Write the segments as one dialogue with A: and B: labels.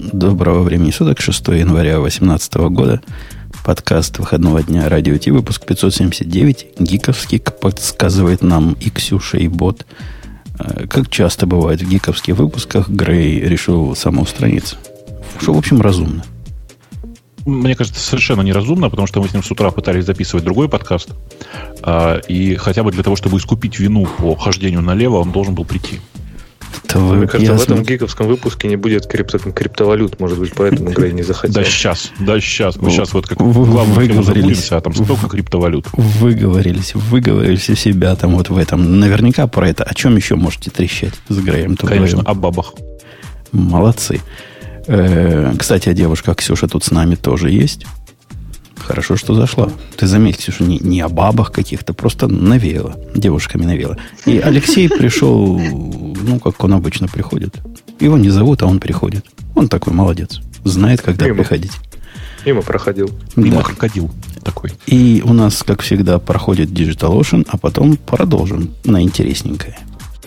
A: Доброго времени суток, 6 января 2018 года. Подкаст выходного дня Радио Ти, выпуск 579. Гиковский, как подсказывает нам и Ксюша, и бот. Как часто бывает в гиковских выпусках, Грей решил самоустраниться. Что, в общем, разумно.
B: Мне кажется, совершенно неразумно, потому что мы с ним с утра пытались записывать другой подкаст. И хотя бы для того, чтобы искупить вину по хождению налево, он должен был прийти.
C: Мне кажется, в этом гиковском выпуске не будет криптовалют, может быть, поэтому Грей не захотел.
B: Да сейчас. Мы сейчас вот как главную тему забудемся, а там столько криптовалют.
A: Выговорились из себя там вот в этом. Наверняка про это. О чем еще можете трещать с Греем?
B: Конечно, о бабах.
A: Молодцы. Кстати, а девушка Ксюша тут с нами тоже есть. Хорошо, что зашла. Ты заметь, Ксюша, не о бабах каких-то, просто навеяла. Девушками навеяла. И Алексей пришел, как он обычно приходит. Его не зовут, а он приходит. Он такой молодец. Знает, когда приходить.
C: Мимо проходил.
B: Мимо крокодил такой.
A: И у нас, как всегда, проходит DigitalOcean, а потом продолжим на интересненькое.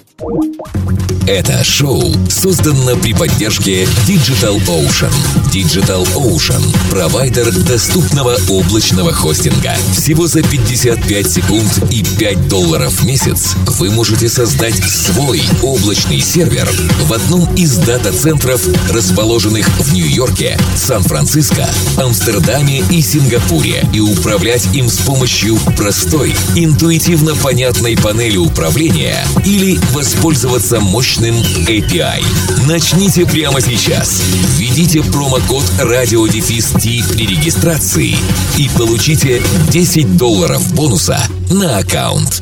D: Это шоу создано при поддержке DigitalOcean. DigitalOcean – провайдер доступного облачного хостинга. Всего за 55 секунд и $5 в месяц вы можете создать свой облачный сервер в одном из дата-центров, расположенных в Нью-Йорке, Сан-Франциско, Амстердаме и Сингапуре, и управлять им с помощью простой, интуитивно понятной панели управления или воспользоваться мощным API. Начните прямо сейчас. Введите промокод RadioDefist при регистрации и получите $10 бонуса на аккаунт.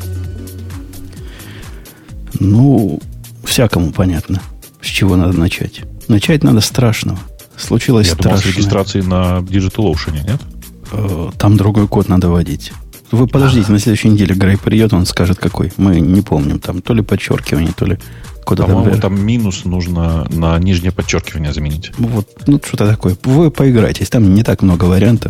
A: Всякому понятно, с чего надо начать. Начать надо страшного. Случилось страшное.
B: Я думал, с регистрации на DigitalOcean, нет?
A: Там другой код надо вводить. Вы подождите, на следующей неделе Грей придет, он скажет, какой. Мы не помним. Там то ли подчеркивание, то ли куда-то.
B: По-моему, там минус нужно на нижнее подчеркивание заменить.
A: Что-то такое. Вы поиграйтесь, там не так много вариантов.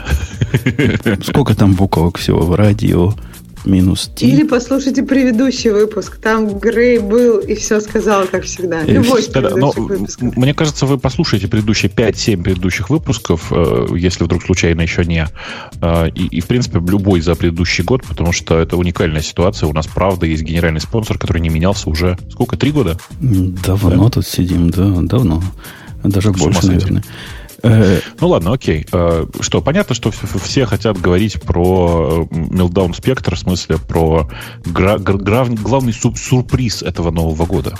A: Сколько там буквок всего в радио? Минус T.
E: Или послушайте предыдущий выпуск. Там Грей был и все сказал, как всегда. Любой предыдущий выпуск.
B: Мне кажется, вы послушаете предыдущие 5-7 предыдущих выпусков, если вдруг случайно еще не. И, в принципе, любой за предыдущий год, потому что это уникальная ситуация. У нас, правда, есть генеральный спонсор, который не менялся уже, 3 года?
A: Давно тут сидим, да, давно. Даже больше, наверное.
B: Ладно, окей. Что, понятно, что все хотят говорить про Meltdown Spectre, в смысле про главный сюрприз этого Нового года.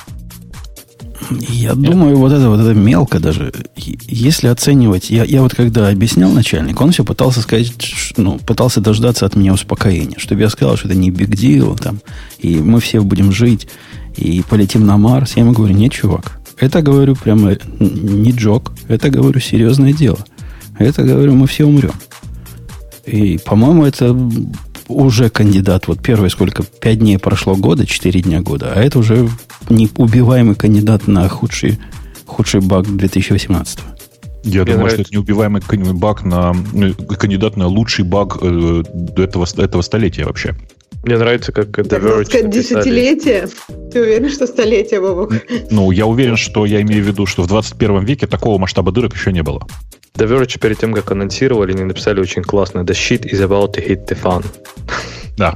A: Я думаю, вот это мелко даже. Если оценивать... Я вот когда объяснял начальнику, он все пытался сказать, пытался дождаться от меня успокоения, чтобы я сказал, что это не big deal, и мы все будем жить, и полетим на Марс. Я ему говорю, нет, чувак. Это, говорю, прямо не джок. Это, говорю, серьезное дело. Это, говорю, мы все умрем. И, по-моему, это уже кандидат. Вот первый, 5 дней прошло года, 4 дня года. А это уже неубиваемый кандидат на худший баг 2018.
B: Я думаю, что это неубиваемый баг кандидат на лучший баг этого столетия вообще.
C: Мне нравится, как The
E: Verge сказать, десятилетие? Ты уверен, что столетие, Бобок?
B: Я уверен, что я имею в виду, что в 21 веке такого масштаба дырок еще не было.
C: The Verge перед тем, как анонсировали, они написали очень классно: The shit is about to hit the fan.
B: Да.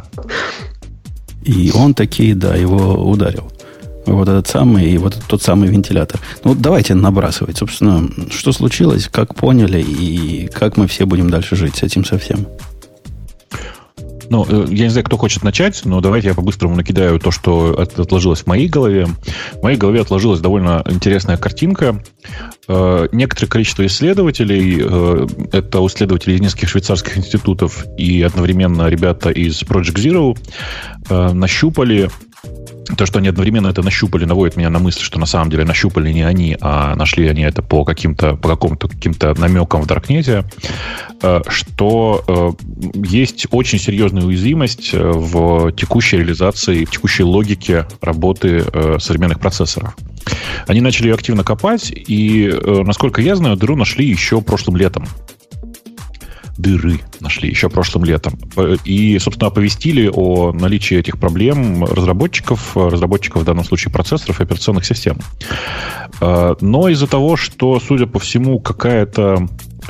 A: И он таки, его ударил. Вот этот самый, и вот тот самый вентилятор. Давайте набрасывать. Собственно, что случилось, как поняли, и как мы все будем дальше жить с этим совсем.
B: Я не знаю, кто хочет начать, но давайте я по-быстрому накидаю то, что отложилось в моей голове. В моей голове отложилась довольно интересная картинка. Некоторое количество исследователей, это исследователи из нескольких швейцарских институтов и одновременно ребята из Project Zero, нащупали. То, что они одновременно это нащупали, наводит меня на мысль, что на самом деле нащупали не они, а нашли они это по каким-то намекам в Даркнете, что есть очень серьезная уязвимость в текущей реализации, в текущей логике работы современных процессоров. Они начали ее активно копать, и, насколько я знаю, дыру нашли еще прошлым летом. Дыры нашли еще прошлым летом. И, собственно, оповестили о наличии этих проблем разработчиков в данном случае процессоров и операционных систем. Но из-за того, что, судя по всему, какая-то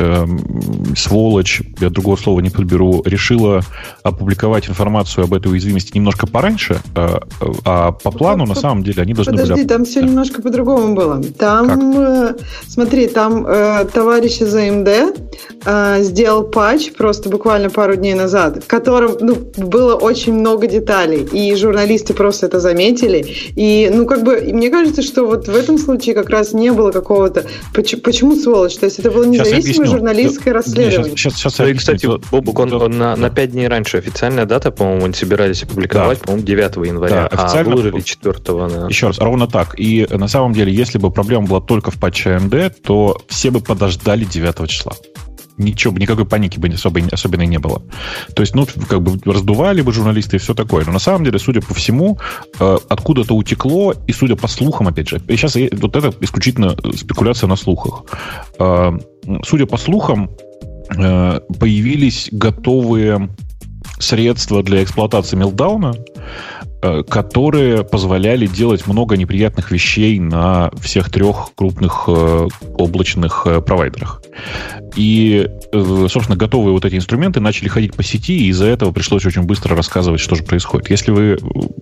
B: сволочь, я другого слова не подберу, решила опубликовать информацию об этой уязвимости немножко пораньше, а по плану, на самом деле, они должны были...
E: Подожди, там все немножко по-другому было. Там, смотри, там товарищ из AMD сделал патч просто буквально пару дней назад, в котором было очень много деталей, и журналисты просто это заметили. И, мне кажется, что вот в этом случае как раз не было какого-то... Почему сволочь? То есть это было независимое журналистское расследование.
C: Сейчас и, кстати, Бобук, он на 5 дней раньше официальная дата, по-моему, они собирались опубликовать, по-моему, 9 января,
B: да,
C: выложили 4. Да.
B: Еще раз, ровно так. И на самом деле, если бы проблема была только в патче AMD, то все бы подождали 9 числа. Никакой паники бы особенной не было. То есть, раздували бы журналисты и все такое. Но на самом деле, судя по всему, откуда-то утекло, и судя по слухам, опять же, и сейчас вот это исключительно спекуляция на слухах. Судя по слухам, появились готовые средства для эксплуатации мелтдауна, которые позволяли делать много неприятных вещей на всех 3 крупных облачных провайдерах. И, собственно, готовые вот эти инструменты начали ходить по сети, и из-за этого пришлось очень быстро рассказывать, что же происходит. Если вы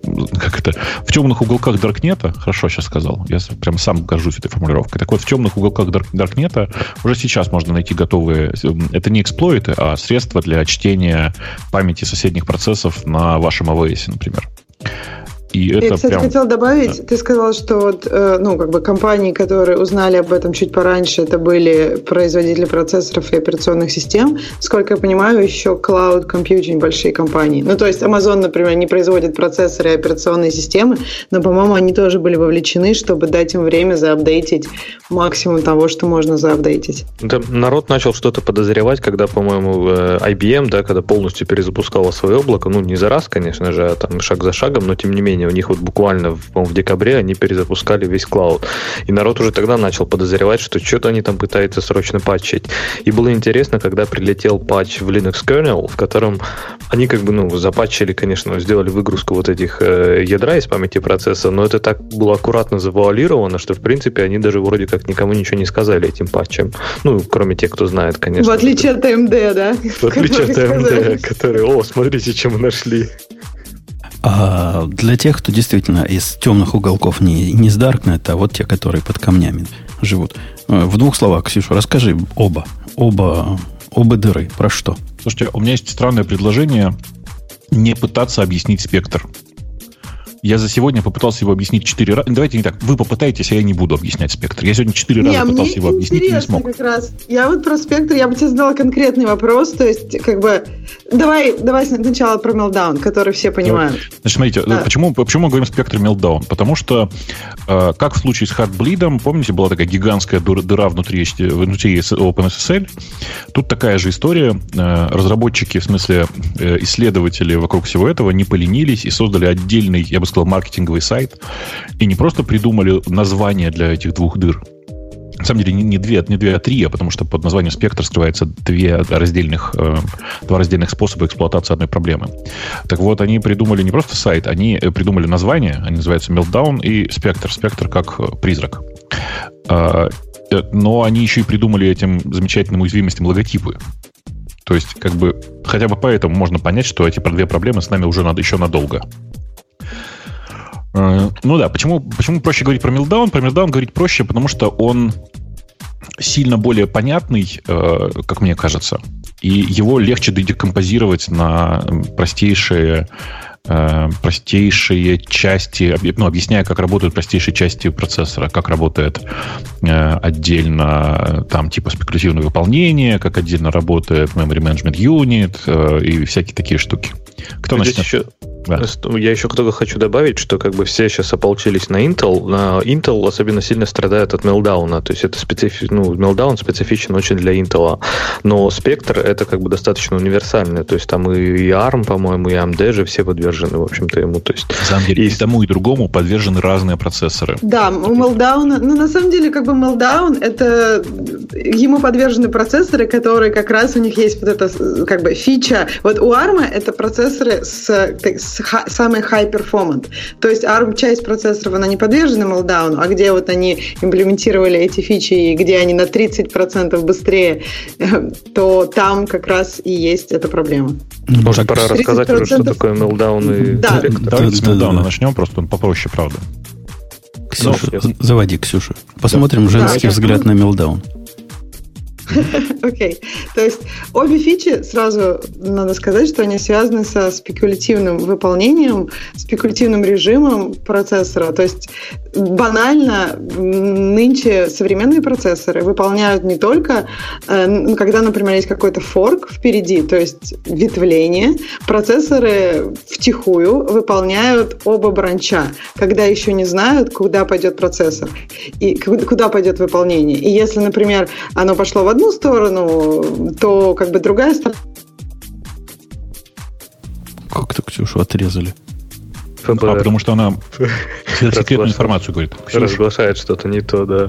B: в темных уголках Даркнета, хорошо сейчас сказал, я прям сам горжусь этой формулировкой, так вот, в темных уголках Даркнета уже сейчас можно найти готовые, это не эксплойты, а средства для чтения памяти соседних процессов на вашем АВС, например. И
E: я,
B: это
E: кстати, хотела добавить, ты сказал, что компании, которые узнали об этом чуть пораньше, это были производители процессоров и операционных систем. Сколько я понимаю, еще cloud computing большие компании. То есть Amazon, например, не производит процессоры и операционные системы, но, по-моему, они тоже были вовлечены, чтобы дать им время заапдейтить максимум того, что можно заапдейтить.
C: Да, народ начал что-то подозревать, когда, по-моему, IBM, когда полностью перезапускала свое облако, не за раз, конечно же, а там шаг за шагом, но тем не менее у них вот буквально, в декабре они перезапускали весь клауд. И народ уже тогда начал подозревать, что что-то они там пытаются срочно патчить. И было интересно, когда прилетел патч в Linux kernel, в котором они запатчили, конечно, сделали выгрузку вот этих ядра из памяти процесса, но это так было аккуратно завуалировано, что, в принципе, они даже вроде как никому ничего не сказали этим патчем. Кроме тех, кто знает, конечно.
E: В отличие от AMD, да?
C: В отличие от AMD, которые, смотрите, чем нашли.
A: А для тех, кто действительно из темных уголков не с Darknet, а вот те, которые под камнями живут. В 2 словах, Ксюша, расскажи оба дыры. Про что?
B: Слушайте, у меня есть странное предложение не пытаться объяснить спектр. Я за сегодня попытался его объяснить 4 раза. Давайте не так. Вы попытаетесь, а я не буду объяснять спектр. Я сегодня 4 раза пытался его объяснить и не смог.
E: Как раз. Я вот про спектр, я бы тебе задала конкретный вопрос. То есть, давай сначала про Meltdown, который все понимают.
B: Значит, смотрите, почему мы говорим спектр Meltdown? Потому что, как в случае с Heartbleed, помните, была такая гигантская дыра внутри OpenSSL? Тут такая же история. Разработчики, в смысле исследователи вокруг всего этого не поленились и создали отдельный, я бы сказал, маркетинговый сайт, и не просто придумали название для этих 2 дыр. На самом деле не 2, а 3, потому что под названием спектр скрывается 2 раздельных способа эксплуатации одной проблемы. Так вот, они придумали не просто сайт, они придумали название, они называются Meltdown и спектр. Спектр как призрак. Но они еще и придумали этим замечательным уязвимостям логотипы. То есть, хотя бы поэтому можно понять, что эти 2 проблемы с нами уже еще надолго. Почему проще говорить про Meltdown? Про Meltdown говорить проще, потому что он сильно более понятный, как мне кажется, и его легче декомпозировать на простейшие части, объясняя, как работают простейшие части процессора, как работает отдельно типа спекулятивное выполнение, как отдельно работает Memory Management Unit и всякие такие штуки. Кто начнет?
C: Да. Я еще только хочу добавить, что все сейчас ополчились на Intel. Intel особенно сильно страдает от Meltdown. То есть это Meltdown специфичен очень для Intel. Но спектр это достаточно универсальный. То есть там и ARM, по-моему, и AMD же все подвержены, в общем-то, ему. То есть,
B: на самом деле, и тому, и другому подвержены разные процессоры.
E: Да, у Meltdown, на самом деле, Meltdown это ему подвержены процессоры, которые как раз у них есть вот эта как бы фича. Вот у ARM это процессоры самый high performant. То есть ARM часть процессоров, она не подвержена мелдауну, а где вот они имплементировали эти фичи и где они на 30% быстрее, то там как раз и есть эта проблема.
C: Может, пора рассказать уже, что такое мелдаун и директор.
B: Давайте с мелдауна начнем, просто он попроще, правда.
A: Ксюша, заводи Ксюшу. Посмотрим женский взгляд на мелдаун.
E: Окей. То есть обе фичи, сразу надо сказать, что они связаны со спекулятивным выполнением, спекулятивным режимом процессора. То есть банально нынче современные процессоры выполняют не только, когда, например, есть какой-то форк впереди, то есть ветвление, процессоры втихую выполняют оба бранча, когда еще не знают, куда пойдет процессор и куда пойдет выполнение. И если, например, оно пошло в одну сторону, то как бы другая сторона...
A: Как-то Ксюшу отрезали.
C: ФБР.
B: Потому что она секретную информацию говорит.
C: Разглашает что-то не то, да.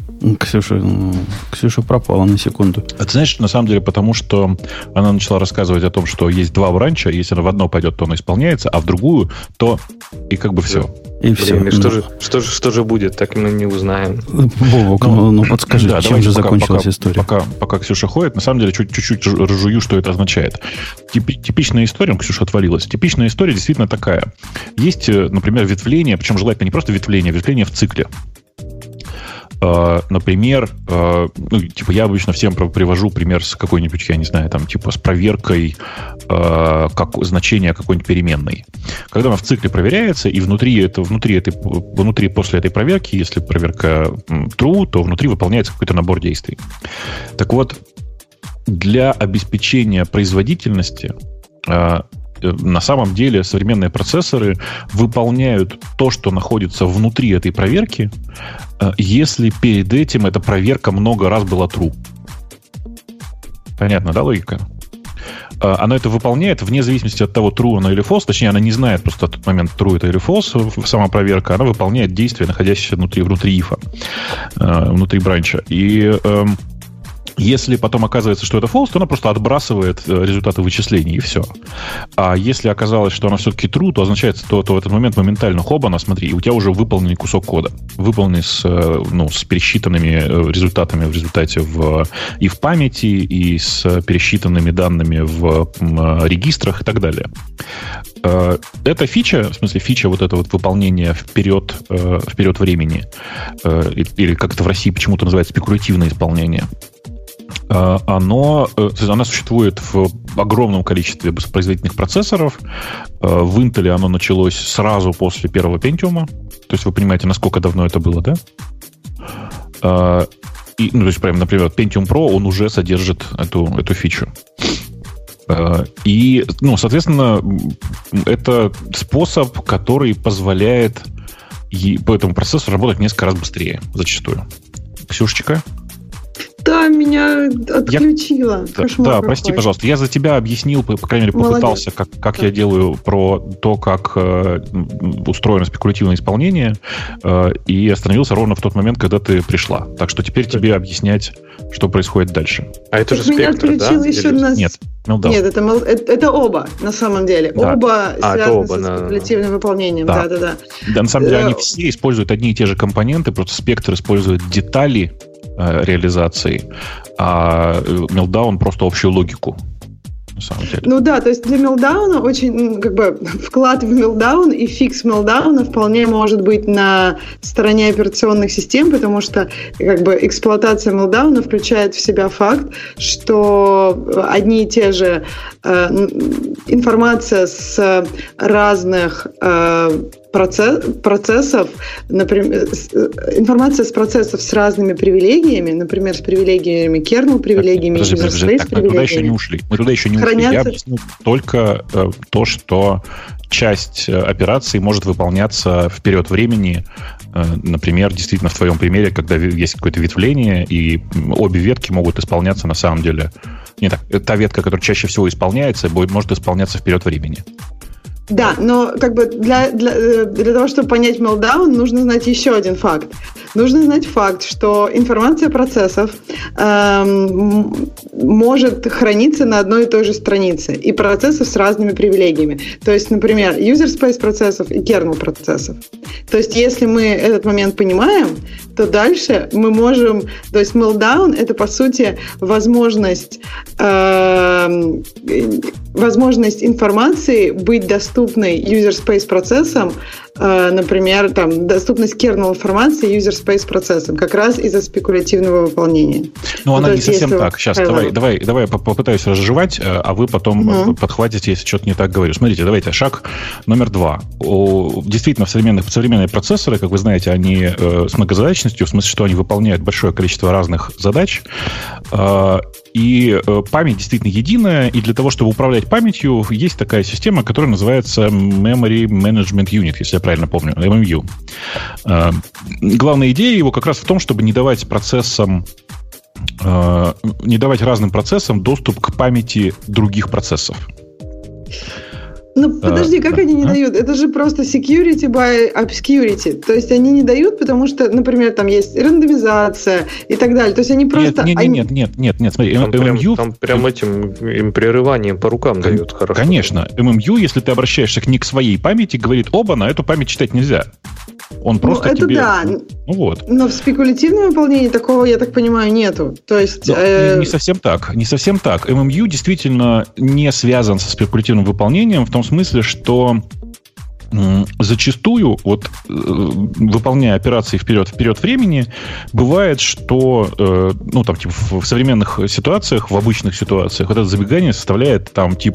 A: Ксюша пропала на секунду.
B: А ты знаешь, на самом деле, потому что она начала рассказывать о том, что есть два бранча, если она в одно пойдет, то оно исполняется, а в другую, то и как бы все.
A: И все.
C: И что же будет, так мы не узнаем.
A: Вовок, подскажи, чем же закончилась история?
B: Пока Ксюша ходит, на самом деле, чуть-чуть разжую, что это означает. Типичная история, Ксюша отвалилась, типичная история действительно такая. Есть, например, ветвление, причем желательно не просто ветвление, ветвление в цикле. Например, я обычно всем привожу пример с какой-нибудь, я не знаю, с проверкой значения какой-нибудь переменной. Когда она в цикле проверяется, и внутри после этой проверки, если проверка true, то внутри выполняется какой-то набор действий. Так вот, для обеспечения производительности на самом деле современные процессоры выполняют то, что находится внутри этой проверки, если перед этим эта проверка много раз была true. Понятно, да, логика? Она это выполняет вне зависимости от того, true она или false. Точнее, она не знает просто в тот момент, true это или false, сама проверка. Она выполняет действие, находящееся внутри ифа, внутри бранча. И если потом оказывается, что это false, то она просто отбрасывает результаты вычислений, и все. А если оказалось, что она все-таки true, то означает, что в этот момент моментально хобана, смотри, и у тебя уже выполненный кусок кода. Выполненный с пересчитанными результатами в результате и в памяти, и с пересчитанными данными в регистрах и так далее. Эта фича, в смысле фича вот это вот выполнение вперед времени, или как это в России почему-то называется спекулятивное исполнение, она существует в огромном количестве производительных процессоров. В Intel оно началось сразу после первого Pentium. То есть вы понимаете, насколько давно это было, да? То есть, прямо, например, Pentium Pro, он уже содержит эту фичу. И, соответственно, это способ, который позволяет по этому процессору работать несколько раз быстрее, зачастую. Ксюшечка?
E: Да, меня отключило.
B: Да, прости, пожалуйста. Я за тебя объяснил, по крайней мере, попытался, как я делаю про то, как устроено спекулятивное исполнение, и остановился ровно в тот момент, когда ты пришла. Так что теперь тебе объяснять, что происходит дальше.
C: А это же спектр, да?
B: Нет,
E: Нет, это оба, на самом деле. Да. Оба связаны со спекулятивным выполнением. Да,
B: на самом деле они все используют одни и те же компоненты, просто спектр использует детали реализации, а Meltdown просто общую логику. На самом деле.
E: То есть для Meltdown очень вклад в Meltdown и фикс Meltdown вполне может быть на стороне операционных систем, потому что эксплуатация Meltdown включает в себя факт, что одни и те же информация с разных процессов, например, информация с процессов с разными привилегиями, например, с привилегиями kernel, привилегиями Universal привилегиями.
B: Мы туда еще не ушли. Я объясню только то, что часть операций может выполняться вперед времени. Например, действительно, в твоем примере, когда есть какое-то ветвление, и обе ветки могут исполняться на самом деле. Не так. Та ветка, которая чаще всего исполняется, может исполняться вперед времени.
E: Да, но как бы для того, чтобы понять meltdown, нужно знать еще один факт. Нужно знать факт, что информация процессов может храниться на одной и той же странице, и процессов с разными привилегиями. То есть, например, user space процессов и kernel процессов. То есть, если мы этот момент понимаем, то дальше мы можем... То есть, meltdown — это, по сути, возможность информации быть доступной user space процессам, например, там, доступность kernel информации user space процессам, как раз из-за спекулятивного выполнения.
B: Ну, она не совсем так. Сейчас, давай я попытаюсь разжевать, а вы потом подхватите, если что-то не так говорю. Смотрите, давайте, шаг номер 2. Действительно, современные процессоры, как вы знаете, они с многозадачностью, в смысле, что они выполняют большое количество разных задач, и память действительно единая, и для того, чтобы управлять памятью, есть такая система, которая называется Memory Management Unit, если я правильно помню, MMU. Главная идея его как раз в том, чтобы не давать разным процессам доступ к памяти других процессов.
E: Ну, подожди, как они не дают? Это же просто security by obscurity. То есть они не дают, потому что, например, там есть рандомизация и так далее. То есть они просто...
B: Нет, смотри, MMU...
C: Там прям этим им прерыванием по рукам дают хорошо.
B: Конечно. MMU, если ты обращаешься не к своей памяти, говорит, на эту память читать нельзя. Он просто
E: это
B: тебе...
E: да.
B: Ну вот.
E: Но в спекулятивном выполнении такого, я так понимаю, нету. То есть...
B: Не совсем так. MMU действительно не связан со спекулятивным выполнением в том смысле, что зачастую, выполняя операции вперед времени, бывает, что в современных ситуациях, в обычных ситуациях, это забегание составляет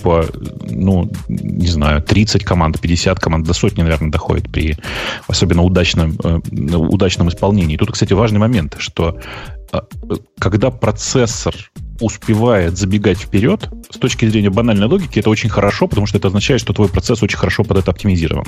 B: 30 команд, 50 команд, до сотни, наверное, доходит при особенно удачном исполнении. Тут, кстати, важный момент, что когда процессор успевает забегать вперед, с точки зрения банальной логики, это очень хорошо, потому что это означает, что твой процесс очень хорошо под это оптимизирован.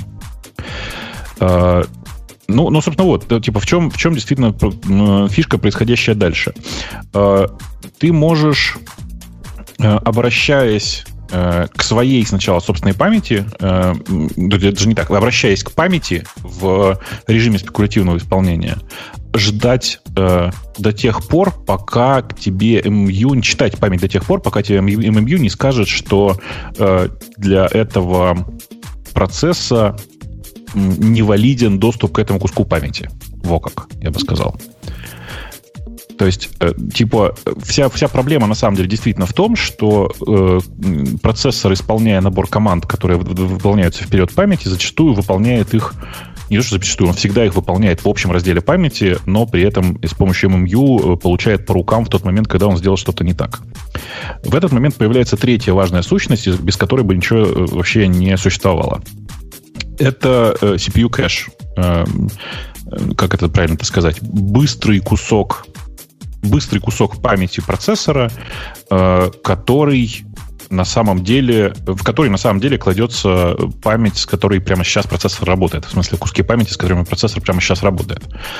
B: Собственно, в чем действительно фишка, происходящая дальше. Ты можешь, обращаясь к своей сначала собственной памяти, это же не так, обращаясь к памяти в режиме спекулятивного исполнения, ждать до тех пор, пока к тебе MMU, читать память до тех пор, пока тебе MMU не скажет, что для этого процесса невалиден доступ к этому куску памяти. Во как, я бы сказал. То есть, вся проблема на самом деле действительно в том, что процессор, исполняя набор команд, которые выполняются вперед памяти, зачастую выполняет их, не то что зачастую, он всегда их выполняет в общем разделе памяти, но при этом с помощью MMU получает по рукам в тот момент, когда он сделал что-то не так. В этот момент появляется третья важная сущность, без которой бы ничего вообще не существовало. Это CPU кэш. Как это правильно сказать? Быстрый кусок памяти процессора, в который на самом деле кладется память, с которой прямо сейчас процессор работает. В смысле, куски памяти, с которыми процессор прямо сейчас работает.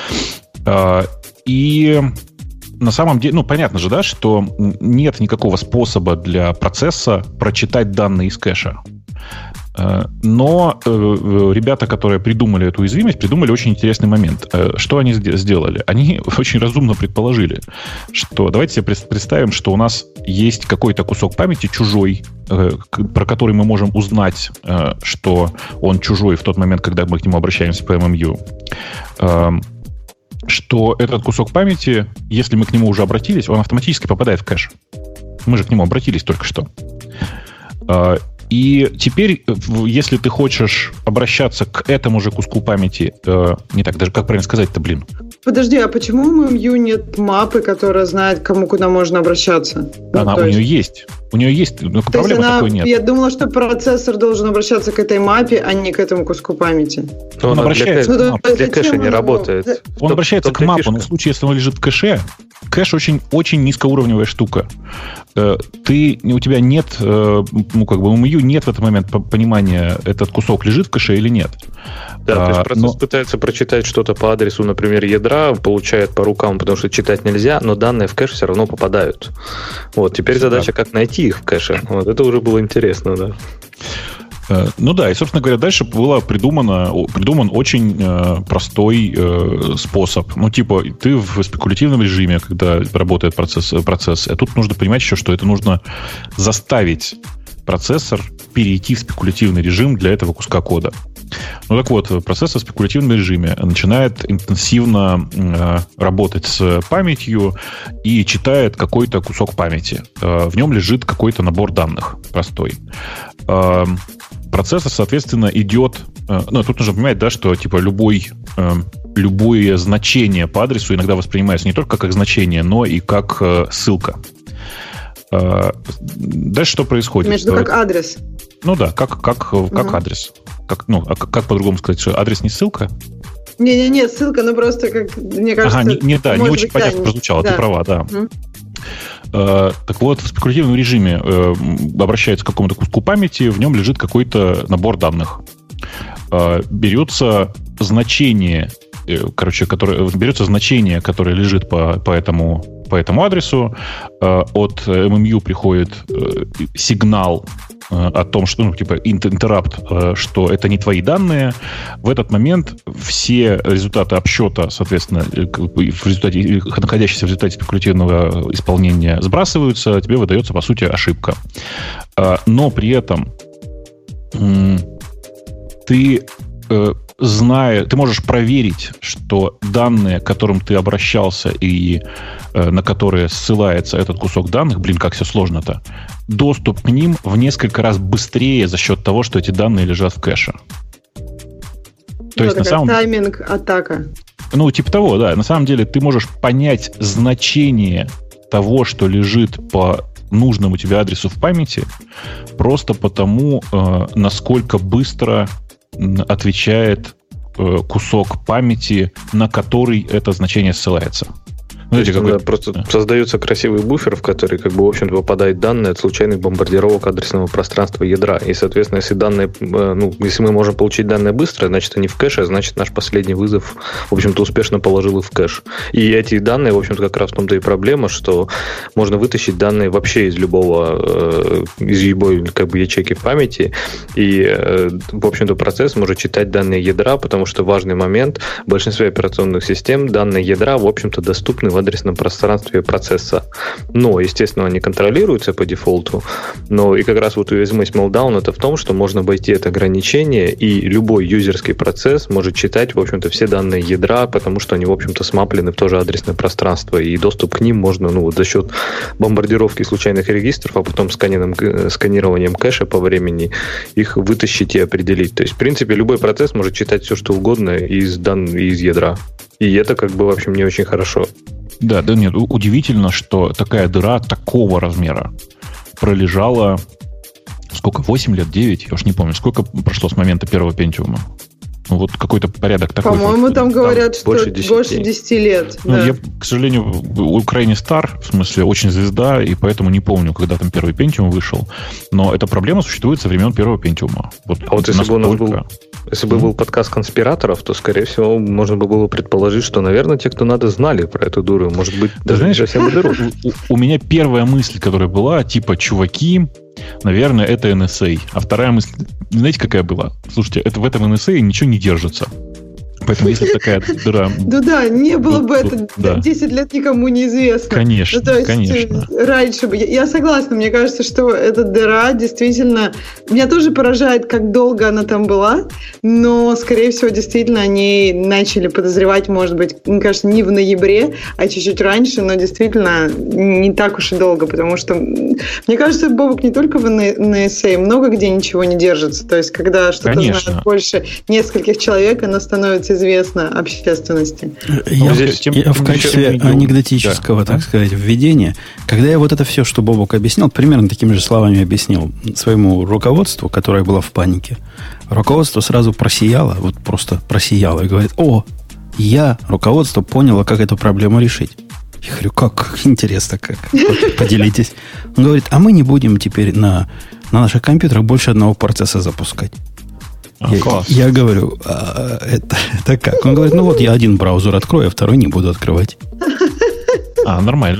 B: И на самом деле, понятно же, да, что нет никакого способа для процесса прочитать данные из кэша. Но ребята, которые придумали эту уязвимость, придумали очень интересный момент. Что они сделали? Они очень разумно предположили, что давайте себе представим, что у нас есть какой-то кусок памяти чужой, про который мы можем узнать, что он чужой в тот момент, когда мы к нему обращаемся по MMU. Что этот кусок памяти, если мы к нему уже обратились, он автоматически попадает в кэш. Мы же к нему обратились только что. И теперь, если ты хочешь обращаться к этому же куску памяти, не так, даже как правильно сказать-то,
E: Подожди, а почему у MMU нет мапы, которая знает, кому куда можно обращаться?
B: У нее есть. У нее есть, но проблемы такой нет.
E: Я думала, что процессор должен обращаться к этой мапе, а не к этому куску памяти.
C: Он обращается для кэша не работает.
B: Он обращается к мапу, но в случае, если он лежит в кэше, кэш очень, очень низкоуровневая штука. У тебя нет, у MMU нет в этот момент понимания, этот кусок лежит в кэше или нет.
C: Да, то есть процесс пытается прочитать что-то по адресу, например, ядра, получает по рукам, потому что читать нельзя, но данные в кэш все равно попадают. Вот, теперь задача, как найти их в кэше. Вот, это уже было интересно, да.
B: Ну да, и, собственно говоря, дальше был придуман очень простой способ. Ну, типа, ты в спекулятивном режиме, когда работает процесс, а тут нужно понимать еще, что это нужно заставить процессор перейти в спекулятивный режим для этого куска кода. Ну так вот, процессор в спекулятивном режиме начинает интенсивно работать с памятью и читает какой-то кусок памяти. В нем лежит какой-то набор данных простой. Процессор, соответственно, идет... Ну, тут нужно понимать, да, что типа любое значение по адресу иногда воспринимается не только как значение, но и как ссылка. Дальше что происходит?
E: Между как адрес.
B: Ну да, как адрес. Как по-другому сказать, что адрес не ссылка?
E: Не, ссылка, но просто, как мне кажется...
B: Не очень понятно прозвучало, ты права, да. Так вот, в спекулятивном режиме обращается к какому-то куску памяти, в нем лежит какой-то набор данных. Берется значение, которое лежит по этому адресу. От MMU приходит сигнал о том, что, интерапт, что это не твои данные. В этот момент все результаты обсчета, соответственно, находящиеся в результате спекулятивного исполнения, сбрасываются, тебе выдается, по сути, ошибка. Но при этом ты можешь проверить, что данные, к которым ты обращался и на которые ссылается этот кусок данных, как все сложно-то, доступ к ним в несколько раз быстрее за счет того, что эти данные лежат в кэше. То есть,
E: тайминг-атака.
B: Ну, типа того, да. На самом деле ты можешь понять значение того, что лежит по нужному тебе адресу в памяти, просто потому, насколько быстро отвечает кусок памяти, на который это значение ссылается.
C: Просто создается красивый буфер, в который, в общем-то, попадают данные от случайных бомбардировок адресного пространства ядра. И, соответственно, если данные, если мы можем получить данные быстро, значит, они в кэше, а значит, наш последний вызов, в общем-то, успешно положил их в кэш. И эти данные, в общем-то, как раз в том-то и проблема, что можно вытащить данные вообще из любой ячейки в памяти, и, в общем-то, процесс может читать данные ядра, потому что важный момент, в большинстве операционных систем данные ядра, в общем-то, доступны в адресном пространстве процесса. Но, естественно, они контролируются по дефолту. Но и как раз вот уязвимость Meltdown это в том, что можно обойти это ограничение, и любой юзерский процесс может читать, в общем-то, все данные ядра, потому что они, в общем-то, смаплены в то же адресное пространство, и доступ к ним можно, за счет бомбардировки случайных регистров, а потом сканированием кэша по времени их вытащить и определить. То есть, в принципе, любой процесс может читать все, что угодно из ядра. И это, в общем, не очень хорошо.
B: Да, нет, удивительно, что такая дыра такого размера пролежала 8 лет, 9? Я уж не помню, сколько прошло с момента первого Пентиума. Вот какой-то порядок такой.
E: По-моему, там говорят, что больше 10 лет.
B: Да. Я, к сожалению, крайне стар, в смысле, очень звезда, и поэтому не помню, когда там первый Пентиум вышел. Но эта проблема существует со времен первого Пентиума.
C: Если бы был подкаст конспираторов, то, скорее всего, можно было бы предположить, что, наверное, те, кто надо, знали про эту дуру. Может быть, даже не совсем дыру.
B: У меня первая мысль, которая была, чуваки, наверное, это NSA. А вторая мысль, знаете, какая была? Слушайте, в этом NSA ничего не держится. Поэтому, если такая дыра...
E: Да, не было бы это 10 лет никому неизвестно.
B: Конечно, конечно.
E: Раньше бы. Я согласна, мне кажется, что эта дыра действительно... Меня тоже поражает, как долго она там была, но, скорее всего, действительно, они начали подозревать, может быть, мне кажется, не в ноябре, а чуть-чуть раньше, но действительно не так уж и долго, потому что, мне кажется, Бобок, не только в NSA, много где ничего не держится. То есть, когда что-то знает больше нескольких человек, оно становится известно общественности.
A: Я в качестве анекдотического, так сказать, введения, когда я вот это все, что Бобок объяснял, примерно такими же словами объяснил своему руководству, которое было в панике, руководство сразу просияло, вот просто просияло и говорит: я, руководство, поняло, как эту проблему решить. Я говорю, как интересно, как. Поделитесь. Он говорит, а мы не будем теперь на наших компьютерах больше одного процесса запускать. Я говорю, это как? Он говорит, я один браузер открою, а второй не буду открывать.
B: Нормально.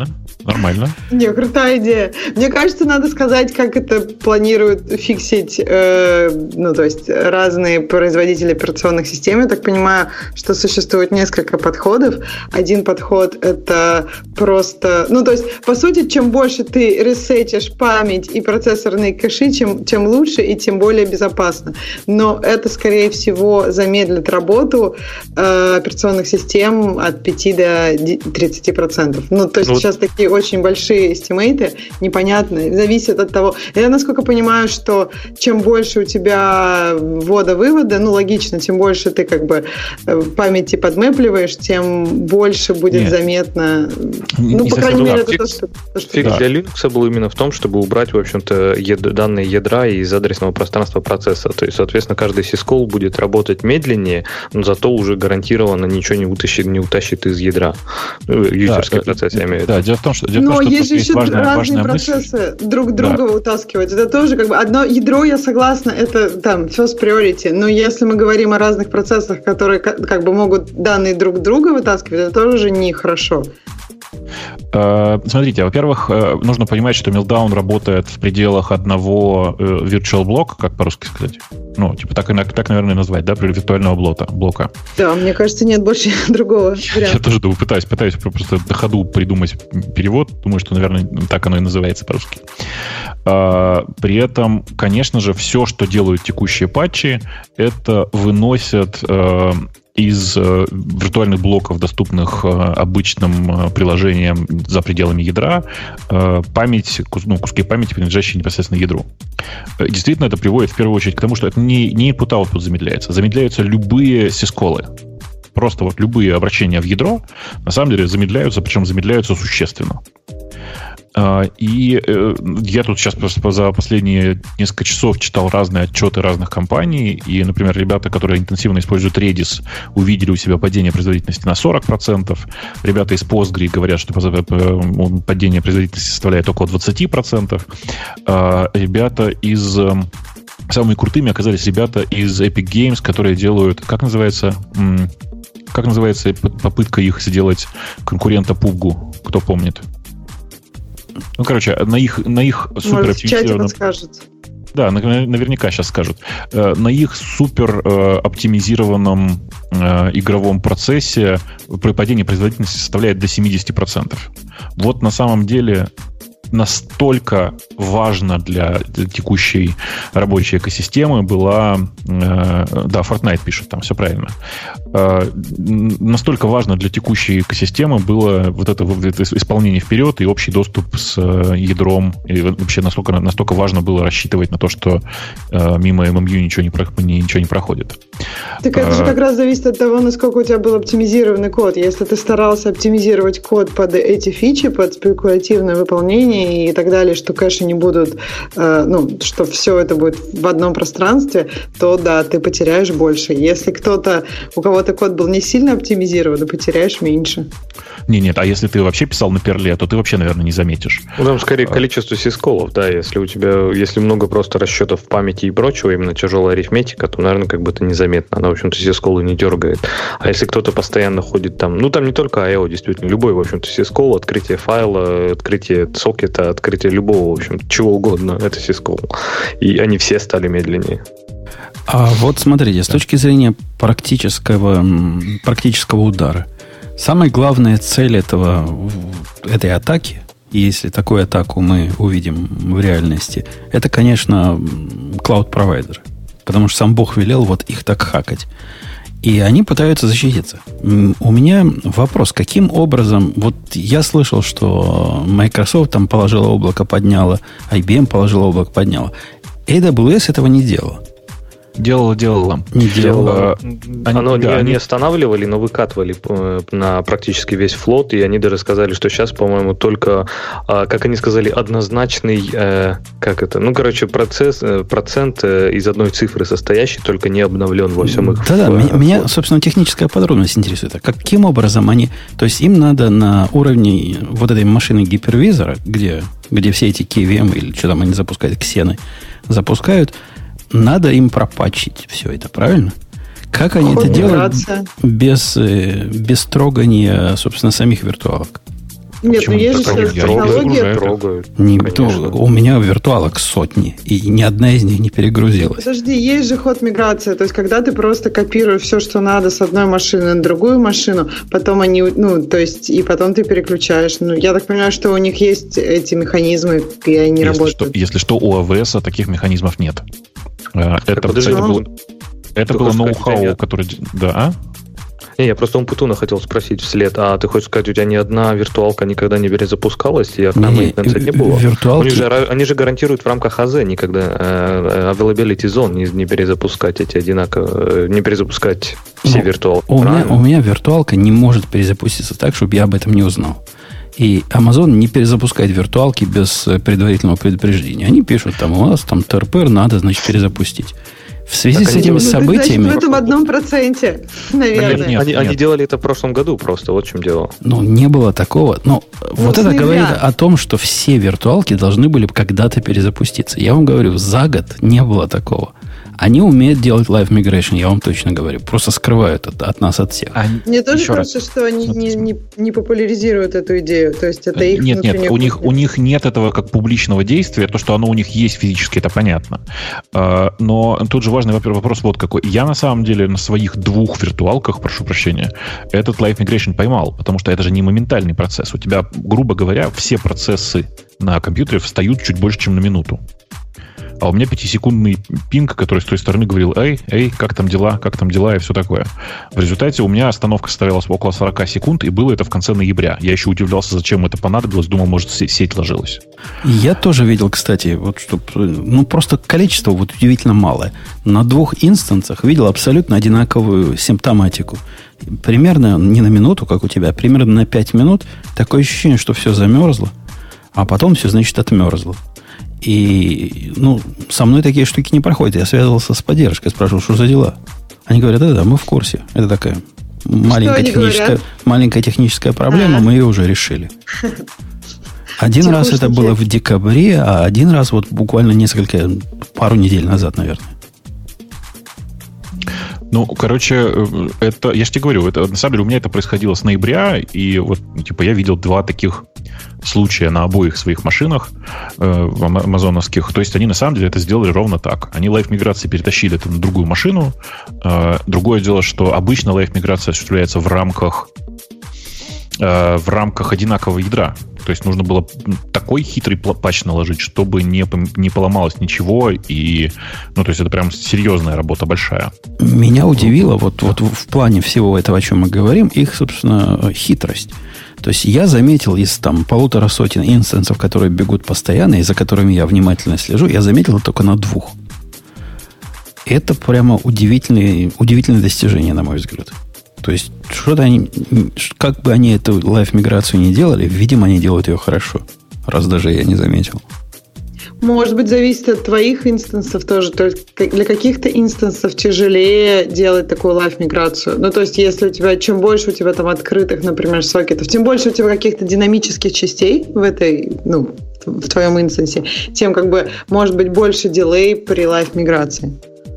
B: Нормально.
E: Не, крутая идея. Мне кажется, надо сказать, как это планируют фиксить, то есть разные производители операционных систем. Я так понимаю, что существует несколько подходов. Один подход — это просто... то есть, по сути, чем больше ты ресетишь память и процессорные кэши, тем лучше и тем более безопасно. Но это, скорее всего, замедлит работу операционных систем от 5 до 30%. То есть сейчас такие очень большие эстимейты, непонятные, зависит от того. Я, насколько понимаю, что чем больше у тебя ввода-вывода, логично, тем больше ты как бы памяти подмэпливаешь, тем больше будет заметно. По крайней мере, это то, что...
C: Фикс для Linux был именно в том, чтобы убрать, в общем-то, данные ядра из адресного пространства процесса. То есть, соответственно, каждый syscall будет работать медленнее, но зато уже гарантированно ничего не утащит из ядра. Юзерский процесс, я имею в виду.
B: Да, дело в том, что
E: есть же еще разные процессы друг друга утаскивать. Это тоже как бы одно ядро, я согласна, это там first priority. Но если мы говорим о разных процессах, которые как бы могут данные друг друга вытаскивать, это тоже нехорошо.
B: Смотрите, во-первых, нужно понимать, что Meltdown работает в пределах одного virtual блока, как по-русски сказать. Так, наверное, назвать, да, виртуального блока. Да,
E: мне кажется, нет больше другого варианта.
B: Я тоже пытаюсь просто на ходу придумать перевод. Думаю, что, наверное, так оно и называется по-русски. При этом, конечно же, все, что делают текущие патчи, это выносят из виртуальных блоков, доступных обычным приложениям за пределами ядра, куски памяти, принадлежащие непосредственно ядру. Действительно, это приводит в первую очередь к тому, что это не input-output замедляется. Замедляются любые сисколы. Просто любые обращения в ядро на самом деле замедляются, причем замедляются существенно. И я тут сейчас просто за последние несколько часов читал разные отчеты разных компаний. И, например, ребята, которые интенсивно используют Redis, увидели у себя падение производительности на 40%. Ребята из Postgre говорят, что падение производительности составляет около 20%. Ребята из... Самыми крутыми оказались ребята из Epic Games, которые делают... Как называется попытка их сделать конкурента PUBG? Кто помнит? На их супер оптимизированном... Да, наверняка сейчас скажут. На их супер оптимизированном игровом процессе падение производительности составляет до 70%. Вот на самом деле настолько важно для текущей рабочей экосистемы была... Да, Fortnite пишет, там все правильно. Настолько важно для текущей экосистемы было вот это исполнение вперед и общий доступ с ядром. И вообще настолько важно было рассчитывать на то, что мимо MMU ничего не проходит.
E: Так это же как раз зависит от того, насколько у тебя был оптимизированный код. Если ты старался оптимизировать код под эти фичи, под спекулятивное выполнение и так далее, что кэши не будут, что все это будет в одном пространстве, то да, ты потеряешь больше. Если у кого-то код был не сильно оптимизирован, то потеряешь меньше.
B: Нет, а если ты вообще писал на перле, то ты вообще, наверное, не заметишь.
C: Там скорее количество сисколов, да, если много просто расчетов в памяти и прочего, именно тяжелая арифметика, то, наверное, как бы это незаметно. Она, в общем-то, сисколы не дергает. А если кто-то постоянно ходит там, там не только I/O, действительно, любой, в общем-то, сискол, открытие файла, открытие сокета, открытие любого, в общем, чего угодно, это сискол. И они все стали медленнее.
A: А вот смотрите, с точки зрения практического удара, самая главная цель этой атаки, если такую атаку мы увидим в реальности, это, конечно, клауд-провайдеры. Потому что сам Бог велел вот их так хакать. И они пытаются защититься. У меня вопрос, каким образом... Вот я слышал, что Microsoft там положила облако, подняла, IBM положила облако, подняла. AWS этого не делала.
B: Делала.
A: Не делала.
C: Они останавливали, но выкатывали на практически весь флот, и они даже сказали, что сейчас, по-моему, только, как они сказали, однозначный, процент из одной цифры состоящий, только не обновлен во всем их.
A: Да, меня, собственно, техническая подробность интересует. Каким образом они... То есть им надо на уровне вот этой машины гипервизора, где все эти KVM или что там они запускают, ксены запускают, надо им пропатчить все это, правильно? Как они это делают без трогания, собственно, самих виртуалок?
E: Нет, ну есть же технология.
C: Трогают.
A: У меня виртуалок сотни, и ни одна из них не перегрузилась.
E: Подожди, есть же ход миграции. То есть, когда ты просто копируешь все, что надо с одной машины на другую машину, потом они, и потом ты переключаешь. Я так понимаю, что у них есть эти механизмы, и они работают.
B: Если что, у AWS таких механизмов нет. Это было ноу-хау, который... Да,
C: Не, я просто Умпутуна хотел спросить вслед. А ты хочешь сказать, у тебя ни одна виртуалка никогда не перезапускалась, и окна мейтенса не было? Они же гарантируют в рамках АЗ никогда availability zone не перезапускать эти одинаково, не перезапускать все виртуалки.
A: У меня виртуалка не может перезапуститься так, чтобы я об этом не узнал. И Amazon не перезапускает виртуалки без предварительного предупреждения. Они пишут, у нас там ТРПР надо, перезапустить. В связи с этими событиями...
E: Значит, в этом 1%, наверное.
B: Нет.
C: Они делали это в прошлом году просто, вот в чем дело.
A: Не было такого. Вот это говорит о том, что все виртуалки должны были когда-то перезапуститься. Я вам говорю, за год не было такого. Они умеют делать live migration, я вам точно говорю. Просто скрывают это от нас, от всех.
E: Мне тоже кажется, что они не популяризируют эту идею. То есть это их
B: Нет, у них нет этого как публичного действия. То, что оно у них есть физически, это понятно. Но тут же важный вопрос вот какой. Я на самом деле на своих 2 виртуалках, прошу прощения, этот live migration поймал. Потому что это же не моментальный процесс. У тебя, грубо говоря, все процессы на компьютере встают чуть больше, чем на минуту. А у меня 5-секундный пинг, который с той стороны говорил: эй, как там дела, и все такое. В результате у меня остановка составилась около 40 секунд, и было это в конце ноября. Я еще удивлялся, зачем это понадобилось, думал, может, сеть ложилась.
A: Я тоже видел, кстати, просто количество удивительно малое. На 2 инстансах видел абсолютно одинаковую симптоматику. Примерно не на минуту, как у тебя, примерно на 5 минут такое ощущение, что все замерзло, а потом все, отмерзло. И, со мной такие штуки не проходят. Я связывался с поддержкой, спрашивал, что за дела. Они говорят, да, мы в курсе. Это такая маленькая техническая проблема, мы ее уже решили. Один раз это было в декабре, а один раз вот буквально пару недель назад, наверное.
B: Это, я же тебе говорю, это, на самом деле у меня это происходило с ноября, и вот, я видел 2 таких случая на обоих своих машинах амазоновских. То есть они на самом деле это сделали ровно так. Они лайф-миграции перетащили это на другую машину. Другое дело, что обычно лайф-миграция осуществляется в рамках одинакового ядра. То есть нужно было такой хитрый патч наложить, чтобы не поломалось ничего. И, то есть это прям серьезная работа, большая.
A: Меня удивило, вот в плане всего этого, о чем мы говорим, их, собственно, хитрость. То есть я заметил из 150 инстансов, которые бегут постоянно, и за которыми я внимательно слежу, я заметил только на 2. Это прямо удивительное достижение, на мой взгляд. То есть, как бы они эту лайф-миграцию не делали, видимо, они делают ее хорошо. Раз даже я не заметил.
E: Может быть, зависит от твоих инстансов тоже. То есть, для каких-то инстансов тяжелее делать такую лайф-миграцию. То есть, если чем больше у тебя там открытых, например, сокетов, тем больше у тебя каких-то динамических частей в этой, в твоем инстансе, тем может быть больше дилей при лайф-миграции.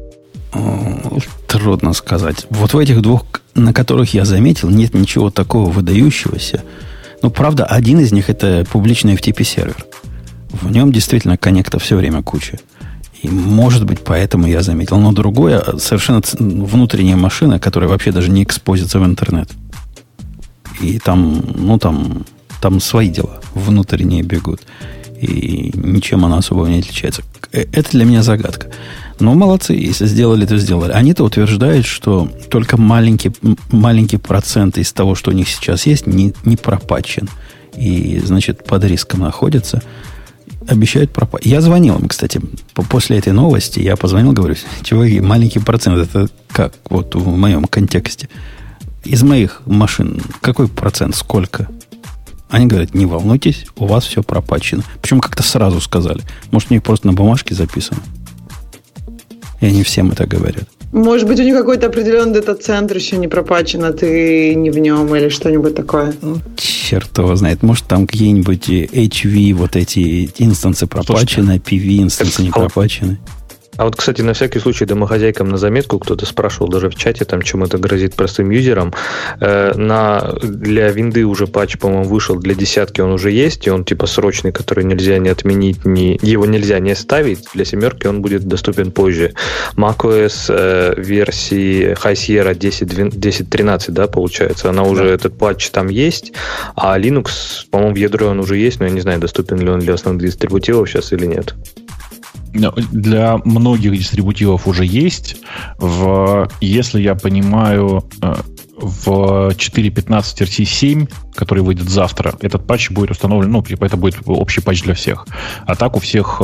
A: Трудно сказать. Вот в этих 2, на которых я заметил, нет ничего такого выдающегося. Правда, один из них это публичный FTP-сервер. В нем действительно коннектов все время куча. И, может быть, поэтому я заметил. Но другое, совершенно внутренняя машина, которая вообще даже не экспозится в интернет. И там свои дела внутренние бегут. И ничем она особо не отличается. Это для меня загадка. Но молодцы, если сделали, то сделали. Они-то утверждают, что только маленький процент из того, что у них сейчас есть, не пропатчен. И, под риском находится. Обещают пропасть. Я звонил им, кстати, после этой новости. Я позвонил, говорю, чуваки, маленький процент, это как вот в моем контексте? Из моих машин какой процент, сколько? Они говорят, не волнуйтесь, у вас все пропатчено. Причем как-то сразу сказали. Может, у них просто на бумажке записано. И они всем это говорят.
E: Может быть, у них какой-то определенный дата-центр еще не пропатчен, а ты не в нем или что-нибудь такое.
A: Черт его знает. Может, там какие-нибудь HV, вот эти инстансы пропатчены, PV инстансы не пропатчены.
C: А вот, кстати, на всякий случай домохозяйкам на заметку, кто-то спрашивал даже в чате, там, чем это грозит простым юзерам. Для винды уже патч, по-моему, вышел, для 10 он уже есть, и он типа срочный, который нельзя не отменить, его нельзя не ставить. Для 7 он будет доступен позже. macOS версии High Sierra 10.13, да, получается, она уже, этот патч там есть, а Linux, по-моему, в ядре он уже есть, но я не знаю, доступен ли он для основных дистрибутивов сейчас или нет.
B: Для многих дистрибутивов уже есть. Если я понимаю, в 4.15 RC7, который выйдет завтра, этот патч будет установлен, ну, это будет общий патч для всех. А так у всех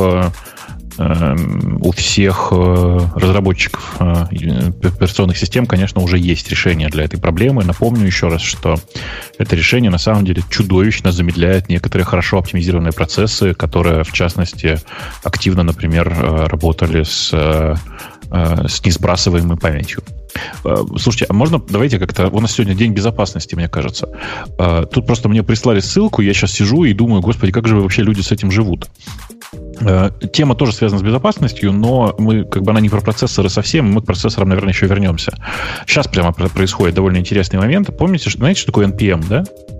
B: разработчиков операционных систем, конечно, уже есть решение для этой проблемы. Напомню еще раз, что это решение на самом деле чудовищно замедляет некоторые хорошо оптимизированные процессы, которые, в частности, активно, например, работали с несбрасываемой памятью. Слушайте, а можно, давайте как-то... У нас сегодня день безопасности, мне кажется. Тут просто мне прислали ссылку, я сейчас сижу и думаю, господи, как же вообще люди с этим живут? Тема тоже связана с безопасностью, но она не про процессоры совсем, мы к процессорам, наверное, еще вернемся. Сейчас прямо происходит довольно интересный момент. Помните, знаете, что такое NPM, да?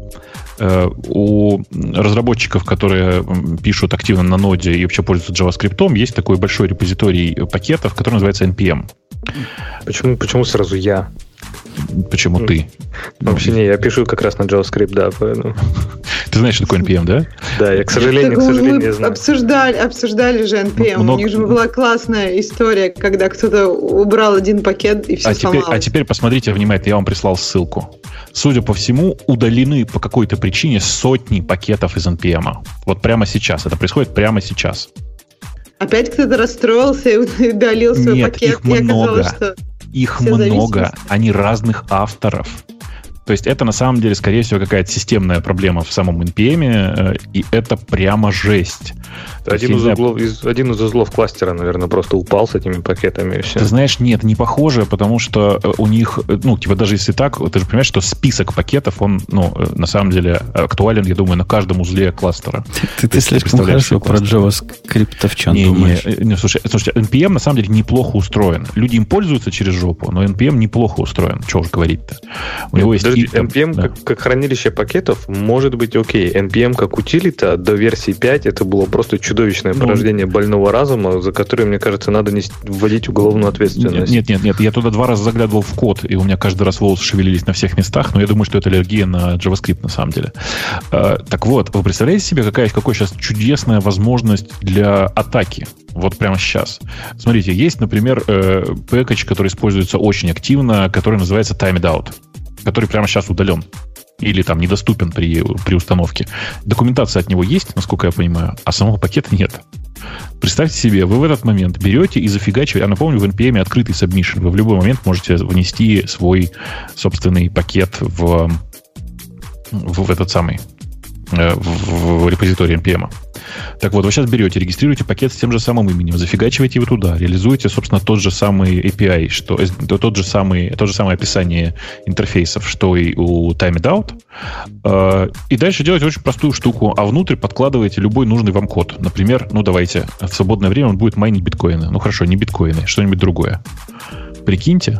B: У разработчиков, которые пишут активно на ноде и вообще пользуются JavaScript, есть такой большой репозиторий пакетов, который называется NPM.
C: Почему сразу я?
B: Почему ты?
C: Вообще не, я пишу как раз на JavaScript, да, поэтому...
B: Ты знаешь, что такое NPM, да?
C: Да, я, к сожалению,
E: мы
C: знаю.
E: обсуждали же NPM. У них же была классная история, когда кто-то убрал один пакет и все сломалось.
B: А теперь посмотрите внимательно, я вам прислал ссылку. Судя по всему, удалены по какой-то причине сотни пакетов из NPM. Вот прямо сейчас. Это происходит прямо сейчас.
E: Опять кто-то расстроился и удалил свой пакет.
B: Их много. Их много. Они разных авторов. То есть это на самом деле, скорее всего, какая-то системная проблема в самом NPM, и это прямо жесть.
C: Один из узлов кластера, наверное, просто упал с этими пакетами и все.
B: Ты знаешь, нет, не похоже, потому что у них, даже если так, ты же понимаешь, что список пакетов, он, на самом деле актуален, я думаю, на каждом узле кластера.
A: Ты слишком хорошо про JavaScript-овчан думаешь.
B: Слушайте, NPM на самом деле неплохо устроен. Люди им пользуются через жопу, но NPM неплохо устроен. Чего уж говорить-то? У него есть
C: NPM как хранилище пакетов может быть окей. NPM как утилита до версии 5 это было просто чудовищное порождение больного разума, за которое, мне кажется, надо вводить уголовную ответственность.
B: Нет. Я туда 2 раза заглядывал в код, и у меня каждый раз волосы шевелились на всех местах, но я думаю, что это аллергия на JavaScript на самом деле. Так вот, вы представляете себе, какая сейчас чудесная возможность для атаки? Вот прямо сейчас. Смотрите, есть, например, пэкэдж, который используется очень активно, который называется timeout, который прямо сейчас удален или там недоступен при установке. Документация от него есть, насколько я понимаю, а самого пакета нет. Представьте себе, вы в этот момент берете и зафигачиваете, я напомню, в NPM открытый submission, вы в любой момент можете внести свой собственный пакет в этот самый, в репозиторий NPM. Так вот, вы сейчас берете, регистрируете пакет с тем же самым именем, зафигачиваете его туда, реализуете, собственно, тот же самый API, тот же самое описание интерфейсов, что и у timeout, и дальше делаете очень простую штуку, а внутрь подкладываете любой нужный вам код. Например, давайте, в свободное время он будет майнить биткоины. Ну хорошо, не биткоины, что-нибудь другое. Прикиньте.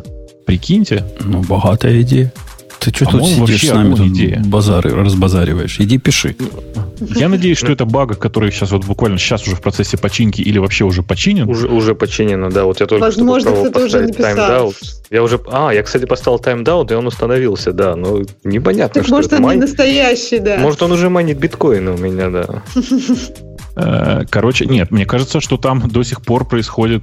A: Богатая идея. Ты что тут сидишь с нами тут разбазариваешь? Иди пиши.
B: Я надеюсь, что это баг, который сейчас буквально сейчас уже в процессе починки или вообще уже починен.
C: Уже починено, да. Вот я только что попробовал поставить timeout. Я, кстати, поставил timeout, и он установился, да. Но непонятно,
E: так что может, он не настоящий, да.
C: Может, он уже майнит биткоины у меня, да.
B: Короче, нет, мне кажется, что там до сих пор происходит...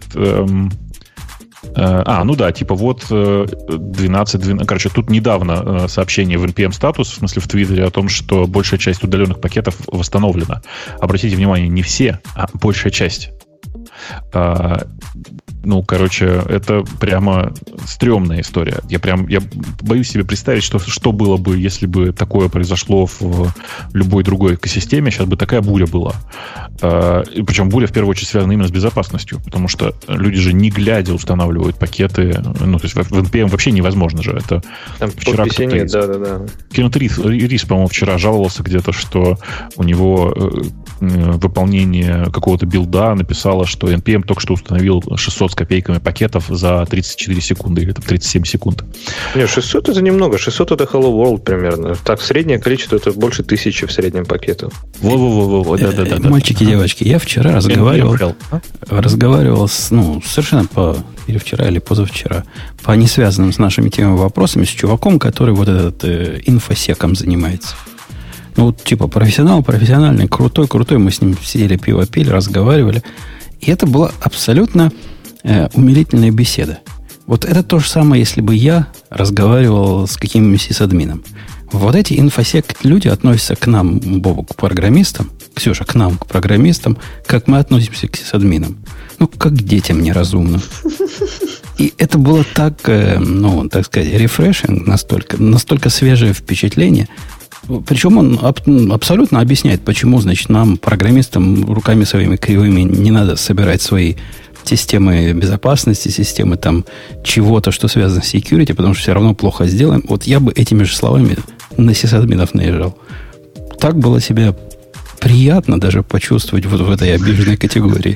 B: 12. Короче, тут недавно сообщение в NPM статус, в смысле в Твиттере, о том, что большая часть удаленных пакетов восстановлена. Обратите внимание, не все, а большая часть. это прямо стрёмная история. Я боюсь себе представить, что было бы, если бы такое произошло в любой другой экосистеме. Сейчас бы такая буря была. Причем буря, в первую очередь, связана именно с безопасностью, потому что люди же не глядя устанавливают пакеты. То есть в NPM вообще невозможно же. Это
C: там
B: вчера
C: нет, да.
B: Кеннет Рис, по-моему, вчера жаловался где-то, что у него выполнение какого-то билда написало, что NPM только что установил 600 с копейками пакетов за 34 секунды или 37 секунд.
C: Нет, 600 это немного. 600 это Hello World примерно. Так, среднее количество это больше 1000 в среднем пакетов.
B: Во-во-во. Да.
A: Мальчики, девочки, я вчера разговаривал совершенно или вчера, или позавчера, по несвязанным с нашими темами вопросами с чуваком, который вот этот инфосеком занимается. Профессиональный, крутой, мы с ним сидели, пиво пили, разговаривали. И это была абсолютно умилительная беседа. Вот это то же самое, если бы я разговаривал с каким-нибудь сисадмином. Вот эти инфосек-люди относятся к нам, Бобу, к программистам, Ксюша, к нам, к программистам, как мы относимся к сисадминам. Как к детям неразумным. И это было так, так сказать, рефрешинг, настолько свежее впечатление. Причем он абсолютно объясняет, почему, значит, нам, программистам, руками своими кривыми не надо собирать свои системы безопасности, системы там чего-то, что связано с security, потому что все равно плохо сделаем. Вот я бы этими же словами на сисадминов наезжал. Так было себя приятно даже почувствовать вот в этой обиженной категории.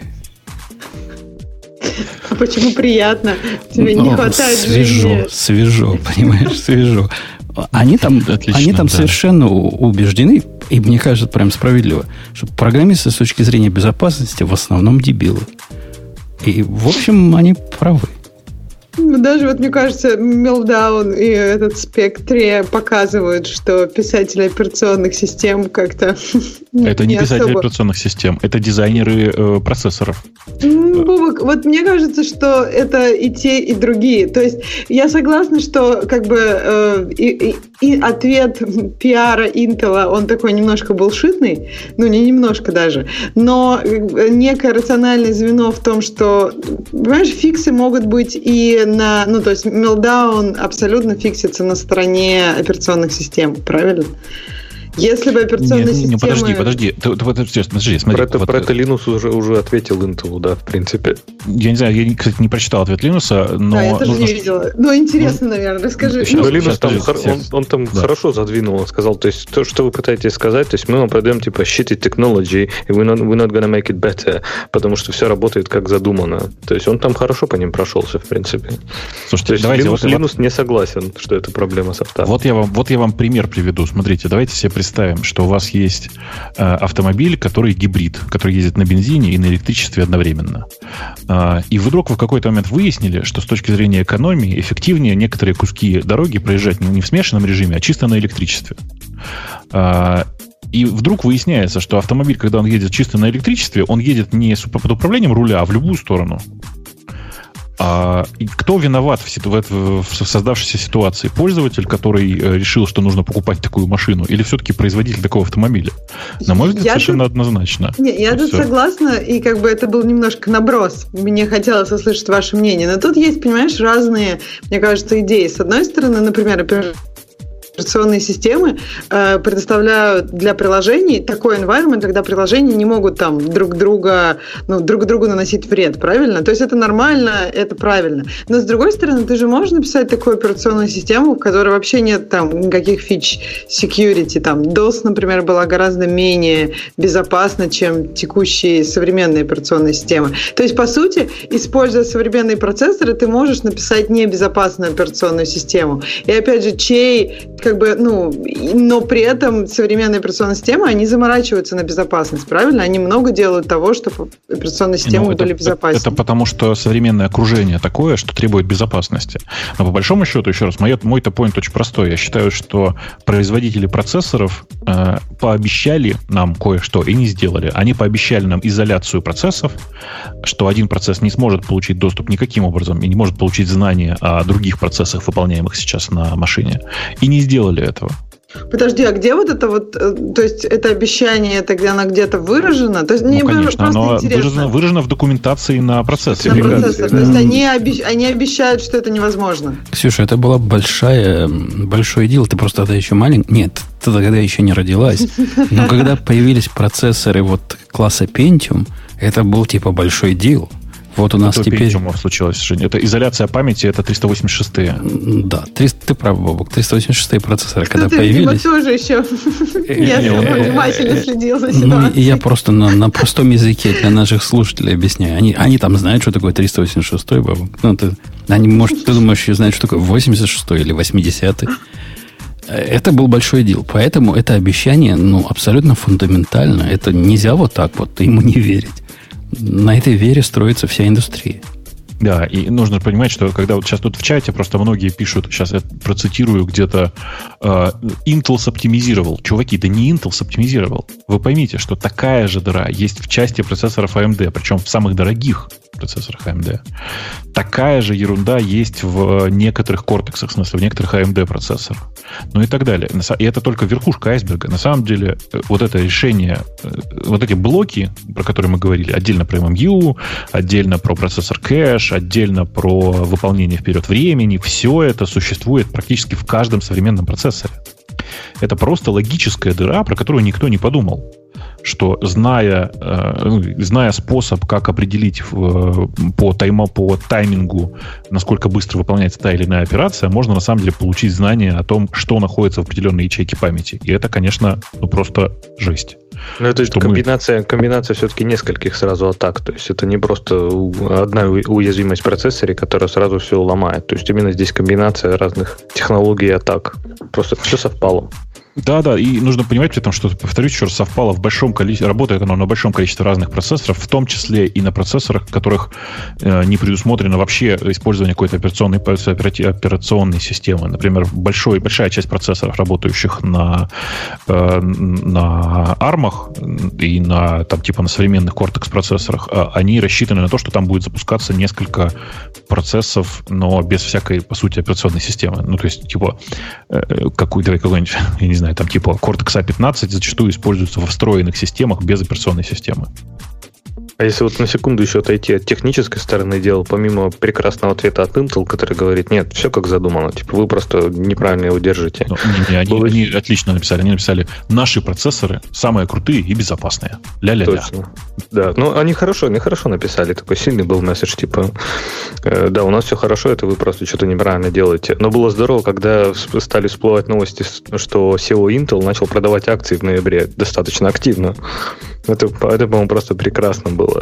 E: А почему приятно? Тебе не хватает
A: свежо, понимаешь, свежо. Они там совершенно убеждены, и мне кажется, прям справедливо, что программисты с точки зрения безопасности в основном дебилы. И, в общем, они правы.
E: Даже мне кажется, Meltdown и этот Spectre показывают, что писатели операционных систем как-то
B: это не писатели операционных систем, это дизайнеры процессоров.
E: Бубок, вот мне кажется, что это и те, и другие. То есть я согласна, что и ответ пиара Intel, он такой немножко булшитный, не немножко даже, но некое рациональное звено в том, что, понимаешь, фиксы могут быть и то есть Meltdown абсолютно фиксится на стороне операционных систем, правильно? Если бы операционная система...
B: Подожди, смотри.
C: Про это Linux уже ответил Intel, да, в принципе.
B: Я не знаю, я, кстати, не прочитал ответ Linux, но...
E: Да, я тоже не видела. Интересно, наверное, расскажи.
C: Linux там хорошо задвинул, он сказал, то есть то, что вы пытаетесь сказать, то есть мы вам продаем типа shitty technology, и we're not gonna make it better, потому что все работает как задумано. То есть он там хорошо по ним прошелся, в принципе.
B: Слушайте,
C: то есть Linux не согласен, что это проблема софта.
B: Вот я вам пример приведу. Смотрите, давайте себе представим, что у вас есть автомобиль, который гибрид, который ездит на бензине и на электричестве одновременно. И вдруг вы в какой-то момент выяснили, что с точки зрения экономии эффективнее некоторые куски дороги проезжать не в смешанном режиме, а чисто на электричестве. И вдруг выясняется, что автомобиль, когда он едет чисто на электричестве, он едет не под управлением руля, а в любую сторону. И кто виноват в создавшейся ситуации? Пользователь, который решил, что нужно покупать такую машину, или все-таки производитель такого автомобиля? На мой взгляд, совершенно однозначно.
E: Я тут согласна, и это был немножко наброс. Мне хотелось услышать ваше мнение. Но тут есть, понимаешь, разные, мне кажется, идеи. С одной стороны, например, операционные системы предоставляют для приложений такой environment, когда приложения не могут там друг другу наносить вред, правильно? То есть это нормально, это правильно. Но с другой стороны, ты же можешь написать такую операционную систему, в которой вообще нет там никаких фич security. Там DOS, например, была гораздо менее безопасна, чем текущие современные операционные системы. То есть, по сути, используя современные процессоры, ты можешь написать небезопасную операционную систему. И опять же, но при этом современные операционные системы, они заморачиваются на безопасность, правильно? Они много делают того, чтобы операционные системы были безопаснее.
B: Это потому, что современное окружение такое, что требует безопасности. Но по большому счету, еще раз, мой-то point очень простой. Я считаю, что производители процессоров пообещали нам кое-что и не сделали. Они пообещали нам изоляцию процессов, что один процесс не сможет получить доступ никаким образом и не может получить знания о других процессах, выполняемых сейчас на машине. И не сделали этого.
E: Подожди, а где вот это вот, то есть это обещание, это где оно где-то выражено? То есть мне
B: конечно,
E: просто интересно.
B: Выражено в документации на процессоре.
E: На процессор. То есть они обещают, что это невозможно.
A: Ксюша, это была большое дело. Ты просто тогда еще маленькая. Нет, ты тогда еще не родилась. Но когда появились процессоры вот класса Pentium, это был типа большой дел. Вот у нас
B: это
A: теперь...
B: случилось, Женя. Это изоляция памяти, это 386-е.
A: Да, ты прав, Бобок. 386-е процессоры, когда
E: ты,
A: появились...
E: Ты тоже еще внимательно следил за ситуацией.
A: Ну, я просто на простом языке для наших слушателей объясняю. Они там знают, что такое 386-й, Бобок. Ну, они, может, ты думаешь, знают, что такое 86-й или 80-й. Это был большой дел. Поэтому это обещание, абсолютно фундаментально. Это нельзя вот так вот ему не верить. На этой вере строится вся индустрия.
B: Да, и нужно понимать, что когда вот сейчас тут в чате просто многие пишут, сейчас я процитирую где-то, Intel соптимизировал. Чуваки, да не Intel соптимизировал. Вы поймите, что такая же дыра есть в части процессоров AMD, причем в самых дорогих процессорах AMD. Такая же ерунда есть в некоторых Cortex, в смысле, в некоторых AMD процессорах. Ну и так далее. И это только верхушка айсберга. На самом деле, вот это решение, вот эти блоки, про которые мы говорили, отдельно про MMU, отдельно про процессор кэш, отдельно про выполнение вперед времени, все это существует практически в каждом современном процессоре. Это просто логическая дыра, про которую никто не подумал. Что, зная способ, как определить по таймингу, насколько быстро выполняется та или иная операция, можно на самом деле получить знание о том, что находится в определенной ячейке памяти. И это, конечно, просто жесть.
C: Но это комбинация все-таки нескольких сразу атак. То есть это не просто одна уязвимость в процессоре, которая сразу все ломает. То есть именно здесь комбинация разных технологий атак. Просто все совпало.
B: Да, и нужно понимать при этом, что, повторюсь еще раз, совпало в большом количестве, работает оно на большом количестве разных процессоров, в том числе и на процессорах, в которых не предусмотрено вообще использование какой-то операционной системы. Например, большая часть процессоров, работающих на ARM-ах и на современных Cortex процессорах, они рассчитаны на то, что там будет запускаться несколько процессов, но без всякой, по сути, операционной системы. Ну, то есть, какой-нибудь, я не знаю, там Cortex A15 зачастую используется во встроенных системах без операционной системы.
C: А если вот на секунду еще отойти от технической стороны дела, помимо прекрасного ответа от Intel, который говорит, нет, все как задумано, вы просто неправильно его держите.
B: Они отлично написали. Они написали, наши процессоры самые крутые и безопасные. Ля-ля-ля.
C: Точно. Да, они хорошо написали. Такой сильный был месседж, да, у нас все хорошо, это вы просто что-то неправильно делаете. Но было здорово, когда стали всплывать новости, что CEO Intel начал продавать акции в ноябре достаточно активно. Это, по-моему, просто прекрасно было.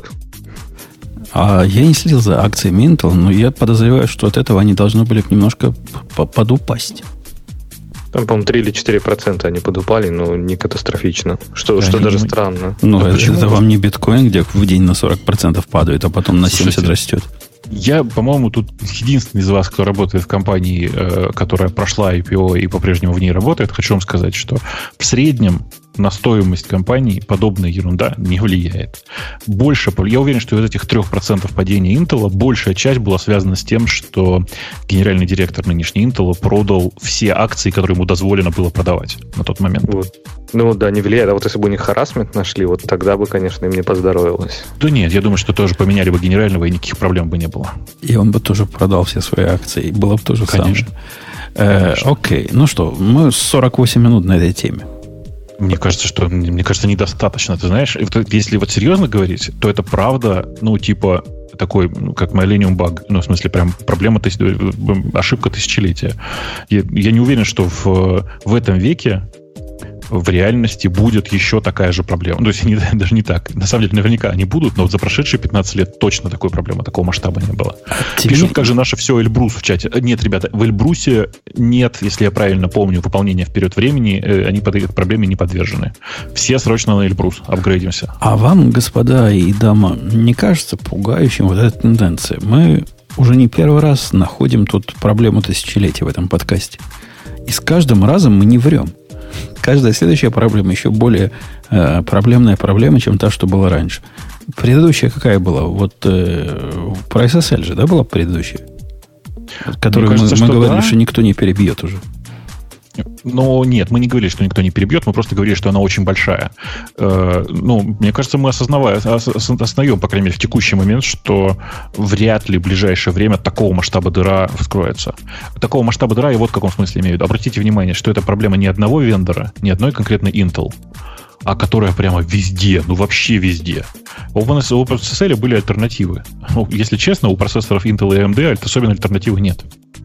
A: Я не следил за акциями Intel, но я подозреваю, что от этого они должны были немножко подупасть.
C: Там, по-моему, 3 или 4% они подупали, но не катастрофично. Что даже странно.
A: Это вам не биткоин, где в день на 40% падает, а потом на 70% растет.
B: Я, по-моему, тут единственный из вас, кто работает в компании, которая прошла IPO и по-прежнему в ней работает, хочу вам сказать, что в среднем на стоимость компании подобная ерунда не влияет. Я уверен, что из этих 3% падения Intel большая часть была связана с тем, что генеральный директор нынешний Intel продал все акции, которые ему дозволено было продавать на тот момент.
C: Вот. Не влияет. А вот если бы у них харассмент нашли, вот тогда бы, конечно, им не поздоровилось.
B: Да нет, я думаю, что тоже поменяли бы генерального, и никаких проблем бы не было.
A: И он бы тоже продал все свои акции. Было бы то же самое. Окей. Ну что, мы 48 минут на этой теме.
B: Мне кажется, недостаточно. Ты знаешь, если вот серьезно говорить, то это правда, такой, как Millennium Bug. В смысле, прям проблема, ошибка тысячелетия. Я не уверен, что в этом веке в реальности будет еще такая же проблема. То есть даже не так. На самом деле, наверняка они будут, но вот за прошедшие 15 лет точно такой проблемы, такого масштаба не было. Пишут, как же наше все Эльбрус в чате. Нет, ребята, в Эльбрусе нет, если я правильно помню, выполнения вперед времени, они под этой проблеме не подвержены. Все срочно на Эльбрус апгрейдимся.
A: А вам, господа и дамы, не кажется пугающим вот эта тенденция? Мы уже не первый раз находим тут проблему тысячелетия в этом подкасте. И с каждым разом мы не врем. Каждая следующая проблема еще более проблемная проблема, чем та, что была раньше. Предыдущая какая была? Вот про SSL же, да, была предыдущая? Которую мы говорили, что никто не перебьет уже.
B: Но нет, мы не говорили, что никто не перебьет, мы просто говорили, что она очень большая. Мне кажется, мы осознаем, по крайней мере, в текущий момент, что вряд ли в ближайшее время такого масштаба дыра вскроется. Такого масштаба дыра я вот в каком смысле имею в виду. Обратите внимание, что это проблема не одного вендора, не одной конкретной Intel, а которая прямо везде, вообще везде. У OpenSSL были альтернативы. Если честно, у процессоров Intel и AMD особенно альтернативы нет.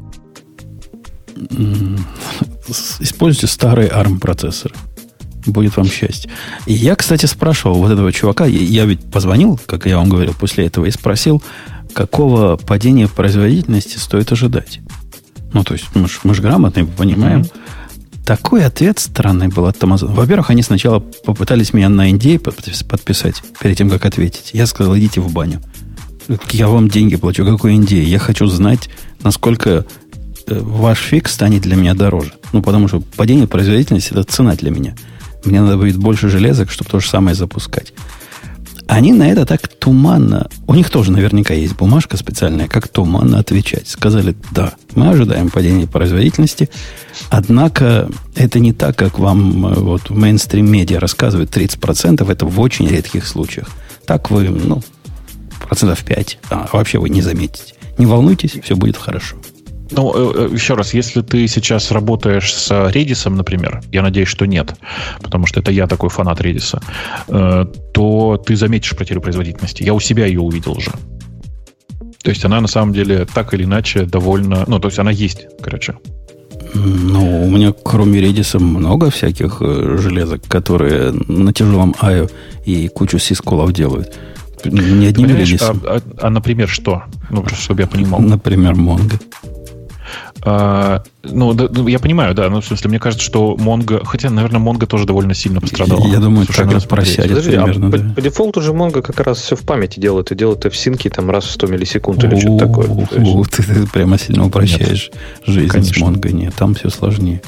A: Используйте старые ARM-процессоры. Будет вам счастье. И я, кстати, спрашивал вот этого чувака, я ведь позвонил, как я вам говорил, после этого, и спросил, какого падения производительности стоит ожидать. То есть мы же грамотные, понимаем. Такой ответ странный был от Amazon. Во-первых, они сначала попытались меня на NDA подписать, перед тем, как ответить. Я сказал, идите в баню. Я вам деньги плачу. Какой NDA? Я хочу знать, насколько ваш фикс станет для меня дороже. Потому что падение производительности – это цена для меня. Мне надо будет больше железок, чтобы то же самое запускать. Они на это так туманно... У них тоже наверняка есть бумажка специальная, как туманно отвечать. Сказали, да, мы ожидаем падения производительности, однако это не так, как вам в мейнстрим-медиа рассказывают 30%, это в очень редких случаях. Так вы, 5%, вообще вы не заметите. Не волнуйтесь, все будет хорошо.
B: Еще раз, если ты сейчас работаешь с Redis, например, я надеюсь, что нет, потому что это я такой фанат Redis, то ты заметишь потерю производительности. Я у себя ее увидел уже. То есть она на самом деле так или иначе довольно... то есть она есть, короче.
A: У меня кроме Redis много всяких железок, которые на тяжелом IO и кучу сискулов делают. Не одним Redis.
B: Например, что? Просто чтобы я понимал.
A: Например, Mongo.
B: Я понимаю, да. В смысле, мне кажется, что Mongo... Хотя, наверное, Mongo тоже довольно сильно пострадала.
A: Я думаю, так раз просядет примерно.
C: По дефолту же Mongo как раз все в памяти делает. И делает в синке раз в 100 миллисекунд или что-то такое.
A: Ты прямо сильно упрощаешь жизнь с Mongo. Нет, там все сложнее.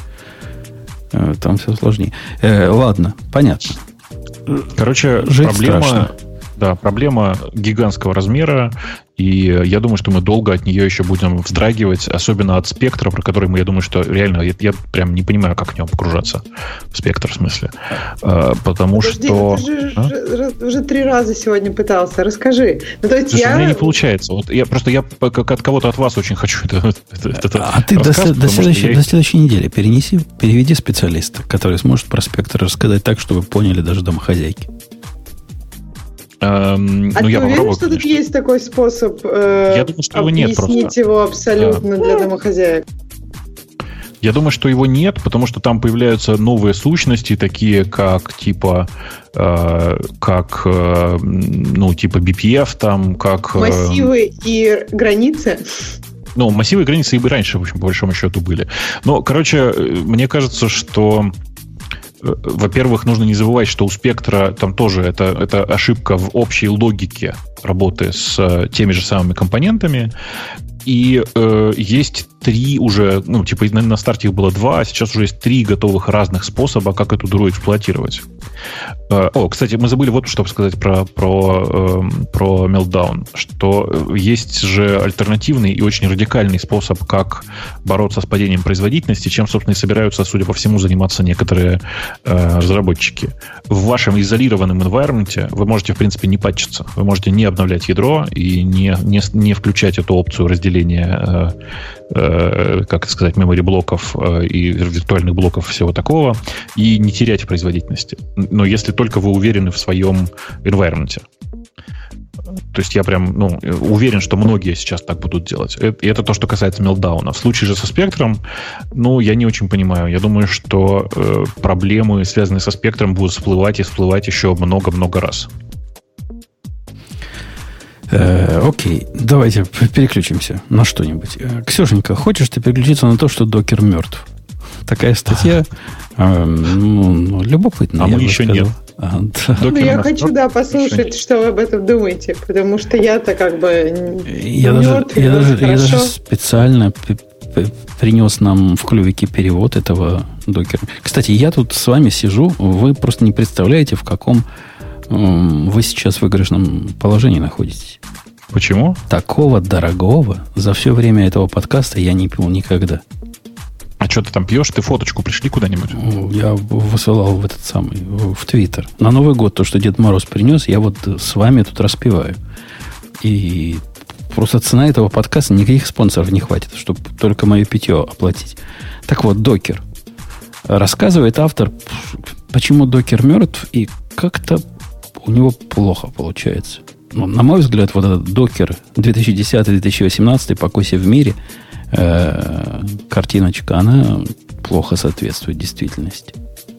A: Ладно, понятно.
B: Короче, проблема гигантского размера, и я думаю, что мы долго от нее еще будем вздрагивать, особенно от спектра, про который я думаю, что реально, я прям не понимаю, как в нем погружаться. Спектр, в смысле. Потому что...
E: Ты уже 3 раза сегодня пытался. Расскажи.
B: У меня не получается. Я как от кого-то от вас очень хочу это
A: ты до следующей недели переведи специалиста, который сможет про спектр рассказать так, чтобы поняли даже домохозяйки.
E: Ты уверен, что тут есть такой способ объяснить его абсолютно для домохозяек?
B: Я думаю, что его нет, потому что там появляются новые сущности, такие как типа BPF, там, как...
E: Массивы и границы?
B: Массивы и границы и раньше, в общем, по большому счету были. Мне кажется, что... Во-первых, нужно не забывать, что у спектра там тоже это ошибка в общей логике работы с теми же самыми компонентами. И есть 3 уже, на старте их было 2, а сейчас уже есть 3 готовых разных способа, как эту дыру эксплуатировать. Кстати, мы забыли вот что сказать про Meltdown, что есть же альтернативный и очень радикальный способ, как бороться с падением производительности, чем, собственно, и собираются, судя по всему, заниматься некоторые разработчики. В вашем изолированном environment вы можете, в принципе, не патчиться. Вы можете не обновлять ядро и не включать эту опцию разделения memory блоков и виртуальных блоков, всего такого, и не терять производительности. Но если только вы уверены в своем environment. То есть я прям уверен, что многие сейчас так будут делать. И это то, что касается Meltdown. В случае же со спектром, я не очень понимаю. Я думаю, что проблемы, связанные со спектром, будут всплывать еще много-много раз.
A: Окей, давайте переключимся на что-нибудь. Ксюшенька, хочешь ты переключиться на то, что докер мертв? Такая статья любопытная.
B: А мы еще нет.
E: Я хочу, послушать, что вы об этом думаете, потому что я-то как бы
A: я даже специально принес нам в клювике перевод этого докера. Кстати, я тут с вами сижу, вы просто не представляете, в каком вы сейчас в выигрышном положении находитесь.
B: Почему?
A: Такого дорогого за все время этого подкаста я не пил никогда.
B: А что ты там пьешь? Ты фоточку пришли куда-нибудь?
A: Я высылал в этот самый, в Твиттер. На Новый год то, что Дед Мороз принес, я вот с вами тут распеваю. И просто цена этого подкаста, никаких спонсоров не хватит, чтобы только мое питье оплатить. Так вот, докер. Рассказывает автор, почему докер мертв, и как-то у него плохо получается. Ну, на мой взгляд, вот этот докер 2010-2018 покойся в мире, картиночка, она плохо соответствует действительности.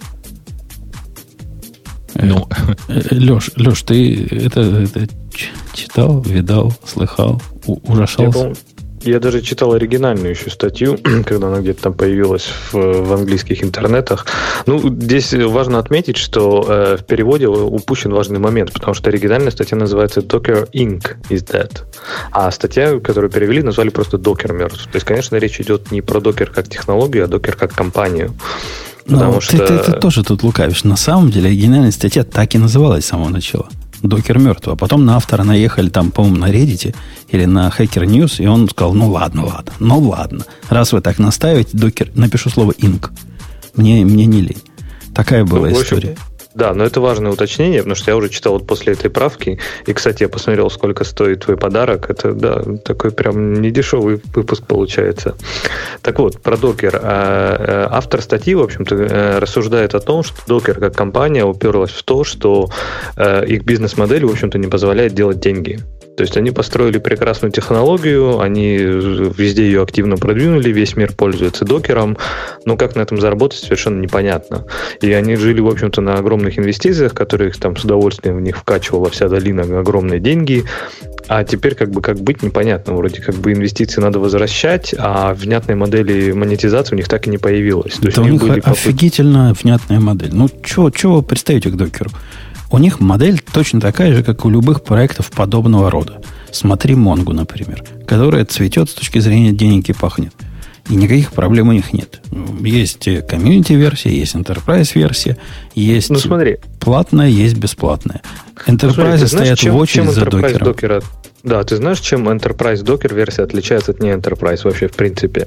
B: Ну.
A: Леш, ты это читал, видал, слыхал, ужасался?
C: Я даже читал оригинальную еще статью, когда она где-то там появилась в английских интернетах. Ну, здесь важно отметить, что в переводе упущен важный момент, потому что оригинальная статья называется Docker Inc. is dead. А статья, которую перевели, назвали просто Docker мертв. То есть, конечно, речь идет не про Docker как технологию, а Docker как компанию.
A: Но ты тоже тут лукавишь. На самом деле оригинальная статья так и называлась с самого начала. Докер мертв. А потом на автора наехали там, по-моему, на Reddit или на Hacker News, и он сказал, ну ладно. Раз вы так настаиваете, докер, напишу слово inc. Мне не лень. Такая была история.
C: Да, но это важное уточнение, потому что я уже читал вот после этой правки. И, кстати, я посмотрел, сколько стоит твой подарок. Это, да, такой прям недешевый выпуск получается. Так вот, про докер. Автор статьи, в общем-то, рассуждает о том, что докер как компания уперлась в то, что их бизнес-модель, в общем-то, не позволяет делать деньги. То есть они построили прекрасную технологию, они везде ее активно продвинули, весь мир пользуется докером, но как на этом заработать, совершенно непонятно. И они жили, в общем-то, на огромных инвестициях, которые их там с удовольствием в них вкачивала вся долина, огромные деньги, а теперь как быть непонятно. Вроде как бы инвестиции надо возвращать, а внятной модели монетизации у них так и не появилось. То есть
A: у них офигительно внятная модель. Ну, чего вы представите к докеру? У них модель точно такая же, как у любых проектов подобного рода. Смотри Монгу, например, которая цветет с точки зрения денег и пахнет. И никаких проблем у них нет. Есть комьюнити-версия, есть enterprise-версия, есть платная, есть бесплатная. Enterprise стоят в очередь за докером.
C: Да, ты знаешь, чем Enterprise Docker версия отличается от не Enterprise вообще в принципе?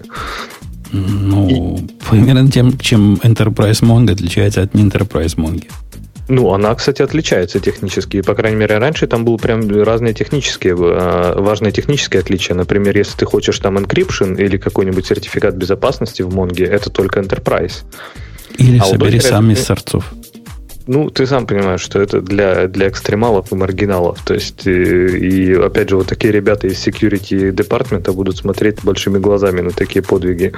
A: Ну, примерно тем, чем Enterprise Mongo отличается от не Enterprise Mongo.
C: Ну, она, кстати, отличается технически. По крайней мере, раньше там были прям разные технические, важные технические отличия. Например, если ты хочешь там encryption или какой-нибудь сертификат безопасности в Mongo, это только Enterprise.
A: Или собери сам из сорцов.
C: Ну, ты сам понимаешь, что это для экстремалов и маргиналов. То есть, и опять же, вот такие ребята из security департамента будут смотреть большими глазами на такие подвиги.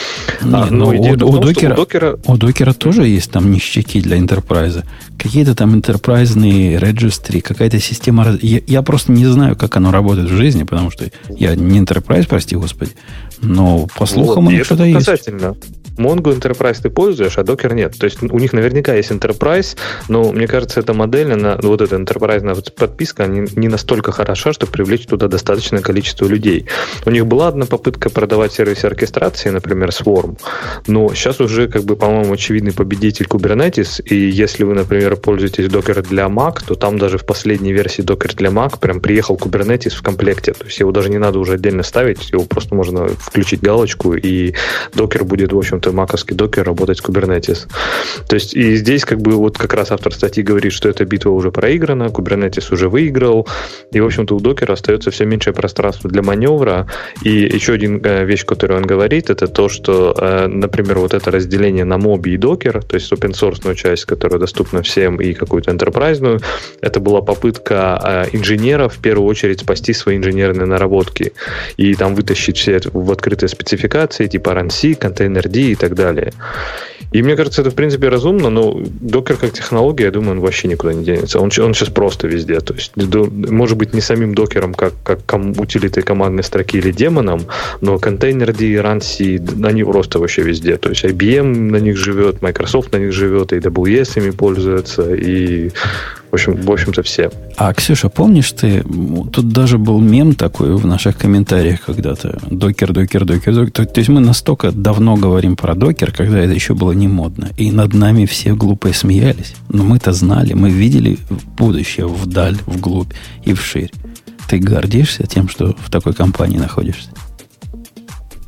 A: У докера тоже есть там ништяки для enterprise. Какие-то там enterprise-ные registry, какая-то система. Я просто не знаю, как оно работает в жизни, потому что я не enterprise, прости господи. Но по слухам у них что-то есть.
C: Mongo Enterprise ты пользуешь, а Docker нет. То есть у них наверняка есть Enterprise, но мне кажется, эта модель, вот эта Enterprise подписка, не настолько хороша, чтобы привлечь туда достаточное количество людей. У них была одна попытка продавать сервисы оркестрации, например, Swarm, но сейчас уже, по-моему, очевидный победитель Kubernetes, и если вы, например, пользуетесь Docker для Mac, то там даже в последней версии Docker для Mac прям приехал Kubernetes в комплекте. То есть его даже не надо уже отдельно ставить, его просто можно включить галочку, и Docker будет, в общем-то, маковский докер работать с Kubernetes. То есть и здесь вот как раз автор статьи говорит, что эта битва уже проиграна, Kubernetes уже выиграл, и, в общем-то, у докера остается все меньшее пространство для маневра. И еще один вещь, которую он говорит, это то, что, например, вот это разделение на моби и докер, то есть open-source часть, которая доступна всем, и какую-то enterprise-ную, это была попытка инженеров в первую очередь спасти свои инженерные наработки и там вытащить все это в открытые спецификации, типа RunC, Containerd и так далее. И мне кажется, это в принципе разумно, но докер как технология, я думаю, он вообще никуда не денется. Он сейчас просто везде. То есть, может быть, не самим докером, как утилитой командной строки или демоном, но Containerd, RunC, они просто вообще везде. То есть IBM на них живет, Microsoft на них живет, AWS ими пользуется, и в общем-то, все.
A: А, Ксюша, помнишь ты, тут даже был мем такой в наших комментариях когда-то. Докер. То есть мы настолько давно говорим про докер, когда это еще было не модно. И над нами все глупые смеялись. Но мы-то знали, мы видели будущее вдаль, вглубь и вширь. Ты гордишься тем, что в такой компании находишься?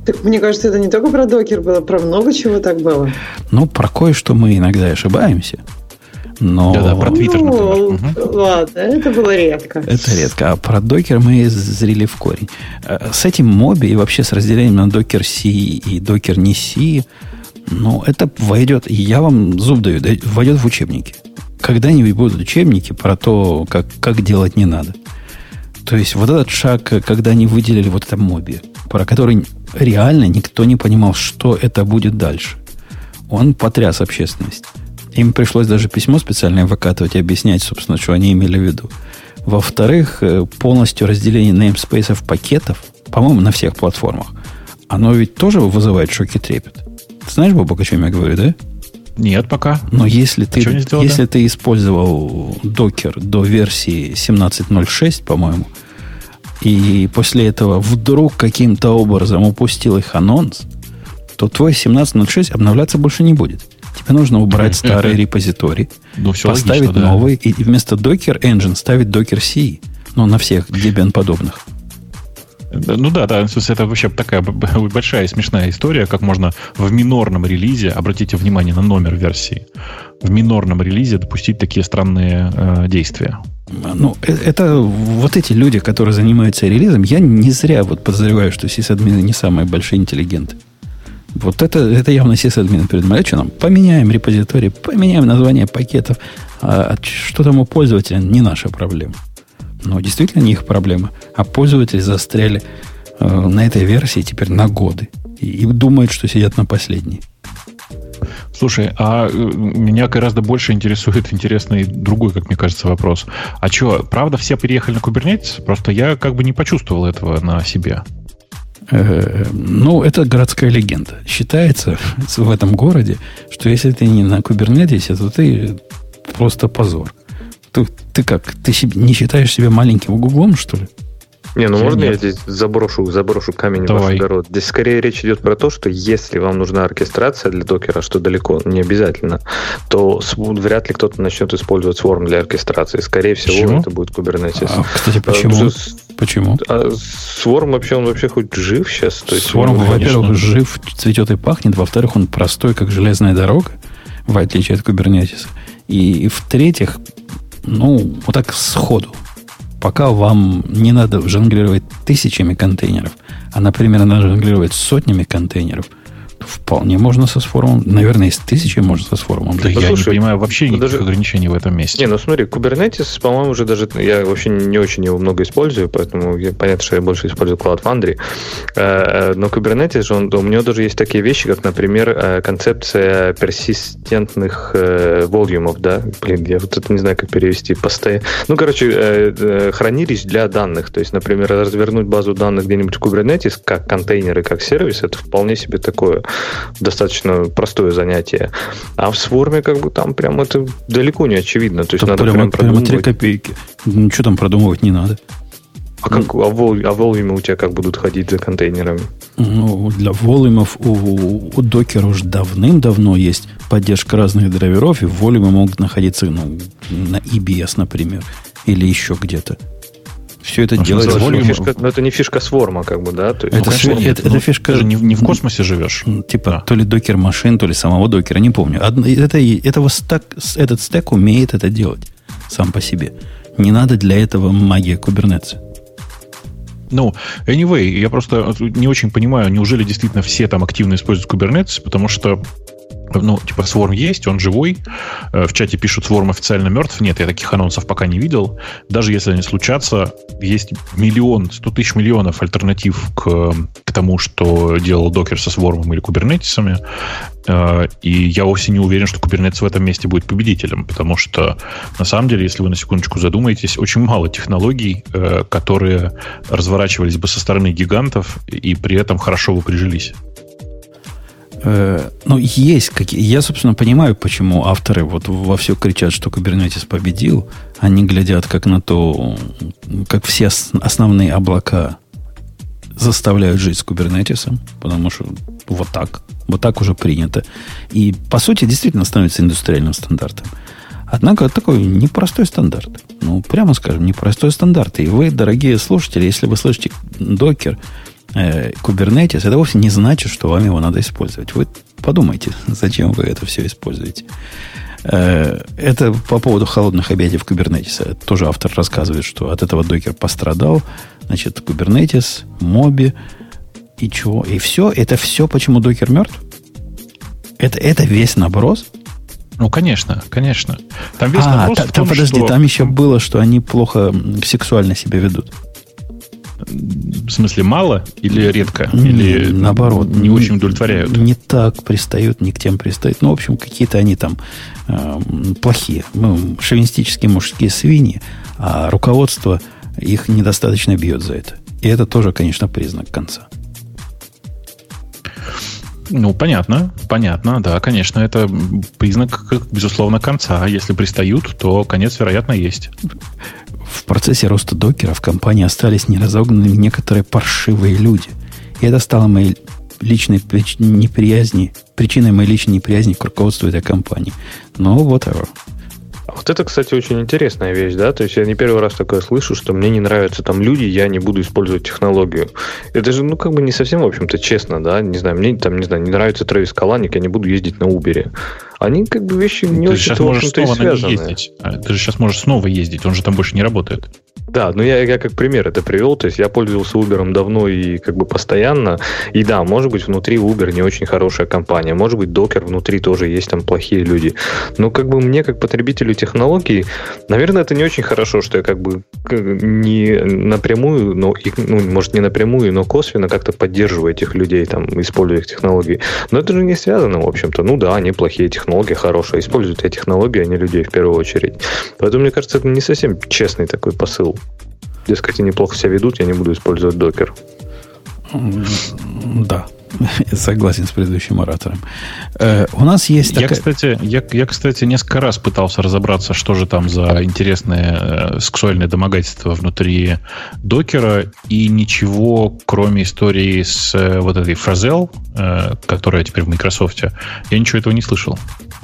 E: Так мне кажется, это не только про докер было, про много чего так было.
A: Ну, про кое-что мы иногда ошибаемся. Но...
B: Да, про Twitter, например.
E: Ладно, это было редко.
A: Это редко. А про докер мы зрели в корень. С этим моби и вообще с разделением на докер C и докер не C, ну, это войдет, я вам зуб даю, войдет в учебники. Когда-нибудь будут учебники про то, как делать не надо. То есть вот этот шаг, когда они выделили вот это моби, про который реально никто не понимал, что это будет дальше, он потряс общественность. Им пришлось даже письмо специальное выкатывать и объяснять, собственно, что они имели в виду. Во-вторых, полностью разделение namespace пакетов, по-моему, на всех платформах, оно ведь тоже вызывает шок и трепет. Ты знаешь, Бобок, о чем я говорю, да?
B: Нет, пока.
A: Но если ты использовал докер до версии 17.06, по-моему, и после этого вдруг каким-то образом упустил их анонс, то твой 17.06 обновляться больше не будет. Тебе нужно убрать старый репозиторий, поставить логично, новый, и вместо Docker Engine ставить Docker C. Ну, на всех Debian подобных.
B: Ну да, это вообще такая большая и смешная история, как можно в минорном релизе, обратите внимание на номер версии, в минорном релизе допустить такие странные действия.
A: Ну, это вот эти люди, которые занимаются релизом, я не зря вот подозреваю, что сисадмины не самые большие интеллигенты. Вот это явно сисадмины придумали. Что нам? Поменяем репозиторий, поменяем название пакетов. А что там у пользователя, не наша проблема. Но действительно не их проблема. А пользователи застряли на этой версии теперь на годы. И думают, что сидят на последней.
B: Слушай, а меня гораздо больше интересует интересный другой, как мне кажется, вопрос. А что, правда все переехали на Kubernetes? Просто я как бы не почувствовал этого на себе.
A: Ну, это городская легенда. Считается в этом городе, что если ты не на Kubernetes, то ты просто позор. Ты как? Ты не считаешь себя маленьким Гуглом, что ли?
C: Не, ну можно я здесь заброшу камень в ваш огород? Здесь скорее речь идет про то, что если вам нужна оркестрация для докера, что далеко не обязательно, то вряд ли кто-то начнет использовать Swarm для оркестрации. Скорее всего, это будет Kubernetes.
A: Кстати, почему? Почему?
C: Swarm он вообще хоть жив сейчас? То есть
A: Swarm, во-первых, жив, цветет и пахнет. Во-вторых, он простой, как железная дорога, в отличие от Kubernetes. И в-третьих, ну, вот так сходу. Пока вам не надо жонглировать тысячами контейнеров, а, например, надо жонглировать сотнями контейнеров, то вполне можно со Swarm. Наверное, из 1000 можно со Swarm.
B: Да, я не понимаю вообще никаких ограничений в этом месте.
C: Не, ну смотри, Kubernetes, по-моему, уже даже... Я вообще не очень его много использую, поэтому понятно, что я больше использую Cloud Foundry. Но Kubernetes, у него даже есть такие вещи, как, например, концепция персистентных волюмов, да? Блин, я вот это не знаю, как перевести. Ну, короче, хранилищ для данных. То есть, например, развернуть базу данных где-нибудь в Kubernetes, как контейнеры, как сервис, это вполне себе такое достаточно простое занятие. А в Swarm как бы там прям это далеко не очевидно. То есть надо прям
A: продумывать. 3 копейки. Ничего там продумывать не надо.
C: А волюмы у тебя как будут ходить за контейнерами?
A: Ну, для волюмов у докера уже давным-давно есть поддержка разных драйверов, и волюмы могут находиться на EBS, например, или еще где-то. Все это делается.
C: Но это не фишка Swarm, как бы, да? То есть,
A: это фишка...
B: Ты же не в космосе живешь.
A: Типа, то ли докер-машин, то ли самого докера, не помню. Этот стек умеет это делать сам по себе. Не надо для этого магия Kubernetes.
B: Ну, anyway, я просто не очень понимаю, неужели действительно все там активно используют Kubernetes, потому что ну, типа, Swarm есть, он живой. В чате пишут, Swarm официально мертв. Нет, я таких анонсов пока не видел. Даже если они случатся, есть 100 тысяч миллионов альтернатив к тому, что делал Docker со Swarm или Kubernetes. И я вовсе не уверен, что Kubernetes в этом месте будет победителем, потому что, на самом деле, если вы на секундочку задумаетесь, очень мало технологий, которые разворачивались бы со стороны гигантов и при этом хорошо бы прижились.
A: Ну, есть какие... Я, собственно, понимаю, почему авторы вот вовсю кричат, что Kubernetes победил. Они глядят как на то, как все основные облака заставляют жить с Kubernetes, потому что вот так уже принято. И, по сути, действительно становится индустриальным стандартом. Однако это такой непростой стандарт. Ну, прямо скажем, непростой стандарт. И вы, дорогие слушатели, если вы слышите докер, Kubernetes, это вовсе не значит, что вам его надо использовать. Вы подумайте, зачем вы это все используете. Это по поводу холодных объятий в Kubernetes. Тоже автор рассказывает, что от этого докер пострадал. Значит, Kubernetes, Mobi и чего? И все. Это все, почему докер мертв? Это весь наброс?
B: Ну, конечно, конечно. Там весь наброс в том,
A: подожди, там еще было, что они плохо сексуально себя ведут.
B: В смысле, мало или редко? Или
A: наоборот.
B: Не очень удовлетворяют?
A: Не так пристают, не к тем пристают. Ну, в общем, какие-то они там плохие. Шовинистические мужские свиньи, а руководство их недостаточно бьет за это. И это тоже, конечно, признак конца.
B: Ну, понятно, да, конечно, это признак, безусловно, конца. Если пристают, то конец, вероятно, есть.
A: В процессе роста докера в компании остались неразогнанными некоторые паршивые люди. И это стало моей личной неприязни, причиной моей личной неприязни к руководству этой компании. Но whatever.
C: Вот это, кстати, очень интересная вещь, да, то есть я не первый раз такое слышу, что мне не нравятся там люди, я не буду использовать технологию. Это же, ну, как бы не совсем, в общем-то, честно, да, не знаю, мне там, не знаю, не нравится Трэвис Каланик, я не буду ездить на Uber. Они, как бы, вещи не очень-то, в общем-то, и связаны.
B: Ты же сейчас можешь снова ездить, он же там больше не работает.
C: Да, но я как пример это привел, то есть я пользовался Uber давно и как бы постоянно, и да, может быть, внутри Uber не очень хорошая компания, может быть, Docker внутри тоже есть там плохие люди, но как бы мне, как потребителю технологий, наверное, это не очень хорошо, что я как бы не напрямую, ну, может, не напрямую, но косвенно как-то поддерживаю этих людей, там, используя их технологии, но это же не связано, в общем-то, ну да, они плохие технологии, хорошие, используют я технологии, а не людей в первую очередь, поэтому, мне кажется, это не совсем честный такой посыл. Дескать, они плохо себя ведут, я не буду использовать докер.
A: Да, согласен с предыдущим оратором. У нас есть такая...
B: Я, кстати, несколько раз пытался разобраться, что же там за интересное сексуальное домогательство внутри докера, и ничего, кроме истории с вот этой Фразел, которая теперь в Microsoft, я ничего этого не слышал.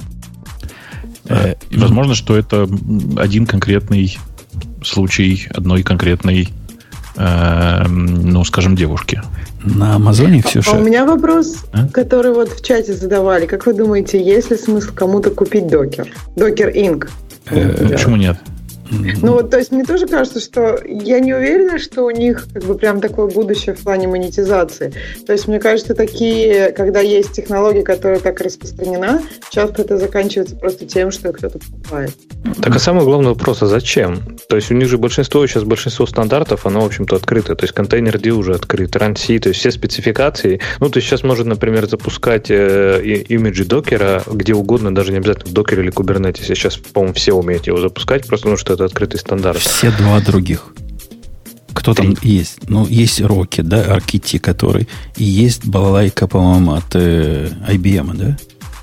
B: И возможно, что это один конкретный случай одной конкретной, ну, скажем, девушки.
A: На Амазоне, Ксюша?
E: А у меня вопрос, который вот в чате задавали. Как вы думаете, есть ли смысл кому-то купить Docker? Docker Inc.
B: Почему нет?
E: Ну вот, то есть мне тоже кажется, что я не уверена, что у них как бы прям такое будущее в плане монетизации. То есть мне кажется, такие, когда есть технология, которая так распространена, часто это заканчивается просто тем, что кто-то покупает.
C: Так, а самый главный вопрос, а зачем? То есть у них же большинство стандартов, оно, в общем-то, открыто. То есть контейнер-D уже открыт, RunC, то есть все спецификации. Ну, то есть сейчас можно, например, запускать имиджи докера где угодно, даже не обязательно в докере или Kubernetes. Сейчас, по-моему, все умеют его запускать, просто потому что это открытый стандарт.
A: Все два других. Кто там есть? Ну, есть Rocket, да, Architect, который, и есть балалайка, по-моему, от IBM, да?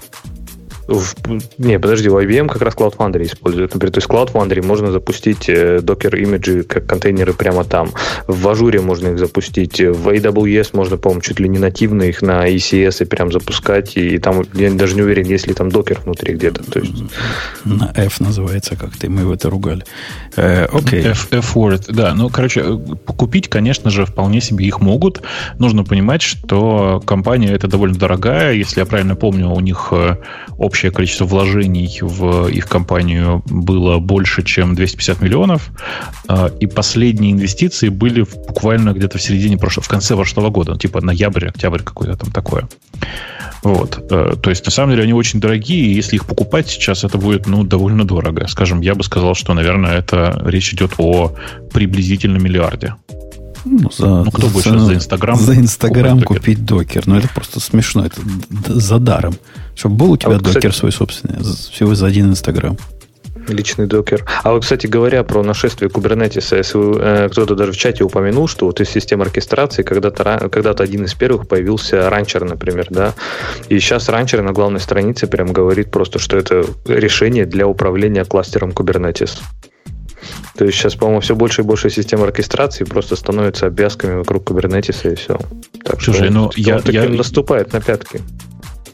C: Не, подожди, у IBM как раз Cloud Foundry используют. Например, то есть в Cloud Foundry можно запустить Docker имиджи как контейнеры прямо там. В Azure можно их запустить. В AWS можно, по-моему, чуть ли не нативно их на ECS и прям запускать. И там, я даже не уверен, есть ли там Docker внутри где-то. То есть...
A: На F называется как-то, мы в это ругали. Окей.
B: F-word, да. Ну, короче, купить, конечно же, вполне себе их могут. Нужно понимать, что компания эта довольно дорогая. Если я правильно помню, у них общее количество вложений в их компанию было больше, чем 250 миллионов. И последние инвестиции были буквально где-то в середине в конце прошлого года. Типа ноябрь, октябрь какой-то там такое. Вот. То есть, на самом деле, они очень дорогие, и если их покупать сейчас, это будет, ну, довольно дорого. Скажем, я бы сказал, что, наверное, это речь идет о приблизительно миллиарде.
A: Кто будет сейчас за Инстаграм? За Инстаграм купить докер. Ну, это просто смешно. Это за даром. Чтобы был у тебя докер свой собственный. Всего за один Инстаграм.
C: Личный докер. А вот, кстати говоря, про нашествие Kubernetes, если кто-то даже в чате упомянул, что вот из системы оркестрации когда-то один из первых появился Rancher, например, да, и сейчас Rancher на главной странице прям говорит просто, что это решение для управления кластером Kubernetes. То есть сейчас, по-моему, все больше и больше систем оркестрации просто становятся обвязками вокруг Kubernetes и все. Так. Слушай,
B: что он
C: наступает на пятки.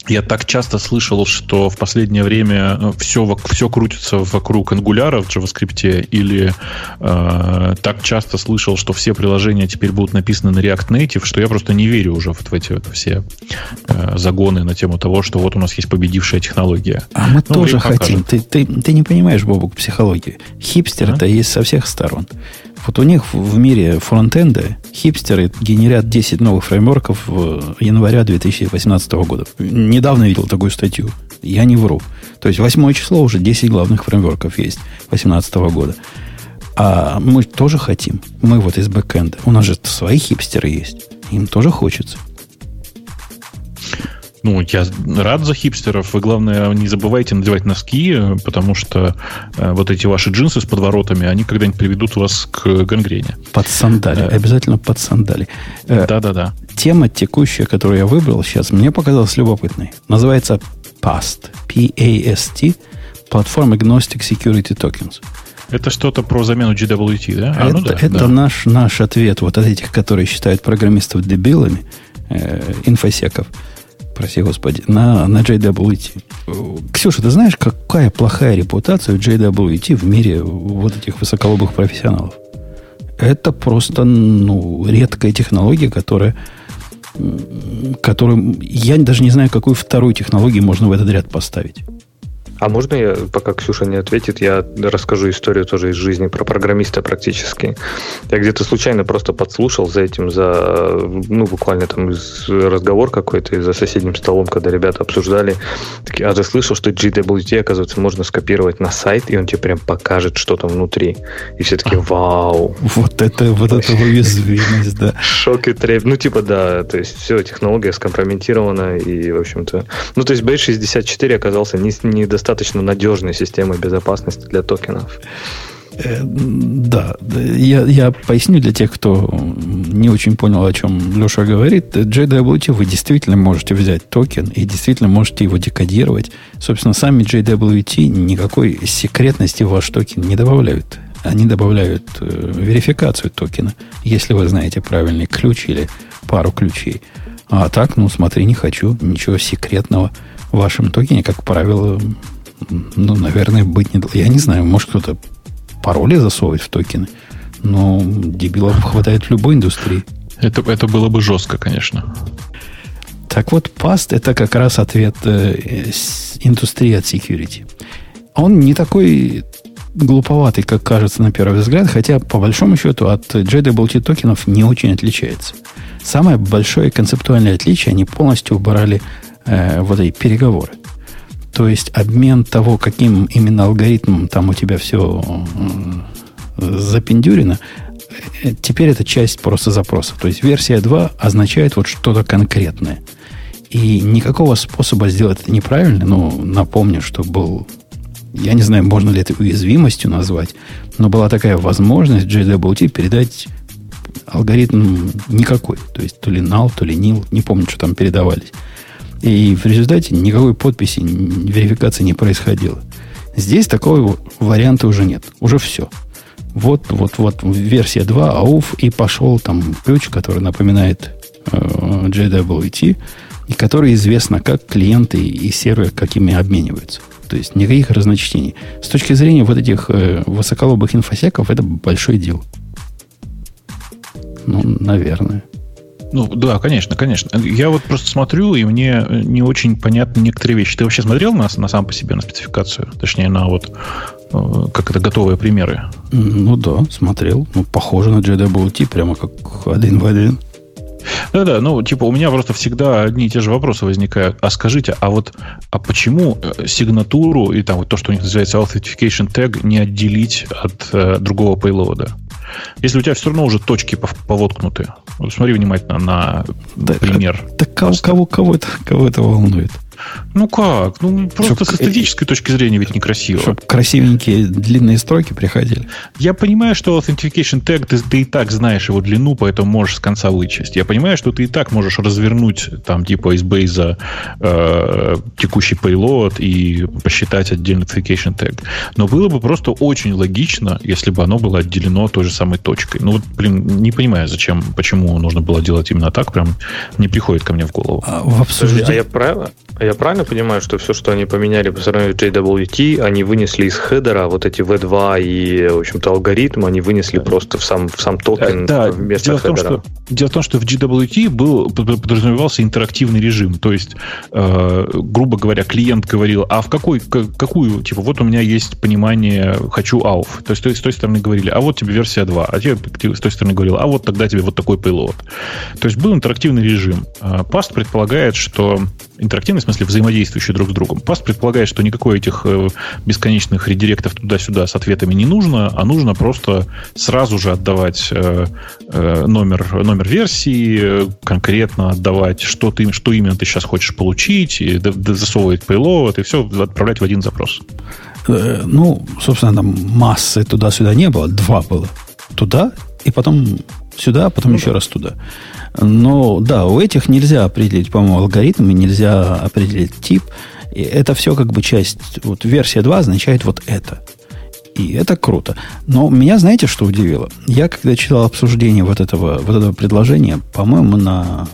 B: Я так часто слышал, что в последнее время все крутится вокруг Angular в JavaScript, или так часто слышал, что все приложения теперь будут написаны на React Native, что я просто не верю уже в эти все загоны на тему того, что вот у нас есть победившая технология.
A: А мы тоже хотим. Ты не понимаешь, Бобук, психологию. Хипстеры-то есть со всех сторон. Вот у них в мире фронтенда хипстеры генерят 10 новых фреймворков в января 2018 года. Недавно видел такую статью. Я не вру. То есть 8 число уже 10 главных фреймворков есть 2018 года. А мы тоже хотим. Мы вот из бэкэнда. У нас же свои хипстеры есть. Им тоже хочется.
B: Ну, я рад за хипстеров. Вы, главное, не забывайте надевать носки, потому что вот эти ваши джинсы с подворотами, они когда-нибудь приведут вас к гангрене.
A: Под сандали. Обязательно под сандали.
B: Да.
A: Тема текущая, которую я выбрал сейчас, мне показалась любопытной. Называется PAST. P-A-S-T. Platform Agnostic Security Tokens.
B: Это что-то про замену GWT, да?
A: Это наш ответ вот от этих, которые считают программистов дебилами, инфосеков. Прости, господи, на JWT. Ксюша, ты знаешь, какая плохая репутация у JWT в мире вот этих высоколобых профессионалов? Это просто, редкая технология, которую я даже не знаю, какую вторую технологию можно в этот ряд поставить.
C: А можно я, пока Ксюша не ответит, я расскажу историю тоже из жизни про программиста практически. Я где-то случайно просто подслушал буквально там разговор какой-то за соседним столом, когда ребята обсуждали. А ты слышал, что JWT, оказывается, можно скопировать на сайт, и он тебе прям покажет, что там внутри. И все таки вау. Вот это уязвимость, да. Шок и трепет. То есть все, технология скомпрометирована, и, в общем-то... то есть Base64 оказался недостаточно надежной системой безопасности для токенов.
A: Да, я поясню для тех, кто не очень понял, о чем Леша говорит. JWT вы действительно можете взять токен и действительно можете его декодировать. Собственно, сами JWT никакой секретности в ваш токен не добавляют. Они добавляют верификацию токена, если вы знаете правильный ключ или пару ключей. А так, смотри, не хочу ничего секретного в вашем токене, как правило, наверное, быть не должно. Я не знаю, может, кто-то пароли засовывает в токены, но дебилов хватает в любой индустрии.
B: Это было бы жестко, конечно.
A: Так вот, PAST это как раз ответ индустрии от security. Он не такой глуповатый, как кажется на первый взгляд, хотя, по большому счету, от JWT токенов не очень отличается. Самое большое концептуальное отличие, они полностью убрали вот эти переговоры. То есть обмен того, каким именно алгоритмом там у тебя все запендюрено, теперь это часть просто запроса. То есть версия 2 означает вот что-то конкретное. И никакого способа сделать это неправильно, напомню, что был, я не знаю, можно ли это уязвимостью назвать, но была такая возможность JWT передать алгоритм никакой. То есть то ли null, то ли nil, не помню, что там передавались. И в результате никакой подписи, верификации не происходило. Здесь такого варианта уже нет. Уже все. Вот версия 2, ауф, и пошел там ключ, который напоминает JWT, и который известно, как клиенты и серверы какими обмениваются. То есть никаких разночтений. С точки зрения вот этих высоколобых инфосеков, это большое дело. Наверное.
B: Да, конечно. Я вот просто смотрю, и мне не очень понятны некоторые вещи. Ты вообще смотрел на сам по себе на спецификацию? Точнее, на как это, готовые примеры?
A: Да, смотрел. Похоже на JWT, прямо как один в один.
B: Да, у меня просто всегда одни и те же вопросы возникают. А скажите, а почему сигнатуру и там вот то, что у них называется authentication tag, не отделить от другого payload? Если у тебя все равно уже точки повоткнуты. Вот смотри внимательно на пример.
A: Так кого это волнует?
B: Как? Просто с эстетической точки зрения ведь некрасиво.
A: Чтобы красивенькие длинные строки приходили.
B: Я понимаю, что authentication tag, ты и так знаешь его длину, поэтому можешь с конца вычесть. Я понимаю, что ты и так можешь развернуть там типа из бейза текущий payload и посчитать отдельно authentication tag. Но было бы просто очень логично, если бы оно было отделено той же самой точкой. Не понимаю, почему нужно было делать именно так, прям не приходит ко мне в голову.
C: А я Я правильно понимаю, что все, что они поменяли по сравнению с JWT, они вынесли из хедера вот эти V2 и, в общем-то, алгоритм, они вынесли просто в сам токен вместо хедера?
B: Дело в том, что в JWT подразумевался интерактивный режим. То есть, грубо говоря, клиент говорил, а в какую, типа, вот у меня есть понимание, хочу AUF. То есть, с той стороны говорили, а вот тебе версия 2. А тебе с той стороны говорил, а вот тогда тебе вот такой payload. То есть, был интерактивный режим. PAST предполагает, что интерактивный, в смысле, взаимодействующий друг с другом. PAST предполагает, что никакой этих бесконечных редиректов туда-сюда с ответами не нужно, а нужно просто сразу же отдавать номер версии, конкретно отдавать, что именно ты сейчас хочешь получить, и засовывать payload, и все отправлять в один запрос.
A: Собственно, там массы туда-сюда не было, 2 было. Туда, и потом сюда, а потом еще раз туда. Но, да, у этих нельзя определить, по-моему, алгоритм, и нельзя определить тип. И это все как бы часть... Вот версия 2 означает вот это. И это круто. Но меня, знаете, что удивило? Я, когда читал обсуждение вот этого предложения, по-моему, на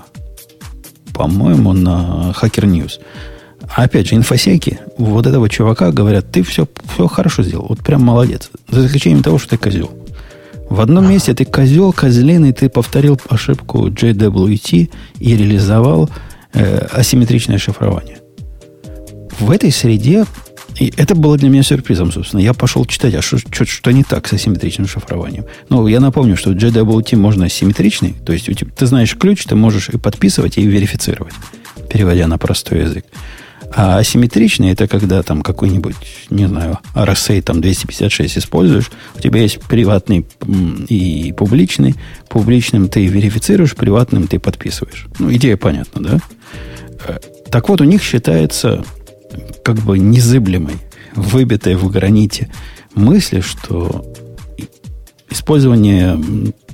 A: Hacker News, опять же, инфосеки вот этого чувака говорят, ты все хорошо сделал, вот прям молодец. За исключением того, что ты козел. В одном месте ты козлиный, ты повторил ошибку JWT и реализовал асимметричное шифрование. В этой среде, и это было для меня сюрпризом, собственно, я пошел читать, а что не так с асимметричным шифрованием. Я напомню, что JWT можно асимметричный, то есть ты знаешь ключ, ты можешь и подписывать, и верифицировать, переводя на простой язык. А асимметричный это когда там какой-нибудь, не знаю, RSA там 256 используешь, у тебя есть приватный и публичный. Публичным ты верифицируешь, приватным ты подписываешь. Идея понятна, да? Так вот, у них считается как бы незыблемой, выбитой в граните мысли, что использование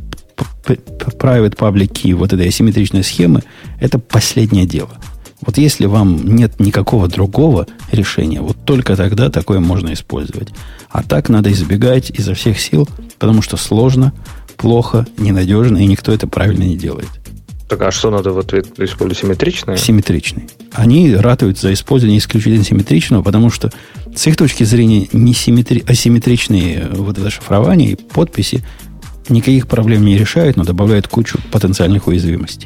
A: private public key вот этой асимметричной схемы это последнее дело. Вот если вам нет никакого другого решения, вот только тогда такое можно использовать. А так надо избегать изо всех сил, потому что сложно, плохо, ненадежно, и никто это правильно не делает.
C: Так, а что надо в ответ использовать? Симметричное?
A: Симметричный. Они ратуют за использование исключительно симметричного, потому что с их точки зрения асимметричные вот это шифрование и подписи никаких проблем не решают, но добавляют кучу потенциальных уязвимостей.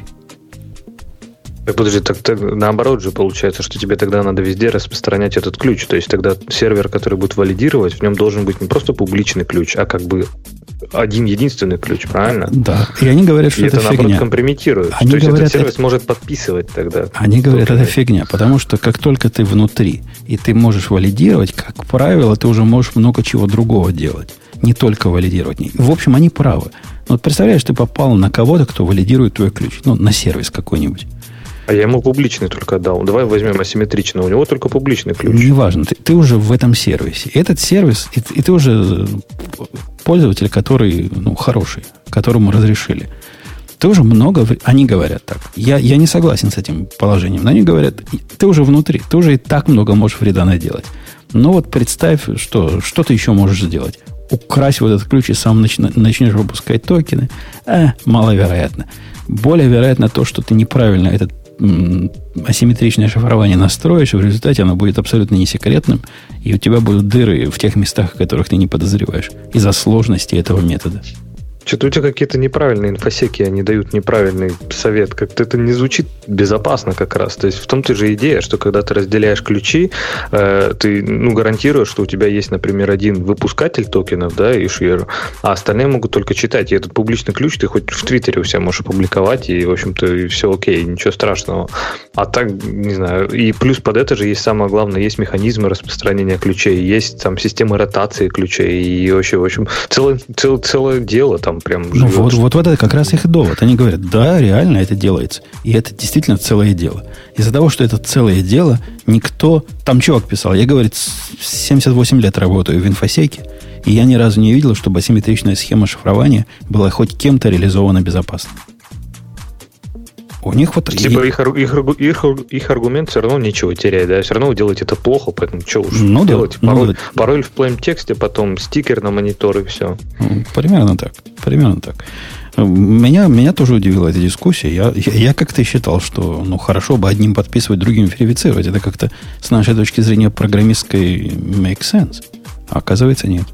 C: Подожди, так наоборот же получается, что тебе тогда надо везде распространять этот ключ. То есть тогда сервер, который будет валидировать, в нем должен быть не просто публичный ключ, а как бы один единственный ключ, правильно?
A: Да. И они говорят, что это фигня.
C: Это наоборот компрометирует.
A: Они
C: то есть
A: говорят,
C: этот сервис может подписывать тогда.
A: Они говорят, это фигня, потому что как только ты внутри, и ты можешь валидировать, как правило, ты уже можешь много чего другого делать. Не только валидировать. В общем, они правы. Вот представляешь, ты попал на кого-то, кто валидирует твой ключ. На сервис какой-нибудь.
C: А я ему публичный только отдал. Давай возьмем асимметрично. У него только публичный ключ.
A: Неважно. Ты уже в этом сервисе. Этот сервис, и ты уже пользователь, который хороший, которому разрешили. Ты уже много... Они говорят так. Я не согласен с этим положением. Но они говорят, ты уже внутри. Ты уже и так много можешь вреда наделать. Вот представь, что ты еще можешь сделать. Украсть вот этот ключ и сам начнешь выпускать токены. Маловероятно. Более вероятно то, что ты неправильно этот асимметричное шифрование настроишь, и в результате оно будет абсолютно несекретным, и у тебя будут дыры в тех местах, о которых ты не подозреваешь, из-за сложности этого метода.
C: Что-то у тебя какие-то неправильные инфосеки, они дают неправильный совет. Как-то это не звучит безопасно как раз. То есть в том-то же идея, что когда ты разделяешь ключи, ты гарантируешь, что у тебя есть, например, один выпускатель токенов, да, ишьер, а остальные могут только читать. И этот публичный ключ ты хоть в Твиттере у себя можешь опубликовать, и, в общем-то, и все окей, ничего страшного. А так, не знаю. И плюс под это же есть самое главное, есть механизмы распространения ключей, есть там системы ротации ключей, и вообще, в общем, целое дело там прям живет.
A: Вот это как раз их довод. Они говорят, да, реально это делается. И это действительно целое дело. Из-за того, что это целое дело, никто... Там чувак писал, я, говорит, 78 лет работаю в инфосеке, и я ни разу не видел, чтобы асимметричная схема шифрования была хоть кем-то реализована безопасно. У них вот...
C: Типа их аргумент все равно ничего теряет, да? Все равно вы делаете это плохо, поэтому что уж делать? Пароль в plain-тексте, потом стикер на монитор и все.
A: Примерно так. Меня тоже удивила эта дискуссия. Я как-то считал, что хорошо бы одним подписывать, другим верифицировать. Это как-то с нашей точки зрения программистской make sense. А оказывается, нет.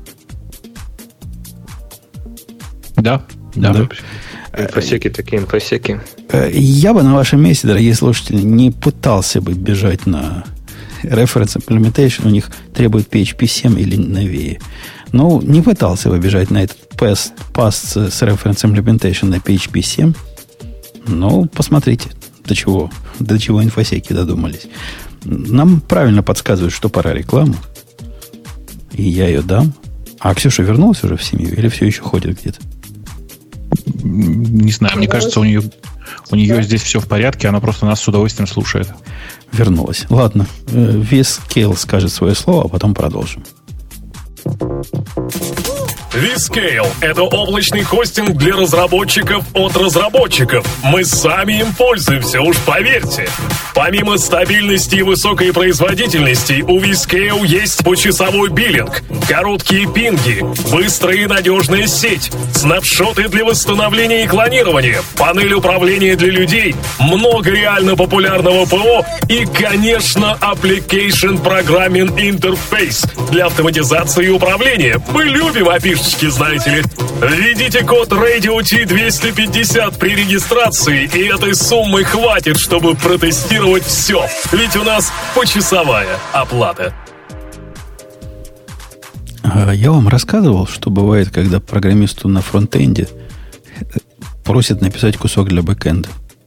B: Да.
C: Инфосеки такие, инфосеки.
A: Я бы на вашем месте, дорогие слушатели, не пытался бы бежать на reference implementation. У них требует PHP 7 или новее. Но не пытался бы бежать на этот pass с reference implementation на PHP 7. Но посмотрите, до чего инфосеки додумались. Нам правильно подсказывают, что пора рекламу. И я ее дам. А Ксюша вернулась уже в семью или все еще ходит где-то?
B: Не знаю, мне кажется, у нее здесь все в порядке, она просто нас с удовольствием слушает.
A: Вернулась. Ладно, VScale скажет свое слово, а потом продолжим.
F: VScale – это облачный хостинг для разработчиков от разработчиков. Мы сами им пользуемся, уж поверьте. Помимо стабильности и высокой производительности, у VScale есть почасовой биллинг, короткие пинги, быстрая и надежная сеть, снапшоты для восстановления и клонирования, панель управления для людей, много реально популярного ПО и, конечно, Application Programming Interface для автоматизации и управления. Мы любим опишечки, знаете ли. Введите код Radio T250 при регистрации, и этой суммы хватит, чтобы протестировать все. Ведь у нас почасовая оплата.
A: Я вам рассказывал, что бывает, когда программисту на фронтенде просят написать кусок для бэкенда.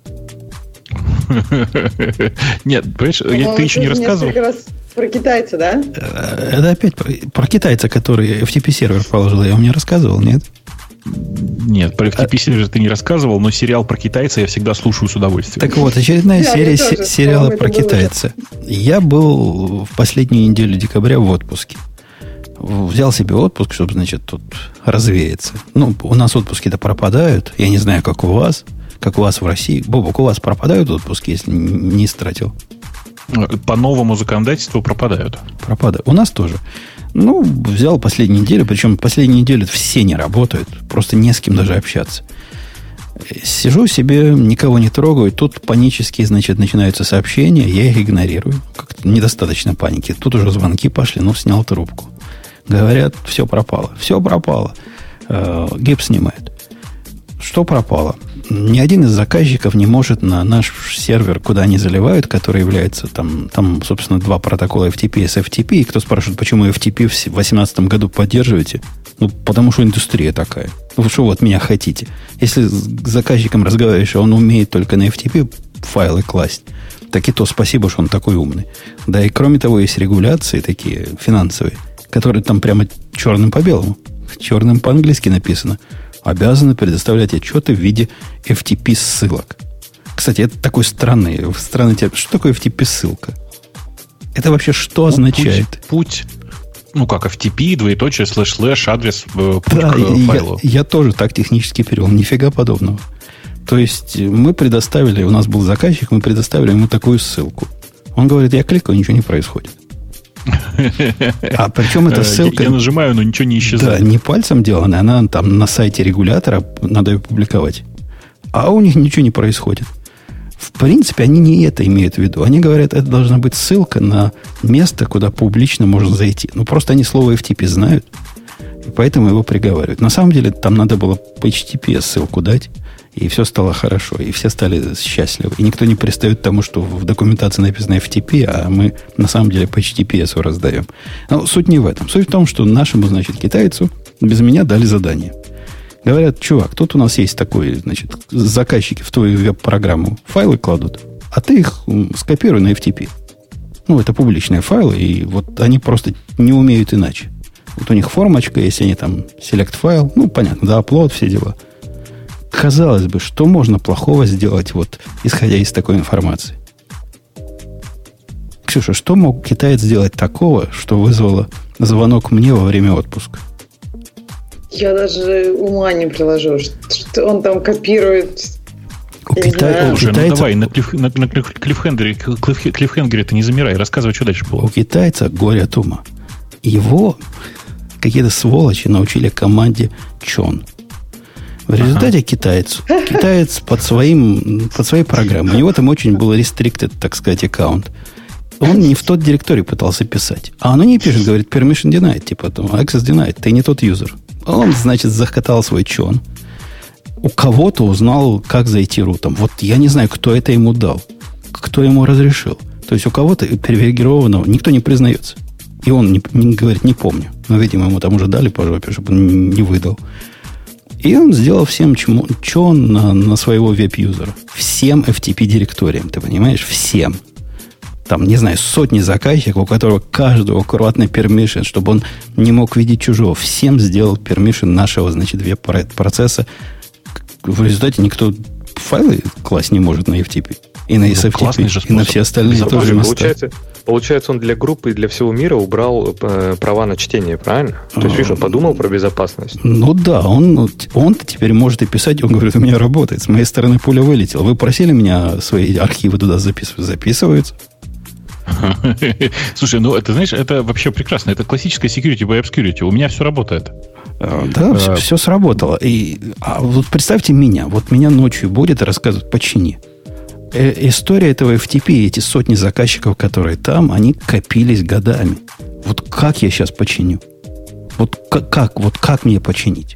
B: Нет, понимаешь, ты еще не рассказывал.
E: Про китайца, да?
A: Это опять про китайца, который FTP-сервер положил. Я вам не рассказывал, нет?
B: Нет, про FTP-сервер ты не рассказывал, но сериал про китайца я всегда слушаю с удовольствием.
A: Так вот, очередная серия сериала про китайца. Я был в последнюю неделю декабря в отпуске. Взял себе отпуск, чтобы, значит, тут развеяться. У нас отпуски-то пропадают. Я не знаю, как у вас в России. Бобок, у вас пропадают отпуски, если не истратил?
B: По новому законодательству пропадают.
A: Пропадают. У нас тоже. Взял последнюю неделю, причем последнюю неделю все не работают. Просто не с кем даже общаться. Сижу себе, никого не трогаю. Тут панические, значит, начинаются сообщения. Я их игнорирую. Как-то недостаточно паники. Тут уже звонки пошли, снял трубку. Говорят, все пропало. Все пропало. Гипс снимает. Что пропало? Ни один из заказчиков не может на наш сервер, куда они заливают, который является там, собственно, два протокола FTP и SFTP. И кто спрашивает, почему FTP в 2018 году поддерживаете? Потому что индустрия такая. Что вы от меня хотите? Если с заказчиком разговариваешь, он умеет только на FTP файлы класть, так и то спасибо, что он такой умный. Да и кроме того, есть регуляции такие финансовые, которые там прямо черным по белому, черным по-английски написано. Обязаны предоставлять отчеты в виде FTP-ссылок. Кстати, это такой странный термин. Что такое FTP-ссылка? Это вообще что означает?
B: Путь, как FTP, двоеточие, / адрес, путь к файлу.
A: Я тоже так технически перевел. Нифига подобного. То есть мы предоставили, у нас был заказчик, мы предоставили ему такую ссылку. Он говорит, я кликаю, ничего не происходит. А причем эта ссылка...
B: Я нажимаю, но ничего не исчезает.
A: Да, не пальцем делана, она там на сайте регулятора, надо ее публиковать. А у них ничего не происходит. В принципе, они не это имеют в виду. Они говорят, это должна быть ссылка на место, куда публично можно зайти. Просто они слово FTP знают, и поэтому его приговаривают. На самом деле, там надо было по HTTP ссылку дать, и все стало хорошо, и все стали счастливы. И никто не пристает к тому, что в документации написано FTP, а мы на самом деле по HTTPS раздаем. Но суть не в этом. Суть в том, что нашему, значит, китайцу без меня дали задание. Говорят, чувак, тут у нас есть такой, значит, заказчики в твою веб-программу файлы кладут, а ты их скопируй на FTP. Это публичные файлы, и вот они просто не умеют иначе. Вот у них формочка, если они там select файл, понятно, да, upload, все дела. Казалось бы, что можно плохого сделать, исходя из такой информации? Ксюша, что мог китаец сделать такого, что вызвало звонок мне во время отпуска?
E: Я даже ума не приложу, что он там копирует.
B: Слушай, давай, на клиффхенгере ты не замирай, рассказывай, что дальше было.
A: У китайца горе от ума. Его какие-то сволочи научили команде Чон. В результате китаец под своей программой, у него там очень был restricted, так сказать, аккаунт. Он не в тот директорий пытался писать. А оно не пишет, говорит, permission denied, типа, access denied, ты не тот юзер. Он, значит, захотал свой чон. У кого-то узнал, как зайти рутом. Вот я не знаю, кто это ему дал, кто ему разрешил. То есть у кого-то привилегированного никто не признается. И он не говорит, не помню. Но, видимо, ему там уже дали по жопе, чтобы он не выдал. И он сделал всем чон на своего веб-юзера. Всем FTP-директориям, ты понимаешь? Всем. Там, не знаю, сотни заказчиков, у которого каждого аккуратный permission, чтобы он не мог видеть чужого. Всем сделал permission нашего, значит, веб-процесса. В результате никто файлы класть не может на FTP. И на SFTP, и на все остальные тоже места.
C: Получается, он для группы и для всего мира убрал права на чтение, правильно? То есть, видишь, он подумал про безопасность.
A: Ну да, он-то теперь может и писать, он говорит, у меня работает, с моей стороны пуля вылетела. Вы просили меня свои архивы туда записывать? Записываются.
B: Слушай, ну это, знаешь, это вообще прекрасно. Это классическая security by obscurity. У меня все работает.
A: Да, все сработало. А вот представьте меня. Вот меня ночью будет рассказывать, почини. История этого FTP, эти сотни заказчиков, которые там, они копились годами. Вот как я сейчас починю? Вот как мне починить?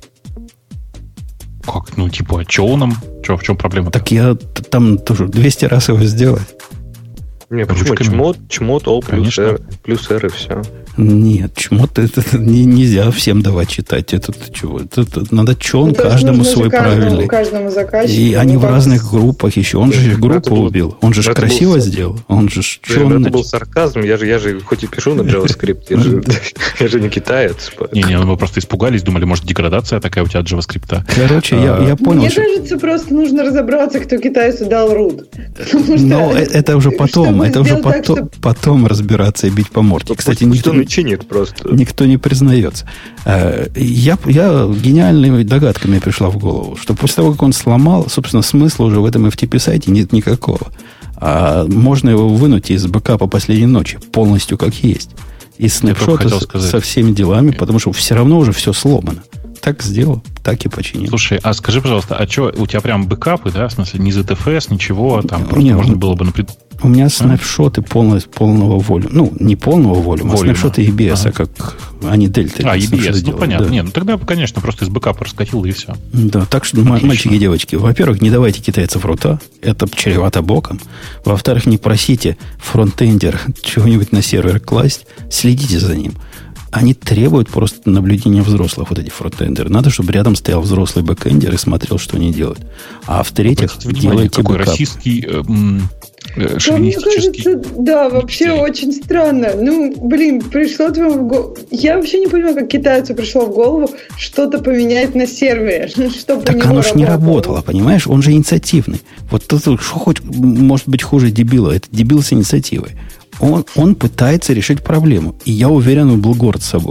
B: Как? Ну, типа, чоном? В чем проблема?
A: Так я там тоже 200 раз его сделать.
C: Не, почему? Чмот, О плюс R и все.
A: Нет, чмот это нельзя всем давать читать. Это чего? Это надо чон каждому свой правильный.
E: Каждому заказчику.
A: И они в разных группах еще. Он же группу убил. Он же красиво сделал. Он же чон.
C: Это был сарказм. Я же хоть и пишу на JavaScript, я же не китаец.
B: Не, мы просто испугались, думали, может, деградация такая у тебя от JavaScript.
A: Короче, я понял.
E: Мне кажется, просто нужно разобраться, кто китайцу дал root.
A: Но это уже потом. Это уже потом разбираться и бить по морде. Кстати, никто не признается. Я гениальными догадками пришла в голову, что после того, как он сломал, собственно, смысла уже в этом FTP-сайте нет никакого. А можно его вынуть из бэкапа последней ночи, полностью как есть. Из снапшота со всеми делами, потому что все равно уже все сломано. Так сделал, так и починил.
B: Слушай, а скажи, пожалуйста, а что, у тебя прям бэкапы, да? В смысле, не ZFS, ничего, там просто можно было бы...
A: У меня снапшоты полного волюма. Ну, не полного волюма, а снапшоты EBS, как они дельты.
B: EBS, ну понятно. Да. Ну тогда, конечно, просто из бэкапа раскатил, и все.
A: Да, так что, мальчики и девочки, во-первых, не давайте китайцев рута, это чревато боком. Во-вторых, не просите фронтендер чего-нибудь на сервер класть, следите за ним. Они требуют просто наблюдения взрослых, вот эти фронтендеры. Надо, чтобы рядом стоял взрослый бэкэндер и смотрел, что они делают. А в-третьих, делайте
B: какой бэкап. Российский... шовинистический.
E: Мне кажется, да, вообще очень странно. Ну, пришло тебе в голову... Я вообще не понимаю, как китайцу пришло в голову что-то поменять на сервере, чтобы
A: так оно ж не работало, понимаешь? Он же инициативный. Вот тут что хоть может быть хуже дебила? Это дебил с инициативой. Он пытается решить проблему. И я уверен, он был горд собой.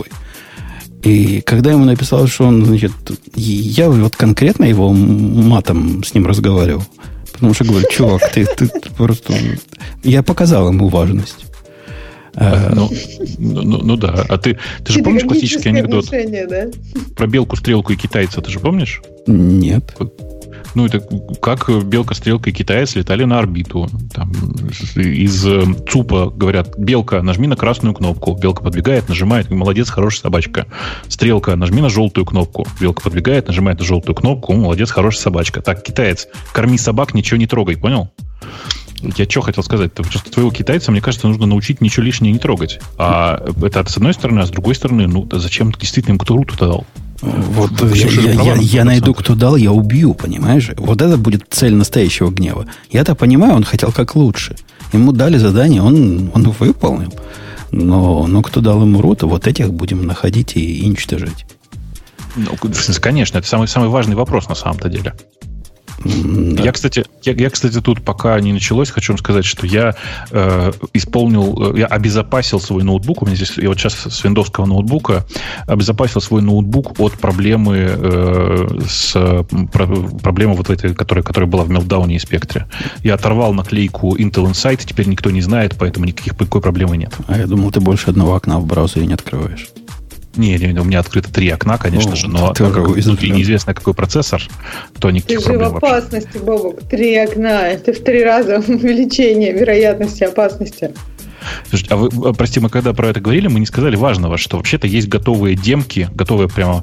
A: И когда ему написал, что он, значит... Я вот конкретно его матом с ним разговаривал. Потому что говорю, чувак, ты просто... Я показал ему важность.
B: Ну да. А ты же помнишь классический анекдот
E: да?
B: Про белку, стрелку и китайца? Ты же помнишь?
A: Нет.
B: Ну, это как белка, стрелка и китаец летали на орбиту. Там, из ЦУПа говорят, белка, нажми на красную кнопку. Белка подбегает, нажимает, молодец, хорошая собачка. Стрелка, нажми на желтую кнопку. Белка подбегает, нажимает на желтую кнопку, молодец, хорошая собачка. Так, китаец, корми собак, ничего не трогай, понял? Я что хотел сказать? Просто твоего китайца, мне кажется, нужно научить ничего лишнего не трогать. А это с одной стороны, а с другой стороны, ну, зачем ты действительно ему кто руту дал?
A: Вот я найду, кто дал, я убью, понимаешь? Вот это будет цель настоящего гнева. Я-то понимаю, он хотел как лучше. Ему дали задание, он выполнил. Но кто дал ему руту, вот этих будем находить и уничтожать.
B: Ну, конечно, это самый важный вопрос на самом-то деле. Да. Я, кстати, тут пока не началось, хочу вам сказать, что я я обезопасил свой ноутбук. У меня здесь, я вот сейчас с виндовского ноутбука обезопасил свой ноутбук от проблемы проблемы вот этой, которая была в Meltdown и Spectre. Я оторвал наклейку Intel Insight, теперь никто не знает, поэтому никакой проблемы нет.
A: А я думал, ты больше одного окна в браузере не открываешь.
B: Не, у меня открыто 3 окна, конечно же, но внутри неизвестно, какой процессор, то никаких проблем вообще.
E: Ты же в опасности, Бобок. 3 окна. Это в 3 раза увеличение вероятности опасности.
B: Слушайте, а вы, прости, мы когда про это говорили, мы не сказали важного, что вообще-то есть готовые демки, готовые прямо,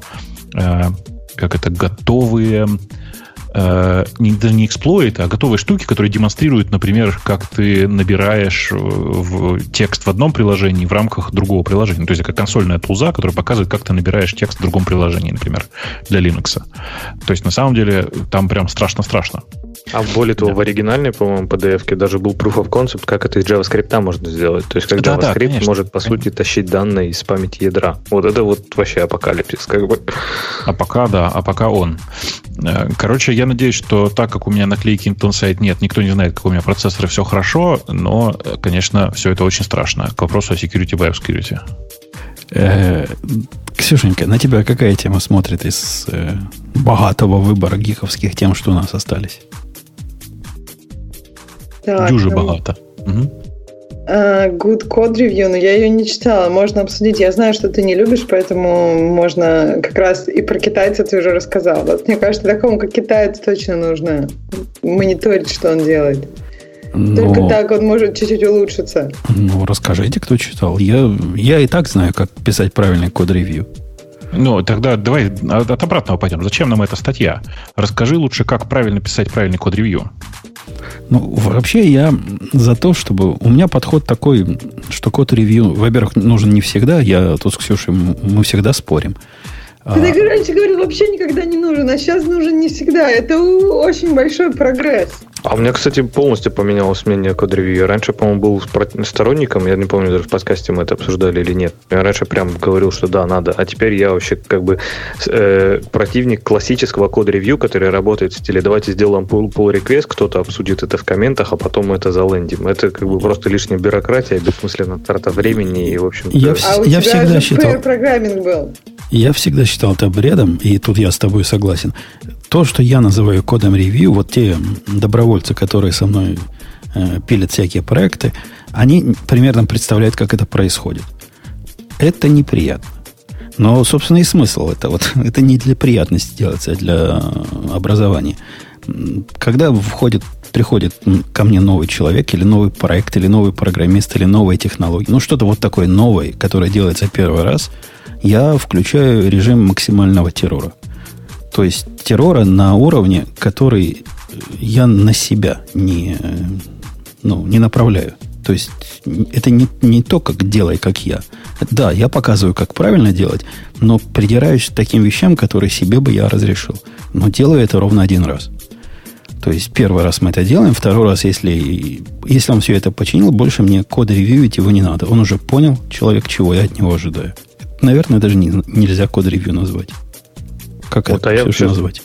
B: готовые... даже не эксплойты, а готовые штуки, которые демонстрируют, например, как ты набираешь текст в одном приложении в рамках другого приложения. То есть, как консольная тулза, которая показывает, как ты набираешь текст в другом приложении, например, для Linux. То есть, на самом деле, там прям страшно-страшно.
C: А более того, в оригинальной, по-моему, PDF-ке даже был proof of concept, как это из JavaScript можно сделать. То есть, как JavaScript может, по сути, тащить данные из памяти ядра. Вот это вот вообще апокалипсис, как бы.
B: А пока он. Короче, я надеюсь, что так как у меня наклейки Intel Insight нет, никто не знает, какой у меня процессор, и все хорошо, но, конечно, все это очень страшно. К вопросу о security, biosecurity.
A: Ксюшенька, на тебя какая тема смотрит из богатого выбора гиковских тем, что у нас остались?
B: Дюже богато.
E: Good Code Review, но я ее не читала. Можно обсудить. Я знаю, что ты не любишь, поэтому можно как раз и про китайца ты уже рассказал. Вот, мне кажется, такому, как китаец, точно нужно мониторить, что он делает. Только так он может чуть-чуть улучшиться.
A: Ну, расскажите, кто читал. Я и так знаю, как писать правильный код-ревью.
B: Ну, тогда давай от обратного пойдем. Зачем нам эта статья? Расскажи лучше, как правильно писать правильный код-ревью.
A: Ну, вообще я за то, чтобы... У меня подход такой, что код-ревью, во-первых, нужен не всегда. Я тут с Ксюшей, мы всегда спорим.
E: Ты раньше говорил, вообще никогда не нужен, а сейчас нужен не всегда. Это очень большой прогресс.
C: А у меня, кстати, полностью поменялось мнение код-ревью. Я раньше, по-моему, был сторонником, я не помню, даже в подкасте мы это обсуждали или нет. Я раньше прям говорил, что да, надо. А теперь я вообще как бы противник классического код-ревью, который работает в стиле давайте сделаем pull-request, кто-то обсудит это в комментах, а потом мы это залендим. Это как бы просто лишняя бюрократия, бессмысленная трата времени и, в общем...
A: Я всегда считал...
E: программинг был.
A: Я всегда считал это бредом, и тут я с тобой согласен. То, что я называю кодом ревью, вот те добровольцы, которые со мной пилят всякие проекты, они примерно представляют, как это происходит. Это неприятно. Но, собственно, и смысл это. Вот, это не для приятности делается, а для образования. Когда приходит ко мне новый человек, или новый проект, или новый программист, или новая технология, ну, что-то вот такое новое, которое делается первый раз, я включаю режим максимального террора. То есть террора на уровне, который я на себя не направляю. То есть это не то, как делай, как я. Да, я показываю, как правильно делать, но придираюсь к таким вещам, которые себе бы я разрешил. Но делаю это ровно один раз. То есть первый раз мы это делаем, второй раз, если он все это починил, больше мне код ревьюить его не надо. Он уже понял, человек, чего я от него ожидаю. Наверное, даже нельзя код-ревью назвать. Как вот, это все назвать?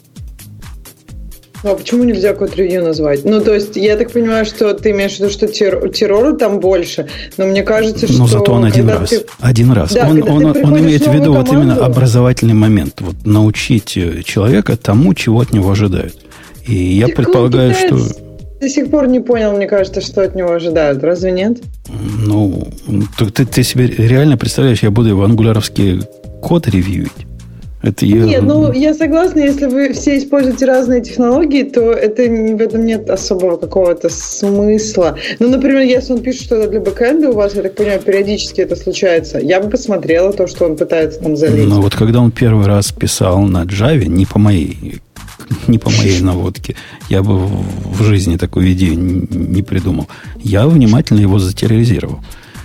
E: А почему нельзя код-ревью назвать? Ну, то есть, я так понимаю, что ты имеешь в виду, что террора там больше, но мне кажется, что...
A: Но зато он один раз. Один раз. Да, он имеет в виду вот именно образовательный момент. Вот научить человека тому, чего от него ожидают. И я предполагаю, что...
E: До сих пор не понял, мне кажется, что от него ожидают. Разве нет?
A: Ну, ты себе реально представляешь, я буду в ангуляровский код ревьюить?
E: Нет, я согласна, если вы все используете разные технологии, то в этом нет особого какого-то смысла. Ну, например, если он пишет что-то для бэкэнда у вас, я так понимаю, периодически это случается, я бы посмотрела то, что он пытается там залить.
A: Но вот когда он первый раз писал на Java, не по моей наводке, я бы в жизни такую идею не придумал. Я внимательно его затерроризировал.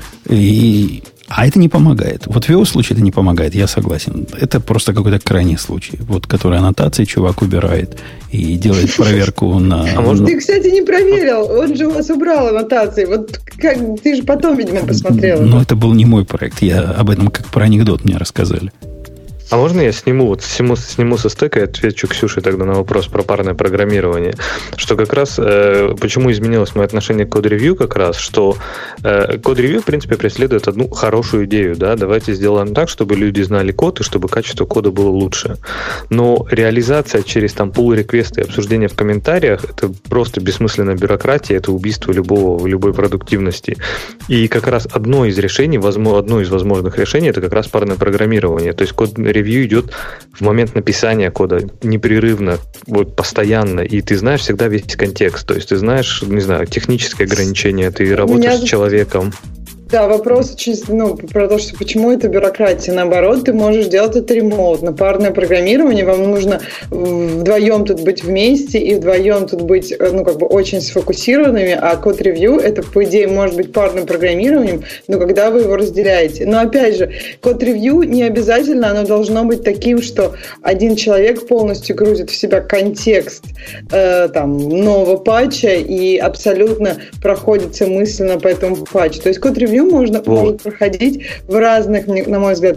A: А это не помогает. Вот в его случае это не помогает, я согласен. Это просто какой-то крайний случай, вот, который аннотации чувак убирает и делает проверку на...
E: Ты, кстати, не проверил. Он же у вас убрал аннотации. Вот как ты же потом, видимо, посмотрел.
A: Но это был не мой проект. Я об этом как про анекдот мне рассказали.
C: А можно я сниму со стека и отвечу Ксюше тогда на вопрос про парное программирование? Что как раз, почему изменилось мое отношение к код-ревью, как раз, что код-ревью, в принципе, преследует одну хорошую идею, да, давайте сделаем так, чтобы люди знали код и чтобы качество кода было лучше. Но реализация через там pull-реквесты и обсуждение в комментариях, это просто бессмысленная бюрократия, это убийство любой продуктивности. И как раз одно из возможных решений, это как раз парное программирование. То есть код-ревью идет в момент написания кода непрерывно, вот постоянно, и ты знаешь всегда весь контекст. То есть ты знаешь, не знаю, технические ограничения, ты работаешь с человеком.
E: Да, вопрос очень, про то, что почему это бюрократия. Наоборот, ты можешь делать это ремоутно. Парное программирование, вам нужно вдвоем тут быть вместе и вдвоем тут быть, очень сфокусированными, а код-ревью, это, по идее, может быть парным программированием, но когда вы его разделяете. Но, опять же, код-ревью не обязательно, оно должно быть таким, что один человек полностью грузит в себя контекст нового патча и абсолютно проходится мысленно по этому патчу. То есть код-ревью может проходить в разных, на мой взгляд,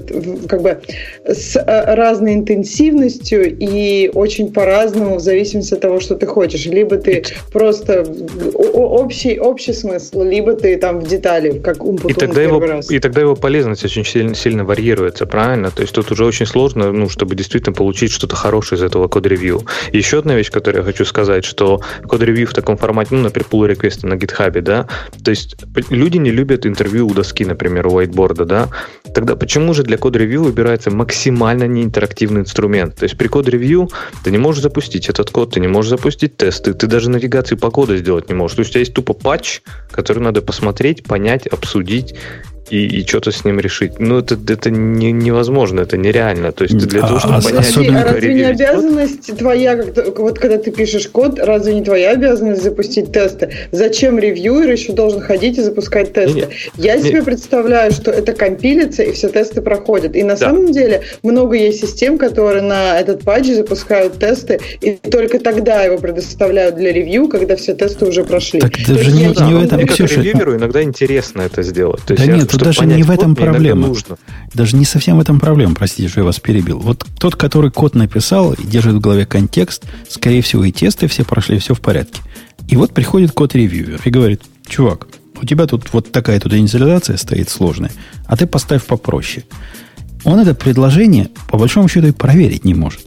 E: с разной интенсивностью и очень по-разному в зависимости от того, что ты хочешь. Либо ты просто общий смысл, либо ты там в детали, как Умпутун первый раз.
C: И тогда его полезность очень сильно варьируется, правильно? То есть тут уже очень сложно, чтобы действительно получить что-то хорошее из этого код-ревью. И еще одна вещь, которую я хочу сказать, что код-ревью в таком формате, например, pull-реквесты на GitHub, да, то есть люди не любят интервью у доски, например, у whiteboard, да, тогда почему же для код-ревью выбирается максимально неинтерактивный инструмент? То есть при код-ревью ты не можешь запустить этот код, ты не можешь запустить тесты, ты даже навигации по коду сделать не можешь. То есть у тебя есть тупо патч, который надо посмотреть, понять, обсудить и что-то с ним решить. Это невозможно, это нереально. То есть для того, чтобы понять...
E: Разве не обязанность твоя, когда ты пишешь код, разве не твоя обязанность запустить тесты? Зачем ревьюер еще должен ходить и запускать тесты? Я себе представляю, что это компилится, и все тесты проходят. И на самом деле много есть систем, которые на этот патч запускают тесты, и только тогда его предоставляют для ревью, когда все тесты уже прошли.
A: Так даже не в этом,
C: Ксюша. Как ревьюеру иногда интересно это сделать. То есть
A: тут даже не в этом проблема. Даже не совсем в этом проблема, простите, что я вас перебил. Вот тот, который код написал и держит в голове контекст, скорее всего, и тесты все прошли, все в порядке. И вот приходит код-ревьюер и говорит: чувак, у тебя тут вот такая тут инициализация стоит сложная, а ты поставь попроще. Он это предложение, по большому счету, и проверить не может.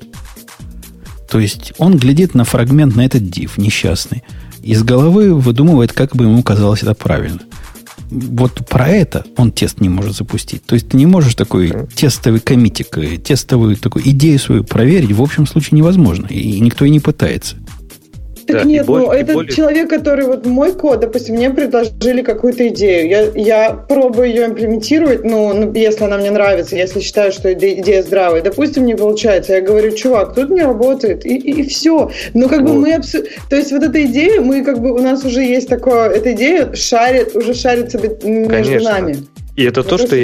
A: То есть он глядит на фрагмент, на этот div несчастный, из головы выдумывает, как бы ему казалось это правильно. Вот про это он тест не может запустить. То есть ты не можешь такой тестовый коммитик, тестовую такую идею свою проверить. В общем случае невозможно. И никто и не пытается.
E: Так нет, человек, который мой код, допустим, мне предложили какую-то идею. Я пробую ее имплементировать, если она мне нравится, если считаю, что идея здравая. Допустим, не получается. Я говорю: чувак, тут не работает, и все. Но то есть вот эта идея, у нас уже есть эта идея шарится между нами.
C: И это то, что я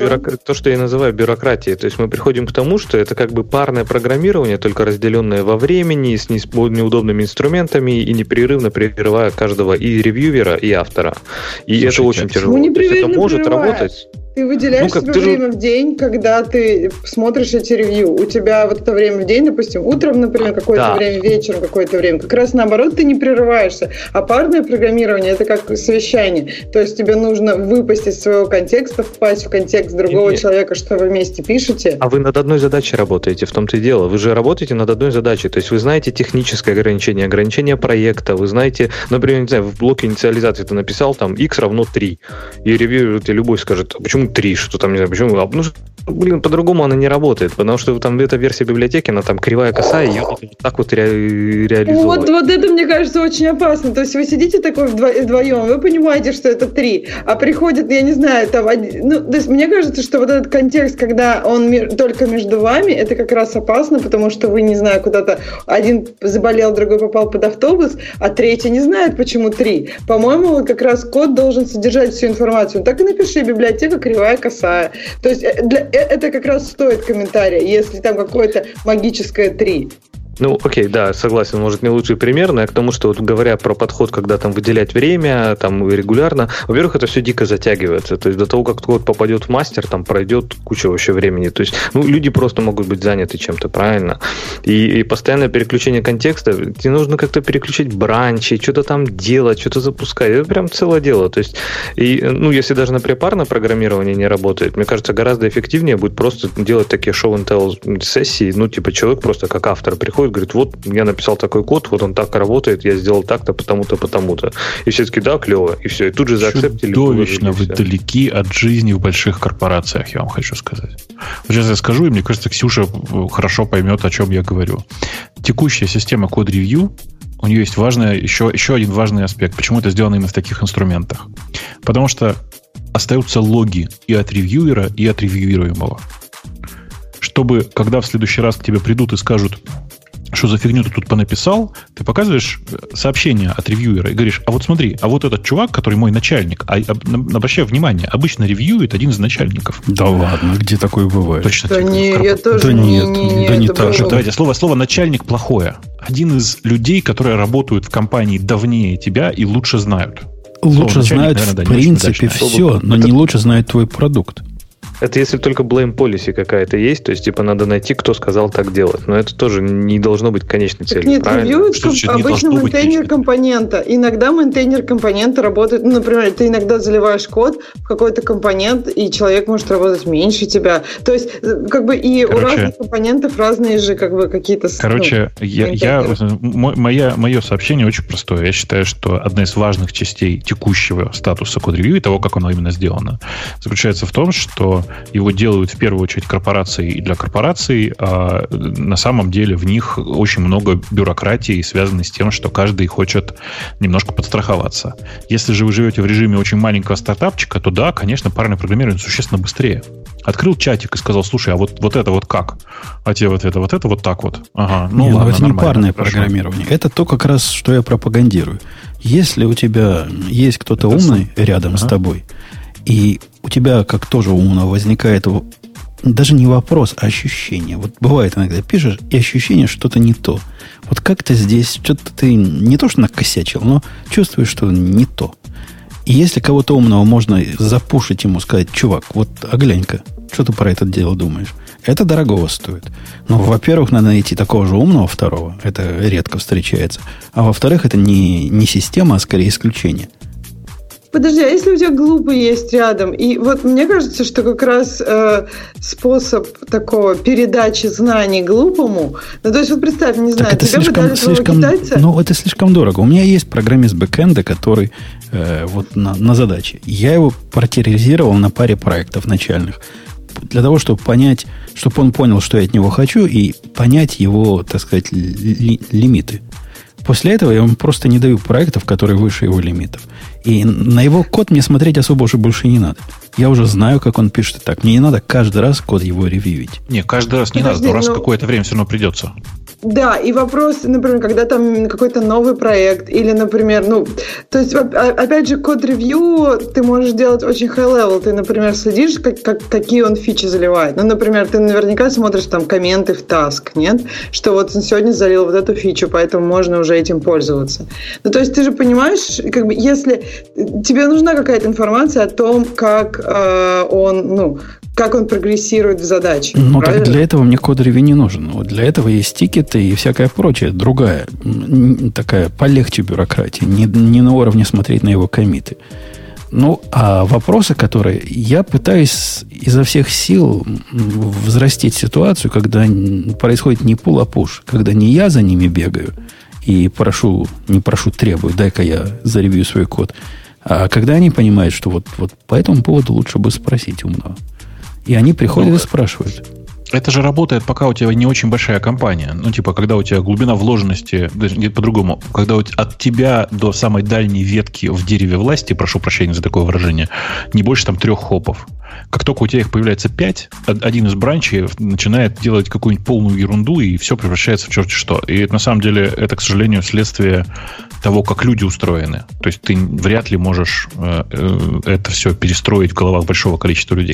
C: и называю бюрократией. То есть мы приходим к тому, что это как бы парное программирование, только разделенное во времени, с неудобными инструментами и непрерывно прерывая каждого и ревьювера, и автора. И это очень тяжело. То есть это может работать.
E: Ты выделяешь себе время в день, когда ты смотришь эти ревью. У тебя вот это время в день, допустим, утром, например, какое-то время, вечером какое-то время. Как раз наоборот, ты не прерываешься. А парное программирование – это как совещание. То есть тебе нужно выпасть из своего контекста, впасть в контекст другого человека, что вы вместе пишете.
C: А вы над одной задачей работаете, в том-то и дело. Вы же работаете над одной задачей. То есть вы знаете техническое ограничение проекта, вы знаете, например, не знаю, в блоке инициализации ты написал там x равно 3. И ревьюер тебе любой скажет: а почему 3, что там, не знаю, почему, по-другому она не работает, потому что там эта версия библиотеки, она там кривая, косая, ее вот так вот реализовывать.
E: Вот это, мне кажется, очень опасно. То есть вы сидите такой вдвоем, вы понимаете, что это 3, а приходит, я не знаю, там, то есть мне кажется, что вот этот контекст, когда он только между вами, это как раз опасно, потому что вы, не знаю, куда-то один заболел, другой попал под автобус, а третий не знает, почему 3. По-моему, вот как раз код должен содержать всю информацию. Так и напиши: библиотека кривая, косая. То есть это как раз стоит комментария, если там какое-то магическое 3.
C: Ну, окей, да, согласен, может, не лучший пример, но я к тому, что вот говоря про подход, когда там выделять время, там регулярно, во-первых, это все дико затягивается. То есть до того, как код попадет в мастер, там пройдет куча вообще времени. То есть, ну, люди просто могут быть заняты чем-то, правильно? И постоянное переключение контекста, тебе нужно как-то переключить бранчи, что-то там делать, что-то запускать. Это прям целое дело. То есть, и, ну, если даже, например, парное программирование не работает, мне кажется, гораздо эффективнее будет просто делать такие show-and-tell сессии. Ну, типа, человек просто как автор приходит, говорит, вот я написал такой код, вот он так работает, я сделал так-то, потому-то, потому-то. И все таки да, клево. И все. И тут же заакцептили.
B: Чудовищно вы далеки от жизни в больших корпорациях, я вам хочу сказать. Вот сейчас я скажу, и мне кажется, Ксюша хорошо поймет, о чем я говорю. Текущая система код-ревью, у нее есть еще один важный аспект. Почему это сделано именно в таких инструментах? Потому что остаются логи и от ревьюера, и от ревьюируемого. Чтобы, когда в следующий раз к тебе придут и скажут, что за фигню ты тут понаписал, ты показываешь сообщение от ревьюера и говоришь, а вот смотри, а вот этот чувак, который мой начальник, обращай внимание, обычно ревьюет один из начальников.
A: Да ладно, где такое бывает?
B: Точно.
E: Да нет, я тоже
A: да нет, да не так же.
B: Давайте, слово начальник плохое. Один из людей, которые работают в компании давнее тебя и лучше знают.
A: Лучше знают, наверное, в принципе, все, но не лучше знают твой продукт.
C: Это если только blame policy какая-то есть, то есть, типа, надо найти, кто сказал так делать. Но это тоже не должно быть конечной целью,
E: нет,
C: правильно?
E: Нет, обычно мейнтейнер компонента. Иногда мейнтейнер компонента работает, ну, например, ты иногда заливаешь код в какой-то компонент, и человек может работать меньше тебя. То есть, как бы, и у разных компонентов разные же, как бы, какие-то...
B: Короче, мое сообщение очень простое. Я считаю, что одна из важных частей текущего статуса код-ревью и того, как оно именно сделано, заключается в том, что его делают в первую очередь корпорации и для корпораций, а на самом деле в них очень много бюрократии, связанной с тем, что каждый хочет немножко подстраховаться. Если же вы живете в режиме очень маленького стартапчика, то да, конечно, парное программирование существенно быстрее. Открыл чатик и сказал, слушай, а вот это вот как? А тебе вот это вот так вот. Ага, ну ладно,
A: это не парное программирование. Это то, как раз, что я пропагандирую. Если у тебя есть кто-то умный рядом с тобой, и у тебя, как тоже умно, возникает даже не вопрос, а ощущение. Вот бывает иногда пишешь, и ощущение, что-то не то. Вот как-то здесь что-то ты не то, что накосячил, но чувствуешь, что не то. И если кого-то умного можно запушить ему, сказать, чувак, вот оглянь-ка, что ты про это дело думаешь? Это дорогого стоит. Но, во-первых, надо найти такого же умного второго. Это редко встречается. А во-вторых, это не система, а скорее исключение.
E: Подожди, а если у тебя глупый есть рядом? И вот мне кажется, что как раз способ такого передачи знаний глупому, ну, то есть вот представь, не знаю,
A: тебе бы дали твоего китайца... Ну, это слишком дорого. У меня есть программист бэкэнда, который вот на задаче. Я его партеризировал на паре проектов начальных. Для того, чтобы понять, чтобы он понял, что я от него хочу, и понять его, так сказать, лимиты. После этого я ему просто не даю проектов, которые выше его лимитов. И на его код мне смотреть особо уже больше не надо. Я уже знаю, как он пишет и так. Мне не надо каждый раз код его ревьюить.
B: Не, каждый раз не надо, но раз какое-то время все равно придется.
E: Да, и вопрос, например, когда там какой-то новый проект, или, например, то есть, опять же, код-ревью ты можешь делать очень high-level. Ты, например, следишь, какие он фичи заливает. Ну, например, ты наверняка смотришь там комменты в task, нет? Что вот он сегодня залил вот эту фичу, поэтому можно уже этим пользоваться. Ну, то есть, ты же понимаешь, как бы, если тебе нужна какая-то информация о том, как он прогрессирует в задаче.
A: Ну, так для этого мне код-ревью не нужен. Вот для этого есть тикеты и всякая прочая, другая, такая полегче бюрократия, не на уровне смотреть на его коммиты. Ну, а вопросы, которые... Я пытаюсь изо всех сил взрастить ситуацию, когда происходит не пул, а пуш, когда не я за ними бегаю и требую, дай-ка я заревью свой код, а когда они понимают, что вот по этому поводу лучше бы спросить умного. И они приходят и спрашивают.
B: Это же работает, пока у тебя не очень большая компания. Ну, типа, когда у тебя глубина вложенности, даже по-другому, когда от тебя до самой дальней ветки в дереве власти, прошу прощения за такое выражение, не больше там 3 хопов. Как только у тебя их появляется 5, один из бранчей начинает делать какую-нибудь полную ерунду, и все превращается в черти что. И на самом деле это, к сожалению, следствие того, как люди устроены. То есть ты вряд ли можешь это все перестроить в головах большого количества людей.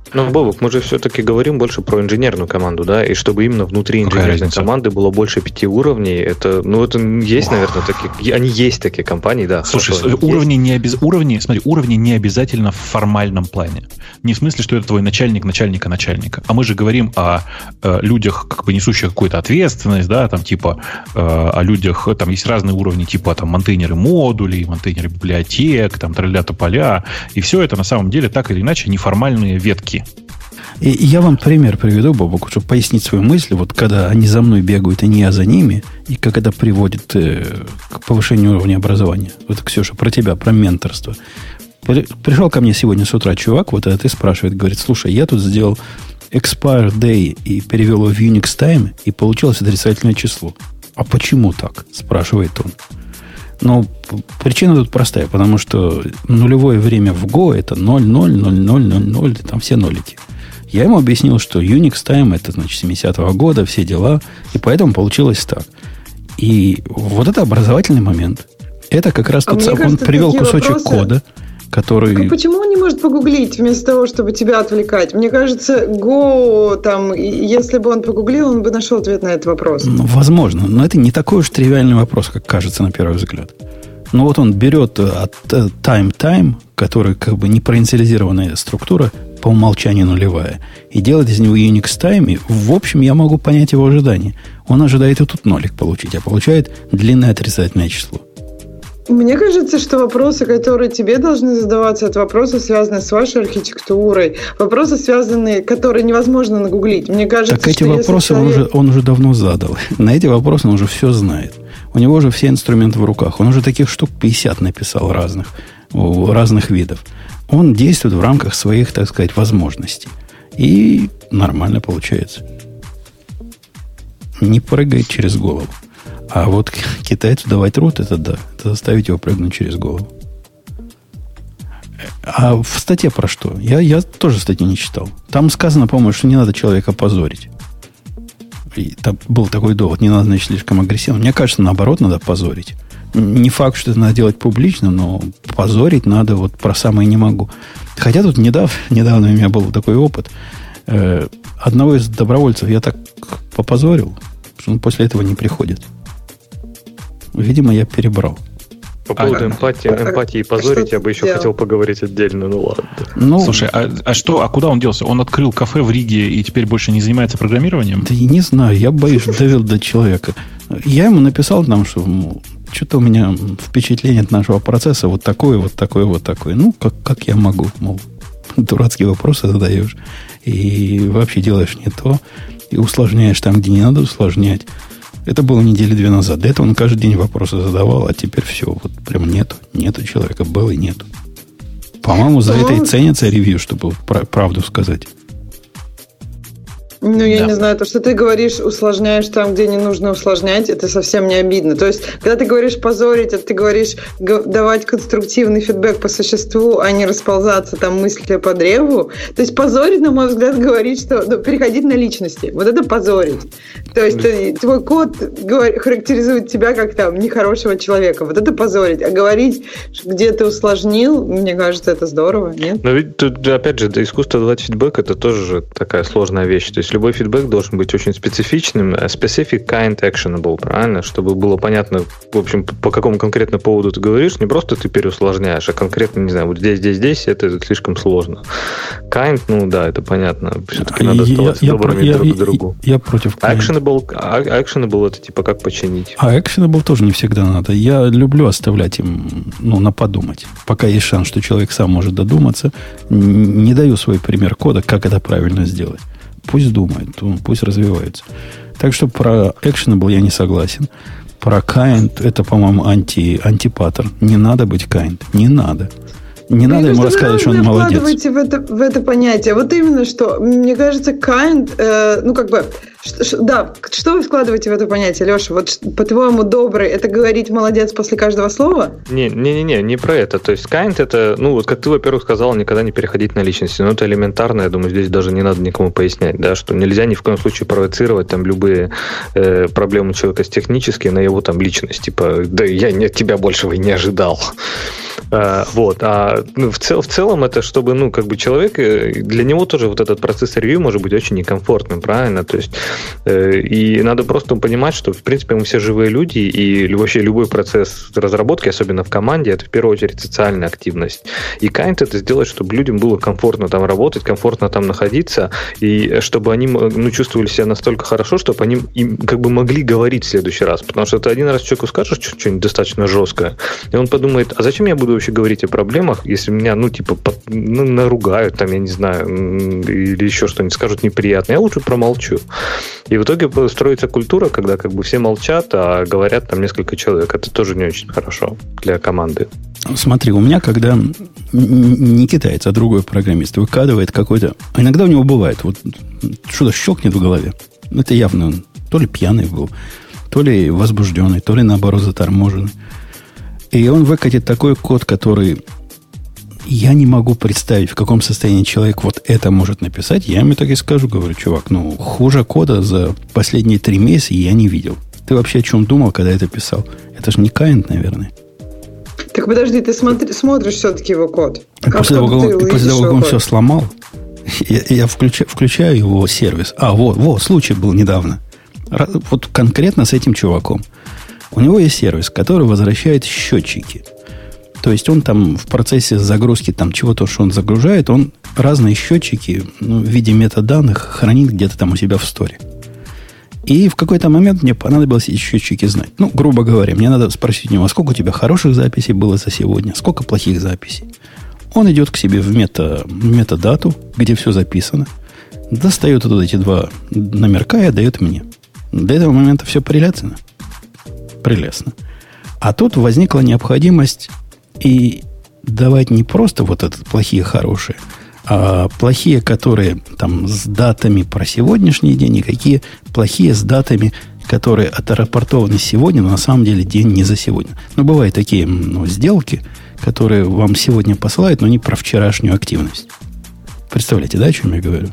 C: Но, Бобок, мы же все-таки говорим больше про инженерную команду, да, и чтобы именно внутри инженерной команды было больше 5 уровней, это есть, наверное, такие, они есть такие компании, да.
B: Слушай, уровни не обязательно в формальном плане. Не в смысле, что это твой начальник начальника начальника. А мы же говорим о людях, как бы несущих какую-то ответственность, да, там типа о людях, там есть разные уровни, типа там монтейнеры модулей, монтейнеры библиотек, там тролля тополя, и все это на самом деле так или иначе неформальные ветки.
A: И я вам пример приведу, Бобок, чтобы пояснить свою мысль. Вот когда они за мной бегают, а не я за ними, и как это приводит к повышению уровня образования. Вот, Ксюша, про тебя, про менторство. Пришел ко мне сегодня с утра чувак, вот этот и спрашивает, говорит, слушай, я тут сделал expire day и перевел его в Unix time, и получилось отрицательное число. А почему так? Спрашивает он. Но причина тут простая, потому что нулевое время в Go это 0, 0, 0, 0, 0, 0, там все нолики. Я ему объяснил, что Unix time это, значит, 70-го года, все дела, и поэтому получилось так. И вот это образовательный момент. Это как раз тот самый, он привел кусочек кода, который...
E: Так, а почему он не может погуглить вместо того, чтобы тебя отвлекать? Мне кажется, Go, там, если бы он погуглил, он бы нашел ответ на этот вопрос.
A: Ну, возможно, но это не такой уж тривиальный вопрос, как кажется на первый взгляд. Ну, вот он берет от time, который как бы непроинициализированная структура, по умолчанию нулевая, и делает из него Unix time, и, в общем, я могу понять его ожидания. Он ожидает и тут нолик получить, а получает длинное отрицательное число.
E: Мне кажется, что вопросы, которые тебе должны задаваться, это вопросы, связанные с вашей архитектурой, вопросы, связанные, которые невозможно нагуглить. Мне кажется,
A: так эти вопросы он уже давно задал. На эти вопросы он уже все знает. У него уже все инструменты в руках. Он уже таких штук 50 написал разных видов. Он действует в рамках своих, так сказать, возможностей. И нормально получается. Не прыгает через голову. А вот китайцу давать рот, это да. Это заставить его прыгнуть через голову. А в статье про что? Я тоже статью не читал. Там сказано, по-моему, что не надо человека позорить. И там был такой довод. Не надо, значит, слишком агрессивно. Мне кажется, наоборот, надо позорить. Не факт, что это надо делать публично, но позорить надо, вот про самое не могу. Хотя тут недавно у меня был такой опыт. Одного из добровольцев я так попозорил, что он после этого не приходит. Видимо, я перебрал.
C: По поводу эмпатии и позорить я бы еще хотел поговорить отдельно, ну ладно.
B: Слушай, а куда он делся? Он открыл кафе в Риге и теперь больше не занимается программированием?
A: Да я не знаю, я боюсь, довел до человека. Я ему написал там, что что-то у меня впечатление от нашего процесса вот такое, вот такое, вот такое. Ну, как я могу, мол, дурацкие вопросы задаешь и вообще делаешь не то, и усложняешь там, где не надо усложнять. Это было недели 2 назад. До этого он каждый день вопросы задавал, а теперь все, вот прям нету человека, был и нету. По-моему, за это и ценится ревью, чтобы правду сказать.
E: Ну, я не знаю, то, что ты говоришь, усложняешь там, где не нужно усложнять, это совсем не обидно. То есть, когда ты говоришь позорить, это ты говоришь давать конструктивный фидбэк по существу, а не расползаться там мысли по древу. То есть, позорить, на мой взгляд, говорить, что переходить на личности. Вот это позорить. То есть, твой код характеризует тебя как там нехорошего человека. Вот это позорить. А говорить, где ты усложнил, мне кажется, это здорово, нет?
C: Но ведь тут, опять же, искусство давать фидбэк, это тоже же такая сложная вещь. То есть, любой фидбэк должен быть очень специфичным, specific kind actionable, правильно? Чтобы было понятно, в общем, по какому конкретно поводу ты говоришь, не просто ты переусложняешь, а конкретно, не знаю, вот здесь, это слишком сложно. Kind, ну да, это понятно. Все-таки надо оставаться добрыми друг к другу.
A: Я против
C: actionable это типа как починить.
A: А actionable тоже не всегда надо. Я люблю оставлять им, на подумать. Пока есть шанс, что человек сам может додуматься, не даю свой пример кода, как это правильно сделать. Пусть думает, пусть развивается. Так что про actionable я не согласен. Про kind это, по-моему, антипаттерн. Не надо быть kind. Не надо. Не надо ему рассказывать, что он молодец.
E: В это понятие. Вот именно что. Мне кажется, kind, что вы вкладываете в это понятие, Леша? Вот по-твоему, добрый, это говорить молодец после каждого слова?
C: Не про это. То есть kind это, вот как ты, во-первых, сказал, никогда не переходить на личности. Но это элементарно, я думаю, здесь даже не надо никому пояснять, да, что нельзя ни в коем случае провоцировать там любые проблемы человека с технические на его там личность. Типа, да я от тебя большего и не ожидал. Вот. В целом это чтобы, человек, для него тоже вот этот процесс ревью может быть очень некомфортным, правильно? То есть, и надо просто понимать, что, в принципе, мы все живые люди, и вообще любой процесс разработки, особенно в команде, это в первую очередь социальная активность. И Kind это сделать, чтобы людям было комфортно там работать, комфортно там находиться, и чтобы они чувствовали себя настолько хорошо, чтобы они им могли говорить в следующий раз. Потому что ты один раз человеку скажешь что-нибудь достаточно жесткое, и он подумает, а зачем я буду вообще говорить о проблемах, если меня, наругают, там, я не знаю, или еще что-нибудь скажут неприятно, я лучше промолчу. И в итоге строится культура, когда все молчат, а говорят там несколько человек. Это тоже не очень хорошо для команды.
A: Смотри, у меня, когда не китаец, а другой программист выкладывает какой-то... Иногда у него бывает, вот что-то щелкнет в голове. Это явно он то ли пьяный был, то ли возбужденный, то ли, наоборот, заторможенный. И он выкатит такой код, который... Я не могу представить, в каком состоянии человек вот это может написать. Я ему так и скажу, говорю, чувак, хуже кода за последние 3 месяца я не видел. Ты вообще о чем думал, когда это писал? Это же не Kind, наверное.
E: Так подожди, ты смотришь все-таки его код.
A: После того, как он все сломал, я включаю его сервис. Вот, случай был недавно. Вот конкретно с этим чуваком. У него есть сервис, который возвращает счетчики. То есть он там в процессе загрузки там чего-то, что он загружает, он разные счетчики в виде метаданных хранит где-то там у себя в сторе. И в какой-то момент мне понадобилось эти счетчики знать. Грубо говоря, мне надо спросить у него, сколько у тебя хороших записей было за сегодня, сколько плохих записей. Он идет к себе в метадату, где все записано, достает оттуда эти 2 номерка и отдает мне. До этого момента все прелестно. Прелестно. А тут возникла необходимость и давать не просто вот этот плохие, хорошие, а плохие, которые там с датами про сегодняшний день, и какие плохие с датами, которые отрапортованы сегодня, но на самом деле день не за сегодня. Бывают такие сделки, которые вам сегодня посылают, но не про вчерашнюю активность. Представляете, да, о чем я говорю?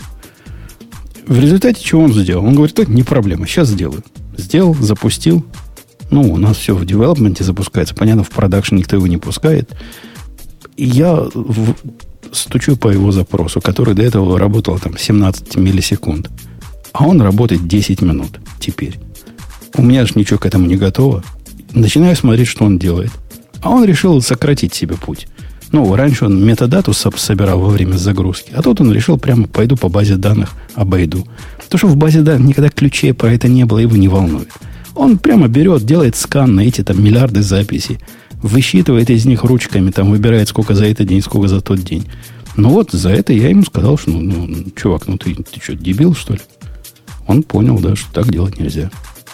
A: В результате чего он сделал? Он говорит, это не проблема, сейчас сделаю. Сделал, запустил. У нас все в девелопменте запускается. Понятно, в продакшн никто его не пускает. И я стучу по его запросу, который до этого работал там 17 миллисекунд. А он работает 10 минут теперь. У меня же ничего к этому не готово. Начинаю смотреть, что он делает. А он решил сократить себе путь. Раньше он метадату собирал во время загрузки, а тут он решил прямо пойду по базе данных обойду. Потому что в базе данных никогда ключей про это не было, его не волнует. Он прямо берет, делает скан на эти там миллиарды записей, высчитывает из них ручками, там выбирает, сколько за этот день, сколько за тот день. За это я ему сказал, что, чувак, ты что, дебил, что ли? Он понял, да, что так делать нельзя.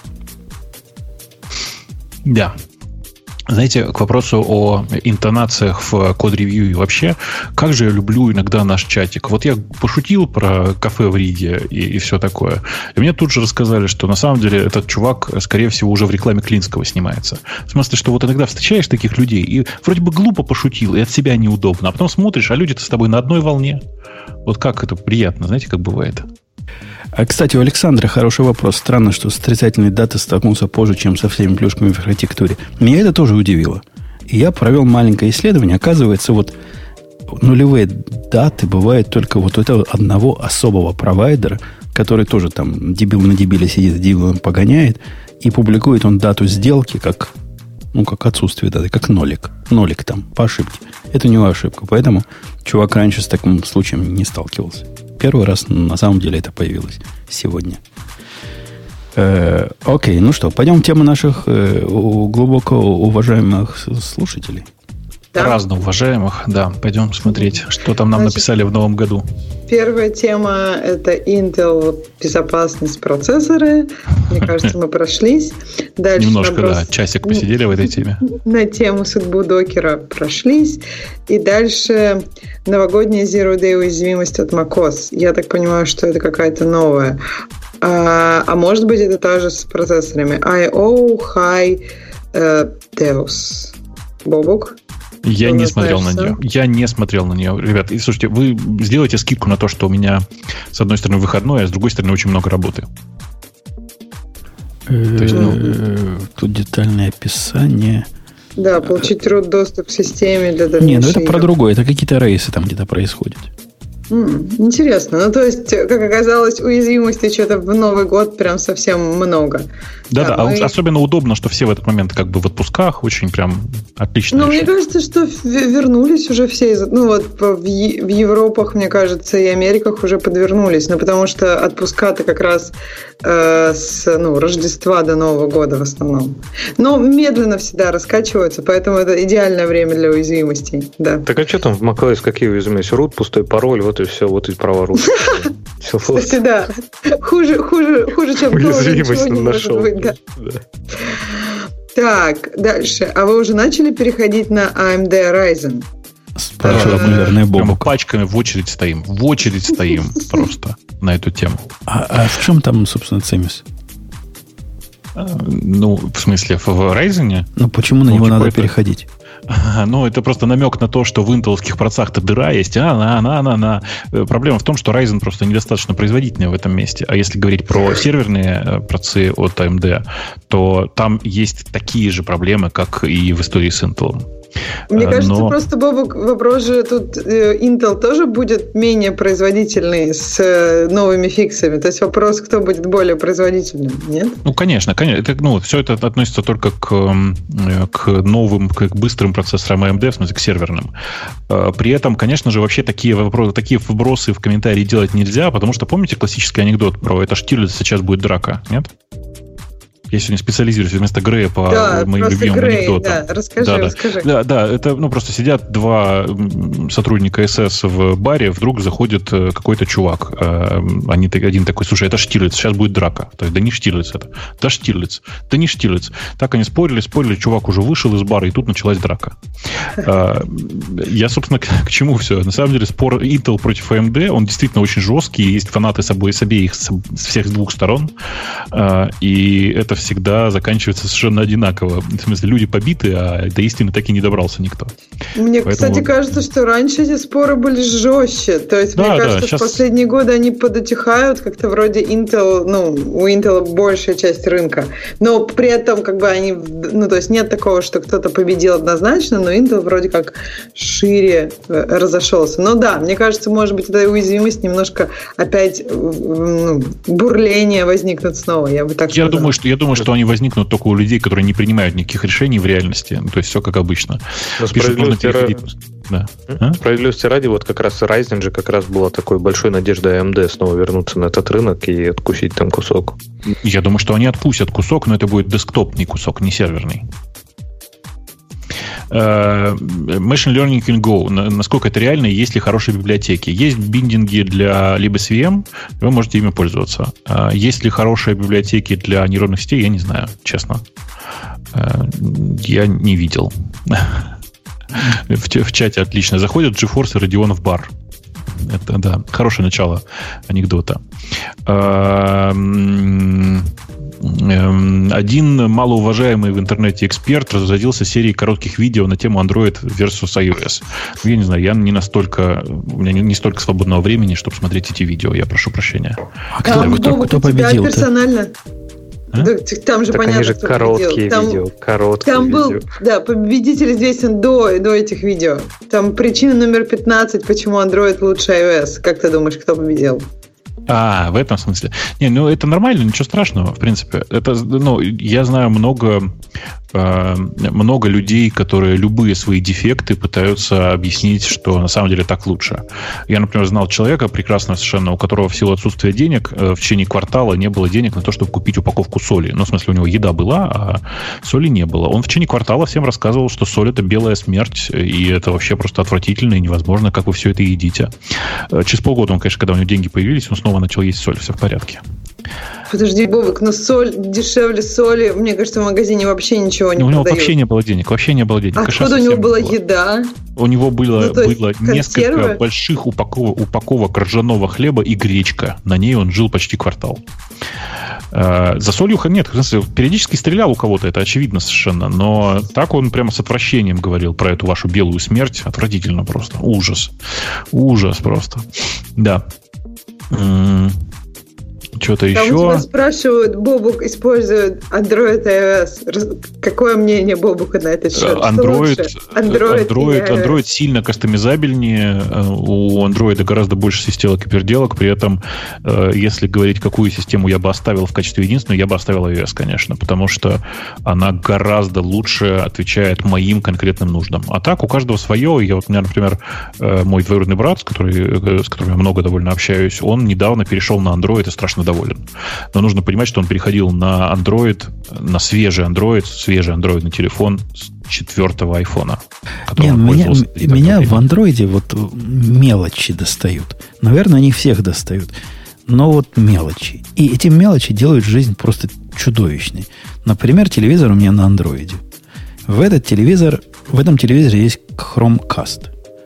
B: Да. Знаете, к вопросу о интонациях в код-ревью и вообще, как же я люблю иногда наш чатик. Вот я пошутил про кафе в Риге и все такое. И мне тут же рассказали, что на самом деле этот чувак, скорее всего, уже в рекламе Клинского снимается. В смысле, что вот иногда встречаешь таких людей, и вроде бы глупо пошутил, и от себя неудобно. А потом смотришь, а люди-то с тобой на одной волне. Вот как это приятно, знаете, как бывает.
A: Кстати, у Александра хороший вопрос. Странно, что с отрицательной датой столкнулся позже, чем со всеми плюшками в архитектуре. Меня это тоже удивило. И я провел маленькое исследование. Оказывается, вот нулевые даты бывают только вот у этого одного особого провайдера, который тоже там дебил на дебиле сидит, дебилом погоняет, и публикует он дату сделки как отсутствие даты, как нолик. Нолик там, по ошибке. Это у него ошибка. Поэтому чувак раньше с таким случаем не сталкивался. Первый раз на самом деле это появилось сегодня. Окей, пойдем в тему наших глубоко уважаемых слушателей.
E: Да.
B: Разно уважаемых, да. Пойдем смотреть, что там нам написали в новом году.
E: Первая тема – это Intel безопасность процессоры. Мне кажется, мы прошлись. Дальше
B: немножко, часик посидели в этой теме.
E: На тему судьбу докера прошлись. И дальше новогодняя Zero Day уязвимость от macOS. Я так понимаю, что это какая-то новая. А может быть, это та же с процессорами. I.O. High Deus. Бобук?
B: Я не смотрел на нее. Я не смотрел на нее. Ребят, и слушайте, вы сделайте скидку на то, что у меня с одной стороны выходной, а с другой стороны очень много работы.
A: Тут детальное описание.
E: Да, получить root доступ к системе для дальнейшего.
A: Не, ну это про другое. Это какие-то рейсы там где-то происходят.
E: Интересно. Ну, то есть, как оказалось, уязвимостей что-то в Новый год прям совсем много.
B: Да, особенно удобно, что все в этот момент как бы в отпусках, очень прям отлично.
E: Ну, мне кажется, что вернулись уже все. Ну, вот в Европах, мне кажется, и Америках уже подвернулись. Ну, потому что отпуска-то как раз с Рождества до Нового года в основном. Но медленно всегда раскачиваются, поэтому это идеальное время для уязвимостей. Да.
C: Так а что там в macOS, какие уязвимости? Root, пустой пароль, вот и все, вот и права root.
E: Кстати, да. Хуже, чем
C: уязвимость нашел.
E: Так, дальше. А вы уже начали переходить на AMD Ryzen?
A: Спрашивает, наверное, Бобок.
B: Пачками в очередь стоим просто на эту тему.
A: А в чем там, собственно, цимис?
B: Ну, в смысле, в Ryzen?
A: Ну, почему на него надо переходить?
B: Ну, это просто намек на то, что в интеловских процессах-то дыра есть. Проблема в том, что Ryzen просто недостаточно производительный в этом месте. А если говорить про серверные процессы от AMD, то там есть такие же проблемы, как и в истории с Intel.
E: Мне кажется, просто, Бобок, вопрос же тут Intel тоже будет менее производительный с новыми фиксами. То есть вопрос, кто будет более производительным, нет?
B: Ну, конечно. Это, все это относится только к новым, к быстрым процессорам AMD, в смысле, к серверным. При этом, конечно же, вообще такие вбросы в комментарии делать нельзя, потому что, помните классический анекдот про «это Штирлиц, сейчас будет драка», нет? Я сегодня специализируюсь вместо Грея по моим любимым анекдотам.
E: Да, расскажи.
B: Да, это просто сидят два сотрудника СС в баре, вдруг заходит какой-то чувак. Один такой: слушай, это Штирлиц, сейчас будет драка. То есть, да не Штирлиц это. Да Штирлиц, да не Штирлиц. Так они спорили, чувак уже вышел из бара, и тут началась драка. Я, собственно, к чему все? На самом деле, спор Intel против AMD, он действительно очень жесткий, есть фанаты с обеих, с всех двух сторон, и это всегда заканчивается совершенно одинаково. В смысле, люди побиты, а до истины так и не добрался никто.
E: Мне, кстати, кажется, что раньше эти споры были жестче. То есть, мне кажется, сейчас... в последние годы они подутихают, как-то вроде Intel, у Intel большая часть рынка. Но при этом, как бы они, то есть нет такого, что кто-то победил однозначно, но Intel вроде как шире разошелся. Но да, мне кажется, может быть, эта уязвимость немножко опять бурление возникнет снова. Я бы так сказала.
B: Я думаю, что они возникнут только у людей, которые не принимают никаких решений в реальности. То есть все как обычно.
C: Справедливости ради, вот как раз Ryzen же как раз была такой большой надеждой AMD снова вернуться на этот рынок и откусить там кусок.
B: Я думаю, что они откусят кусок, но это будет десктопный кусок, не серверный. Machine Learning in Go. Насколько это реально, есть ли хорошие библиотеки? Есть биндинги для LibSVM, вы можете ими пользоваться. Есть ли хорошие библиотеки для нейронных сетей, я не знаю, честно. Я не видел. В чате отлично. Заходят GeForce и Radeon в бар. Это, да, хорошее начало анекдота. Один малоуважаемый в интернете эксперт разразился серией коротких видео на тему Android versus iOS. Я не знаю, у меня не столько свободного времени, чтобы смотреть эти видео. Я прошу прощения.
A: А кто победил?
E: Персонально? Там же
C: так
E: понятно,
C: они же
E: кто
C: короткие
E: победил.
C: видео.
E: Там был, победитель известен до этих видео. Там причина номер 15, почему Android лучше iOS. Как ты думаешь, кто победил?
B: В этом смысле. Это нормально, ничего страшного, в принципе. Это, я знаю много людей, которые любые свои дефекты пытаются объяснить, что на самом деле так лучше. Я, например, знал человека прекрасного совершенно, у которого в силу отсутствия денег в течение квартала не было денег на то, чтобы купить упаковку соли. В смысле, у него еда была, а соли не было. Он в течение квартала всем рассказывал, что соль — это белая смерть, и это вообще просто отвратительно и невозможно, как вы все это едите. Через полгода он, конечно, когда у него деньги появились, он снова начал есть соль, все в порядке.
E: Подожди, Бобок, но соль дешевле соли, мне кажется, в магазине вообще ничего не продают.
B: У него вообще не было денег.
E: А откуда у него была еда?
B: У него было несколько больших упаковок ржаного хлеба и гречка. На ней он жил почти квартал. За солью нет, в смысле, периодически стрелял у кого-то, это очевидно совершенно. Но так он прямо с отвращением говорил про эту вашу белую смерть. Отвратительно просто. Ужас. Ужас просто. Да. Что-то
E: там
B: еще.
E: У тебя спрашивают, Бобук использует Android и iOS. Какое мнение Бобука на этот счет?
B: Android сильно кастомизабельнее. У Android гораздо больше системок и переделок. При этом, если говорить, какую систему я бы оставил в качестве единственной, я бы оставил iOS, конечно, потому что она гораздо лучше отвечает моим конкретным нуждам. А так, у каждого свое. У меня, например, мой двоюродный брат, с которым я много довольно общаюсь, он недавно перешел на Android и страшно доволен. Но нужно понимать, что он переходил на Android, на свежий андроидный телефон с 4-го айфона.
A: Меня в Android вот мелочи достают. Наверное, они всех достают. Но вот мелочи. И эти мелочи делают жизнь просто чудовищной. Например, телевизор у меня на Android. В этом телевизоре есть Chromecast.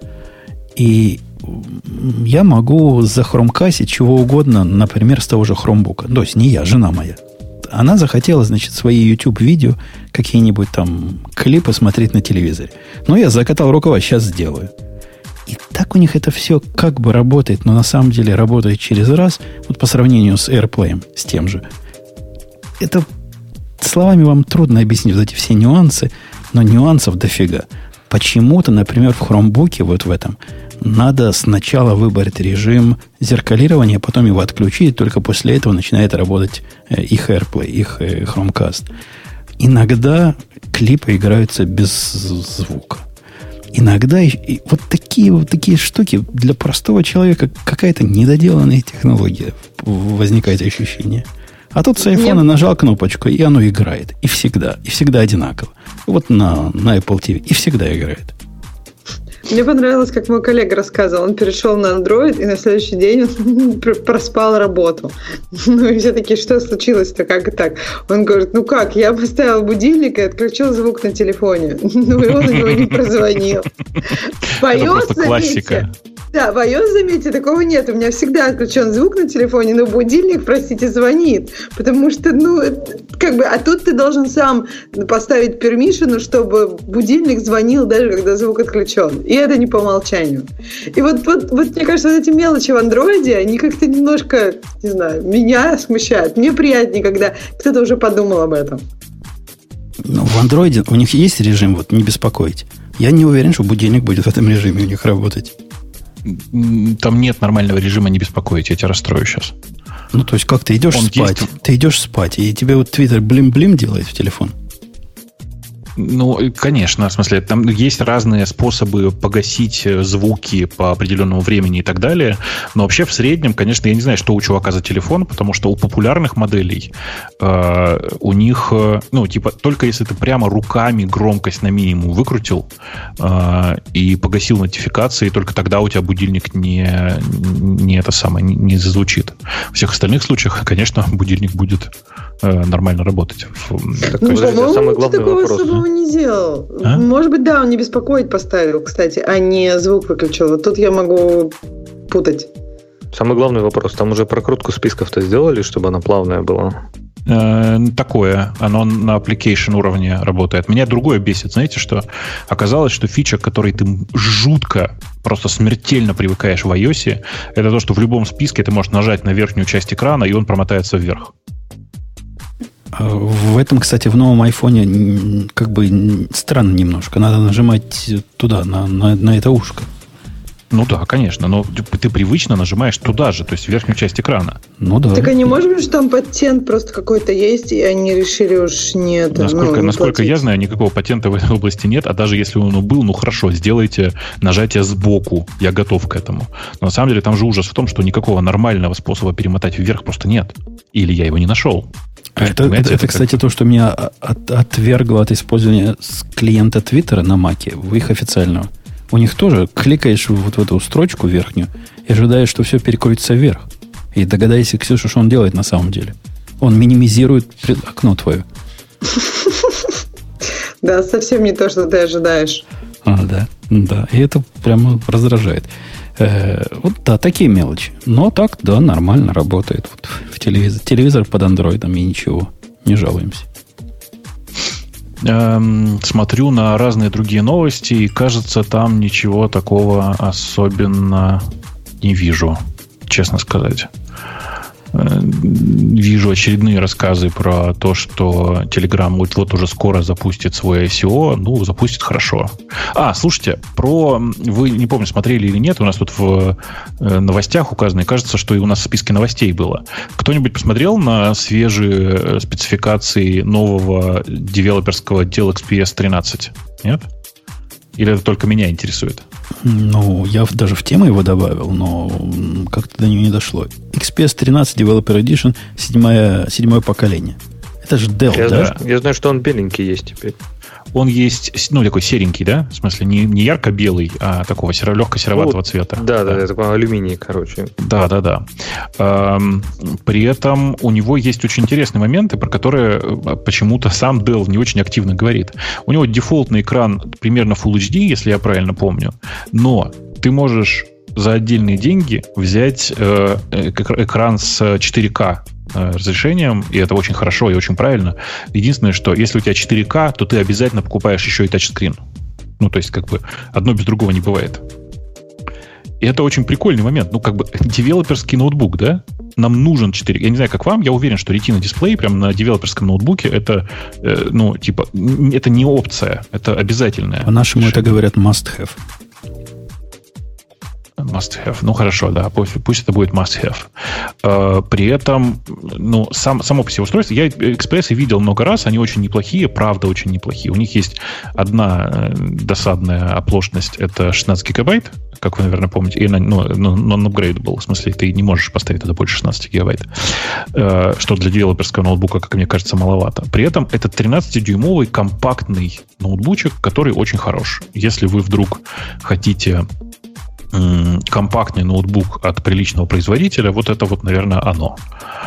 A: И я могу за Chromecast чего угодно, например, с того же Chromebook. То есть не я, жена моя. Она захотела, значит, свои YouTube-видео, какие-нибудь там клипы смотреть на телевизоре. Но я закатал рукава, сейчас сделаю. И так у них это все как бы работает, но на самом деле работает через раз, вот по сравнению с AirPlay, с тем же. Это словами вам трудно объяснить вот эти все нюансы, но нюансов дофига. Почему-то, например, в Chromebook вот в этом надо сначала выбрать режим зеркалирования, потом его отключить, и только после этого начинает работать их AirPlay, их Chromecast. Иногда клипы играются без звука. Иногда вот такие штуки для простого человека какая-то недоделанная технология возникает ощущение. А тут с айфона нажал кнопочку, и оно играет. И всегда одинаково. Вот на Apple TV. И всегда играет.
E: Мне понравилось, как мой коллега рассказывал. Он перешел на Android, и на следующий день он проспал работу. Ну, и все такие, что случилось-то, как так? Он говорит, я поставил будильник и отключил звук на телефоне. Ну, и он у него не прозвонил.
B: Это просто классика.
E: Да, в iOS, заметьте, такого нет. У меня всегда отключен звук на телефоне, но будильник, простите, звонит. Потому что, а тут ты должен сам поставить пермишину, чтобы будильник звонил даже, когда звук отключен. И это не по умолчанию. И вот мне кажется, вот эти мелочи в андроиде, они как-то немножко, не знаю, меня смущают. Мне приятнее, когда кто-то уже подумал об этом.
A: В андроиде у них есть режим, не беспокоить. Я не уверен, что будильник будет в этом режиме у них работать.
B: Там нет нормального режима не беспокоить, я тебя расстрою сейчас.
A: То есть как ты идешь спать? Ты идешь спать, и тебе Twitter блим-блим делает в телефон?
B: Конечно, в смысле, там есть разные способы погасить звуки по определенному времени и так далее, но вообще в среднем, конечно, я не знаю, что у чувака за телефон, потому что у популярных моделей у них, только если ты прямо руками громкость на минимум выкрутил и погасил нотификации, только тогда у тебя будильник не зазвучит. В всех остальных случаях, конечно, будильник будет нормально работать.
E: Самый главный вопрос. Не делал. Может быть, да, он не беспокоить поставил, кстати, а не звук выключил. Вот тут я могу путать.
C: Самый главный вопрос. Там уже прокрутку списков-то сделали, чтобы она плавная была?
B: Такое. Оно на application уровне работает. Меня другое бесит. Знаете что? Оказалось, что фича, к которой ты жутко, просто смертельно привыкаешь в iOS, это то, что в любом списке ты можешь нажать на верхнюю часть экрана, и он промотается вверх.
A: В этом, кстати, в новом айфоне как бы странно немножко. Надо нажимать туда, на это ушко.
B: Да, конечно, но ты привычно нажимаешь туда же, то есть в верхнюю часть экрана.
A: Да.
E: Так не может быть, что там патент просто какой-то есть, и они решили уж нет.
B: Насколько я знаю, никакого патента в этой области нет, а даже если он был, хорошо, сделайте нажатие сбоку, я готов к этому. Но на самом деле там же ужас в том, что никакого нормального способа перемотать вверх просто нет. Или я его не нашел.
A: Это, кстати, то, что меня отвергло от использования клиента Твиттера на Маке, в их официального. У них тоже кликаешь вот в эту строчку верхнюю и ожидаешь, что все перекрутится вверх. И догадайся, Ксюша, что он делает на самом деле. Он минимизирует окно твое.
E: Да, совсем не то, что ты ожидаешь.
A: Да. И это прямо раздражает. Такие мелочи. Но так, да, нормально работает. В телевизор под андроидом и ничего. Не жалуемся.
B: Смотрю на разные другие новости, и кажется, там ничего такого особенно не вижу, честно сказать. вижу очередные рассказы про то, что Telegram вот уже скоро запустит свой ICO. Ну, запустит хорошо. Слушайте, вы, не помню, смотрели или нет, у нас тут в новостях указано, и кажется, что и у нас в списке новостей было. Кто-нибудь посмотрел на свежие спецификации нового девелоперского отдела XPS 13? Нет? Или это только меня интересует?
A: Ну, я даже в тему его добавил, но как-то до него не дошло. XPS 13 Developer Edition, седьмое поколение. Это же Dell, да?
C: Я знаю, что он беленький есть теперь.
B: Он есть, ну, такой серенький, да? В смысле, не ярко-белый, а такого легко-сероватого цвета.
C: Да, такой алюминий, короче.
B: Да. При этом у него есть очень интересные моменты, про которые почему-то сам Dell не очень активно говорит. У него дефолтный экран примерно Full HD, если я правильно помню, но ты можешь за отдельные деньги взять экран с 4К разрешением, и это очень хорошо и очень правильно. Единственное, что если у тебя 4К, то ты обязательно покупаешь еще и тачскрин. Ну, то есть, как бы, одно без другого не бывает. И это очень прикольный момент. Ну, как бы, девелоперский ноутбук, да? Нам нужен 4К. Я не знаю, как вам, я уверен, что Retina дисплей прямо на девелоперском ноутбуке это, ну, типа, это не опция, это обязательное.
A: По-нашему это говорят must-have.
B: Must-have. Ну, хорошо, да. Пусть это будет must-have. При этом, ну, само по себе устройство, я экспрессы видел много раз, они очень неплохие, правда, очень неплохие. У них есть одна досадная оплошность, это 16 гигабайт, как вы, наверное, помните, и non-upgradable, в смысле, ты не можешь поставить туда больше 16 гигабайт, что для девелоперского ноутбука, как мне кажется, маловато. При этом это 13-дюймовый компактный ноутбучек, который очень хорош. Если вы вдруг хотите компактный ноутбук от приличного производителя, вот это вот, наверное, оно.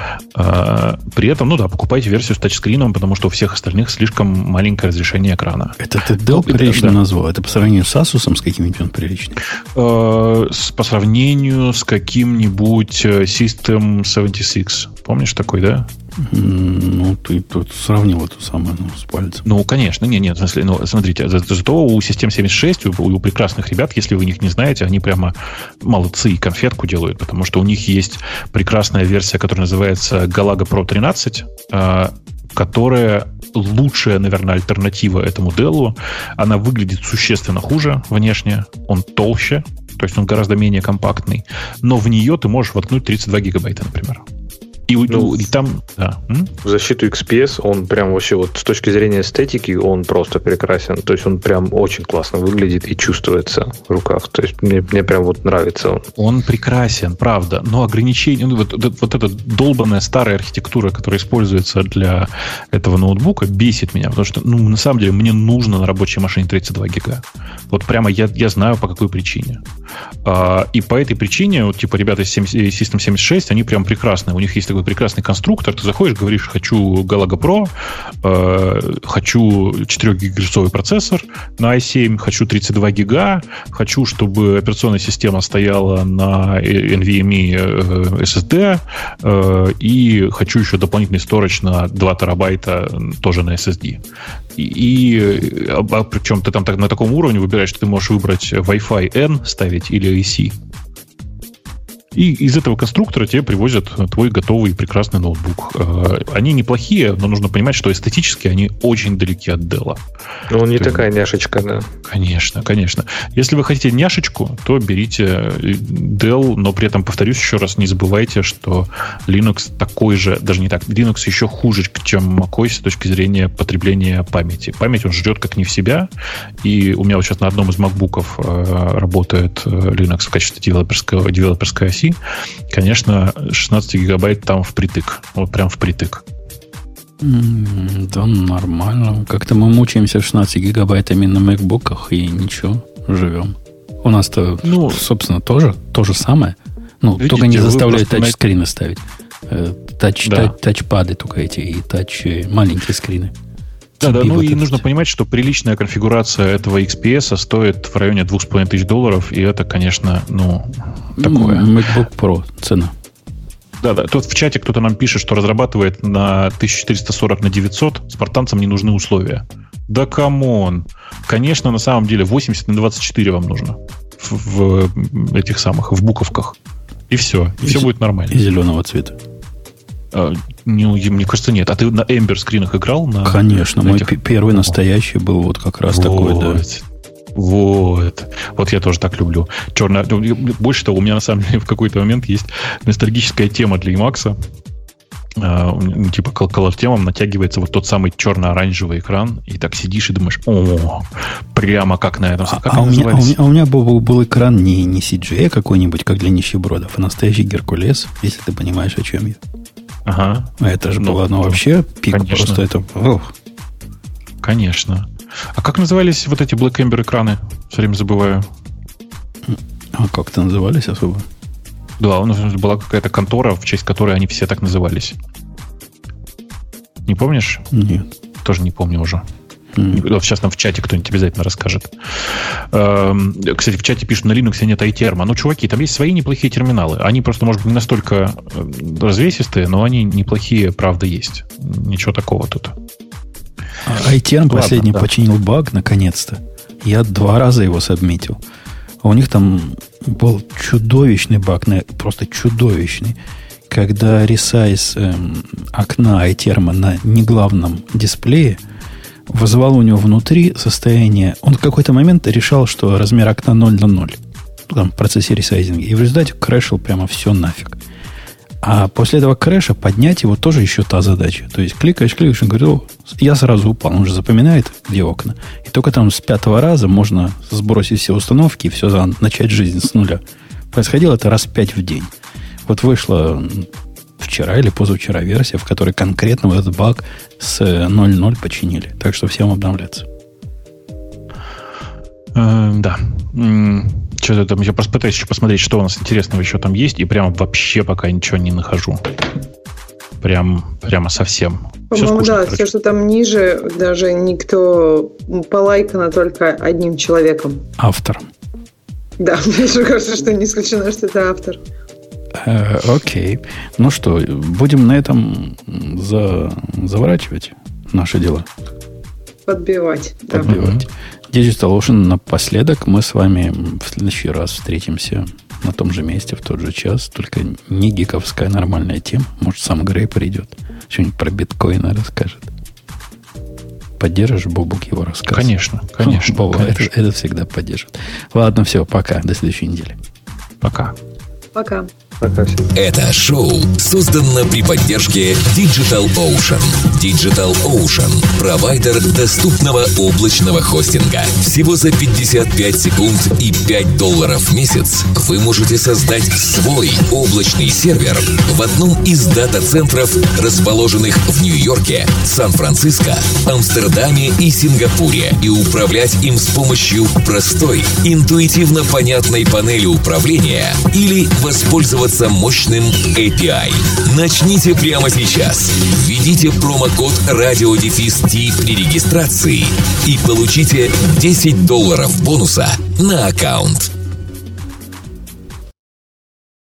B: При этом, ну да, покупайте версию с тачскрином, потому что у всех остальных слишком маленькое разрешение экрана.
A: Это ты Dell прилично назвал? Это по сравнению с Asus с каким-нибудь он приличный?
B: По сравнению с каким-нибудь System 76. Помнишь такой, да?
A: Ну, ты тут сравнил эту самую с пальцем.
B: Ну, конечно. Нет, в смысле, ну, смотрите, зато у System 76, у прекрасных ребят, если вы их не знаете, они прямо молодцы и конфетку делают, потому что у них есть прекрасная версия, которая называется Galaga Pro 13, которая лучшая, наверное, альтернатива этому Dell. Она выглядит существенно хуже внешне, он толще, то есть он гораздо менее компактный, но в нее ты можешь воткнуть 32 гигабайта, например. И там, да.
C: В защиту XPS он прям вообще вот с точки зрения эстетики он просто прекрасен. То есть он прям очень классно выглядит и чувствуется в руках. То есть мне прям вот нравится он.
B: Он прекрасен, правда. Но ограничение, вот эта долбанная старая архитектура, которая используется для этого ноутбука, бесит меня. Потому что, на самом деле, мне нужно на рабочей машине 32 гига. Вот прямо я знаю, по какой причине. И по этой причине, вот, типа, ребята из System 76, они прям прекрасные. У них есть такой прекрасный конструктор. Ты заходишь, говоришь, хочу Galaga Pro, хочу 4-гигагерцовый процессор на i7, хочу 32 гига, хочу, чтобы операционная система стояла на NVMe SSD, и хочу еще дополнительный storage на 2 терабайта тоже на SSD. Причем ты там на таком уровне выбираешь, что ты можешь выбрать Wi-Fi N ставить или AC. И из этого конструктора тебе привозят твой готовый прекрасный ноутбук. Они неплохие, но нужно понимать, что эстетически они очень далеки от Dell.
C: Ну, он не такая няшечка, да.
B: Конечно. Если вы хотите няшечку, то берите Dell, но при этом, повторюсь еще раз, не забывайте, что Linux такой же, даже не так, Linux еще хуже, чем macOS с точки зрения потребления памяти. Память он жрет как не в себя, и у меня вот сейчас на одном из макбуков работает Linux в качестве девелоперской оси. Конечно, 16 гигабайт там впритык. Вот прям впритык.
A: Да, нормально. Как-то мы мучаемся 16 гигабайтами на макбуках, и ничего, живем. У нас-то, собственно, то же самое. Видите, только не заставляют тачскрины ставить. Тачпады только эти и маленькие скрины.
B: Да, и нужно понимать, что приличная конфигурация этого XPS стоит в районе $2500, и это, конечно, такое.
A: MacBook Pro цена.
B: Да. Тут в чате кто-то нам пишет, что разрабатывает на 1440 на 900, спартанцам не нужны условия. Да камон! Конечно, на самом деле 80 на 24 вам нужно в этих самых, в буковках. И все будет нормально.
A: И зеленого цвета.
B: Мне кажется, нет. А ты на Ember скринах играл?
A: Конечно. Мой первый настоящий был вот как раз такой, да. Вот я тоже так люблю. Больше того, у меня на самом деле в какой-то момент есть ностальгическая тема для Emacs. Типа колор-темам натягивается вот тот самый черно-оранжевый экран, и так сидишь и думаешь, прямо как на этом. У меня был экран не CGA какой-нибудь, как для нищебродов, а настоящий Геркулес, если ты понимаешь, о чем я.
B: Ага.
A: Это же было, вообще пик. Конечно. Просто это...
B: Конечно. А как назывались вот эти Black Ember экраны? Все время забываю.
A: А как-то назывались особо?
B: Да, у нас была какая-то контора, в честь которой они все так назывались. Не помнишь?
A: Нет.
B: Тоже не помню уже. Сейчас нам в чате кто-нибудь обязательно расскажет. Кстати, в чате пишут, на Linux нет iTerm. Чуваки, там есть свои неплохие терминалы. Они просто, может быть, не настолько развесистые, но они неплохие, правда, есть. Ничего такого тут.
A: iTerm последний починил баг, наконец-то. Я 2 раза его сабмитил. А у них там был чудовищный баг, просто чудовищный. Когда ресайз окна iTerm на неглавном дисплее вызывал у него внутри состояние... Он в какой-то момент решал, что размер окна 0 на 0. Там в процессе ресайзинга. И в результате крэшил прямо все нафиг. А после этого крэша поднять его тоже еще та задача. То есть кликаешь, и говорит, я сразу упал. Он же запоминает, где окна. И только там с 5-го раза можно сбросить все установки и все начать жизнь с нуля. Происходило это раз 5 в день. Вот вышла вчера или позавчера версия, в которой конкретно вот этот баг с 0.0 починили. Так что всем обновляться.
B: Да. Что-то там я пытаюсь еще посмотреть, что у нас интересного еще там есть, и прямо вообще пока ничего не нахожу. Прямо совсем.
E: По-моему, все, что там ниже, даже никто полайкано только одним человеком.
A: Автором.
E: Да, мне кажется, что не исключено, что это автор.
A: Окей. Ну что, будем на этом заворачивать наши дела?
E: Подбивать.
A: Digital Ocean напоследок. Мы с вами в следующий раз встретимся на том же месте, в тот же час. Только не гиковская нормальная тема. Может, сам Грей придет. Что-нибудь про биткоины расскажет. Поддержишь, Бобук, его рассказ?
B: Конечно.
A: Бобук, это всегда поддержит. Ладно, все, пока. До следующей недели.
B: Пока.
D: Это шоу создано при поддержке Digital Ocean. Digital Ocean – провайдер доступного облачного хостинга. Всего за 55 секунд и $5 в месяц вы можете создать свой облачный сервер в одном из дата-центров, расположенных в Нью-Йорке, Сан-Франциско, Амстердаме и Сингапуре, и управлять им с помощью простой, интуитивно понятной панели управления или воспользоваться мощным API. Начните прямо сейчас. Введите промокод RadioDefist при регистрации и получите $10 бонуса на аккаунт.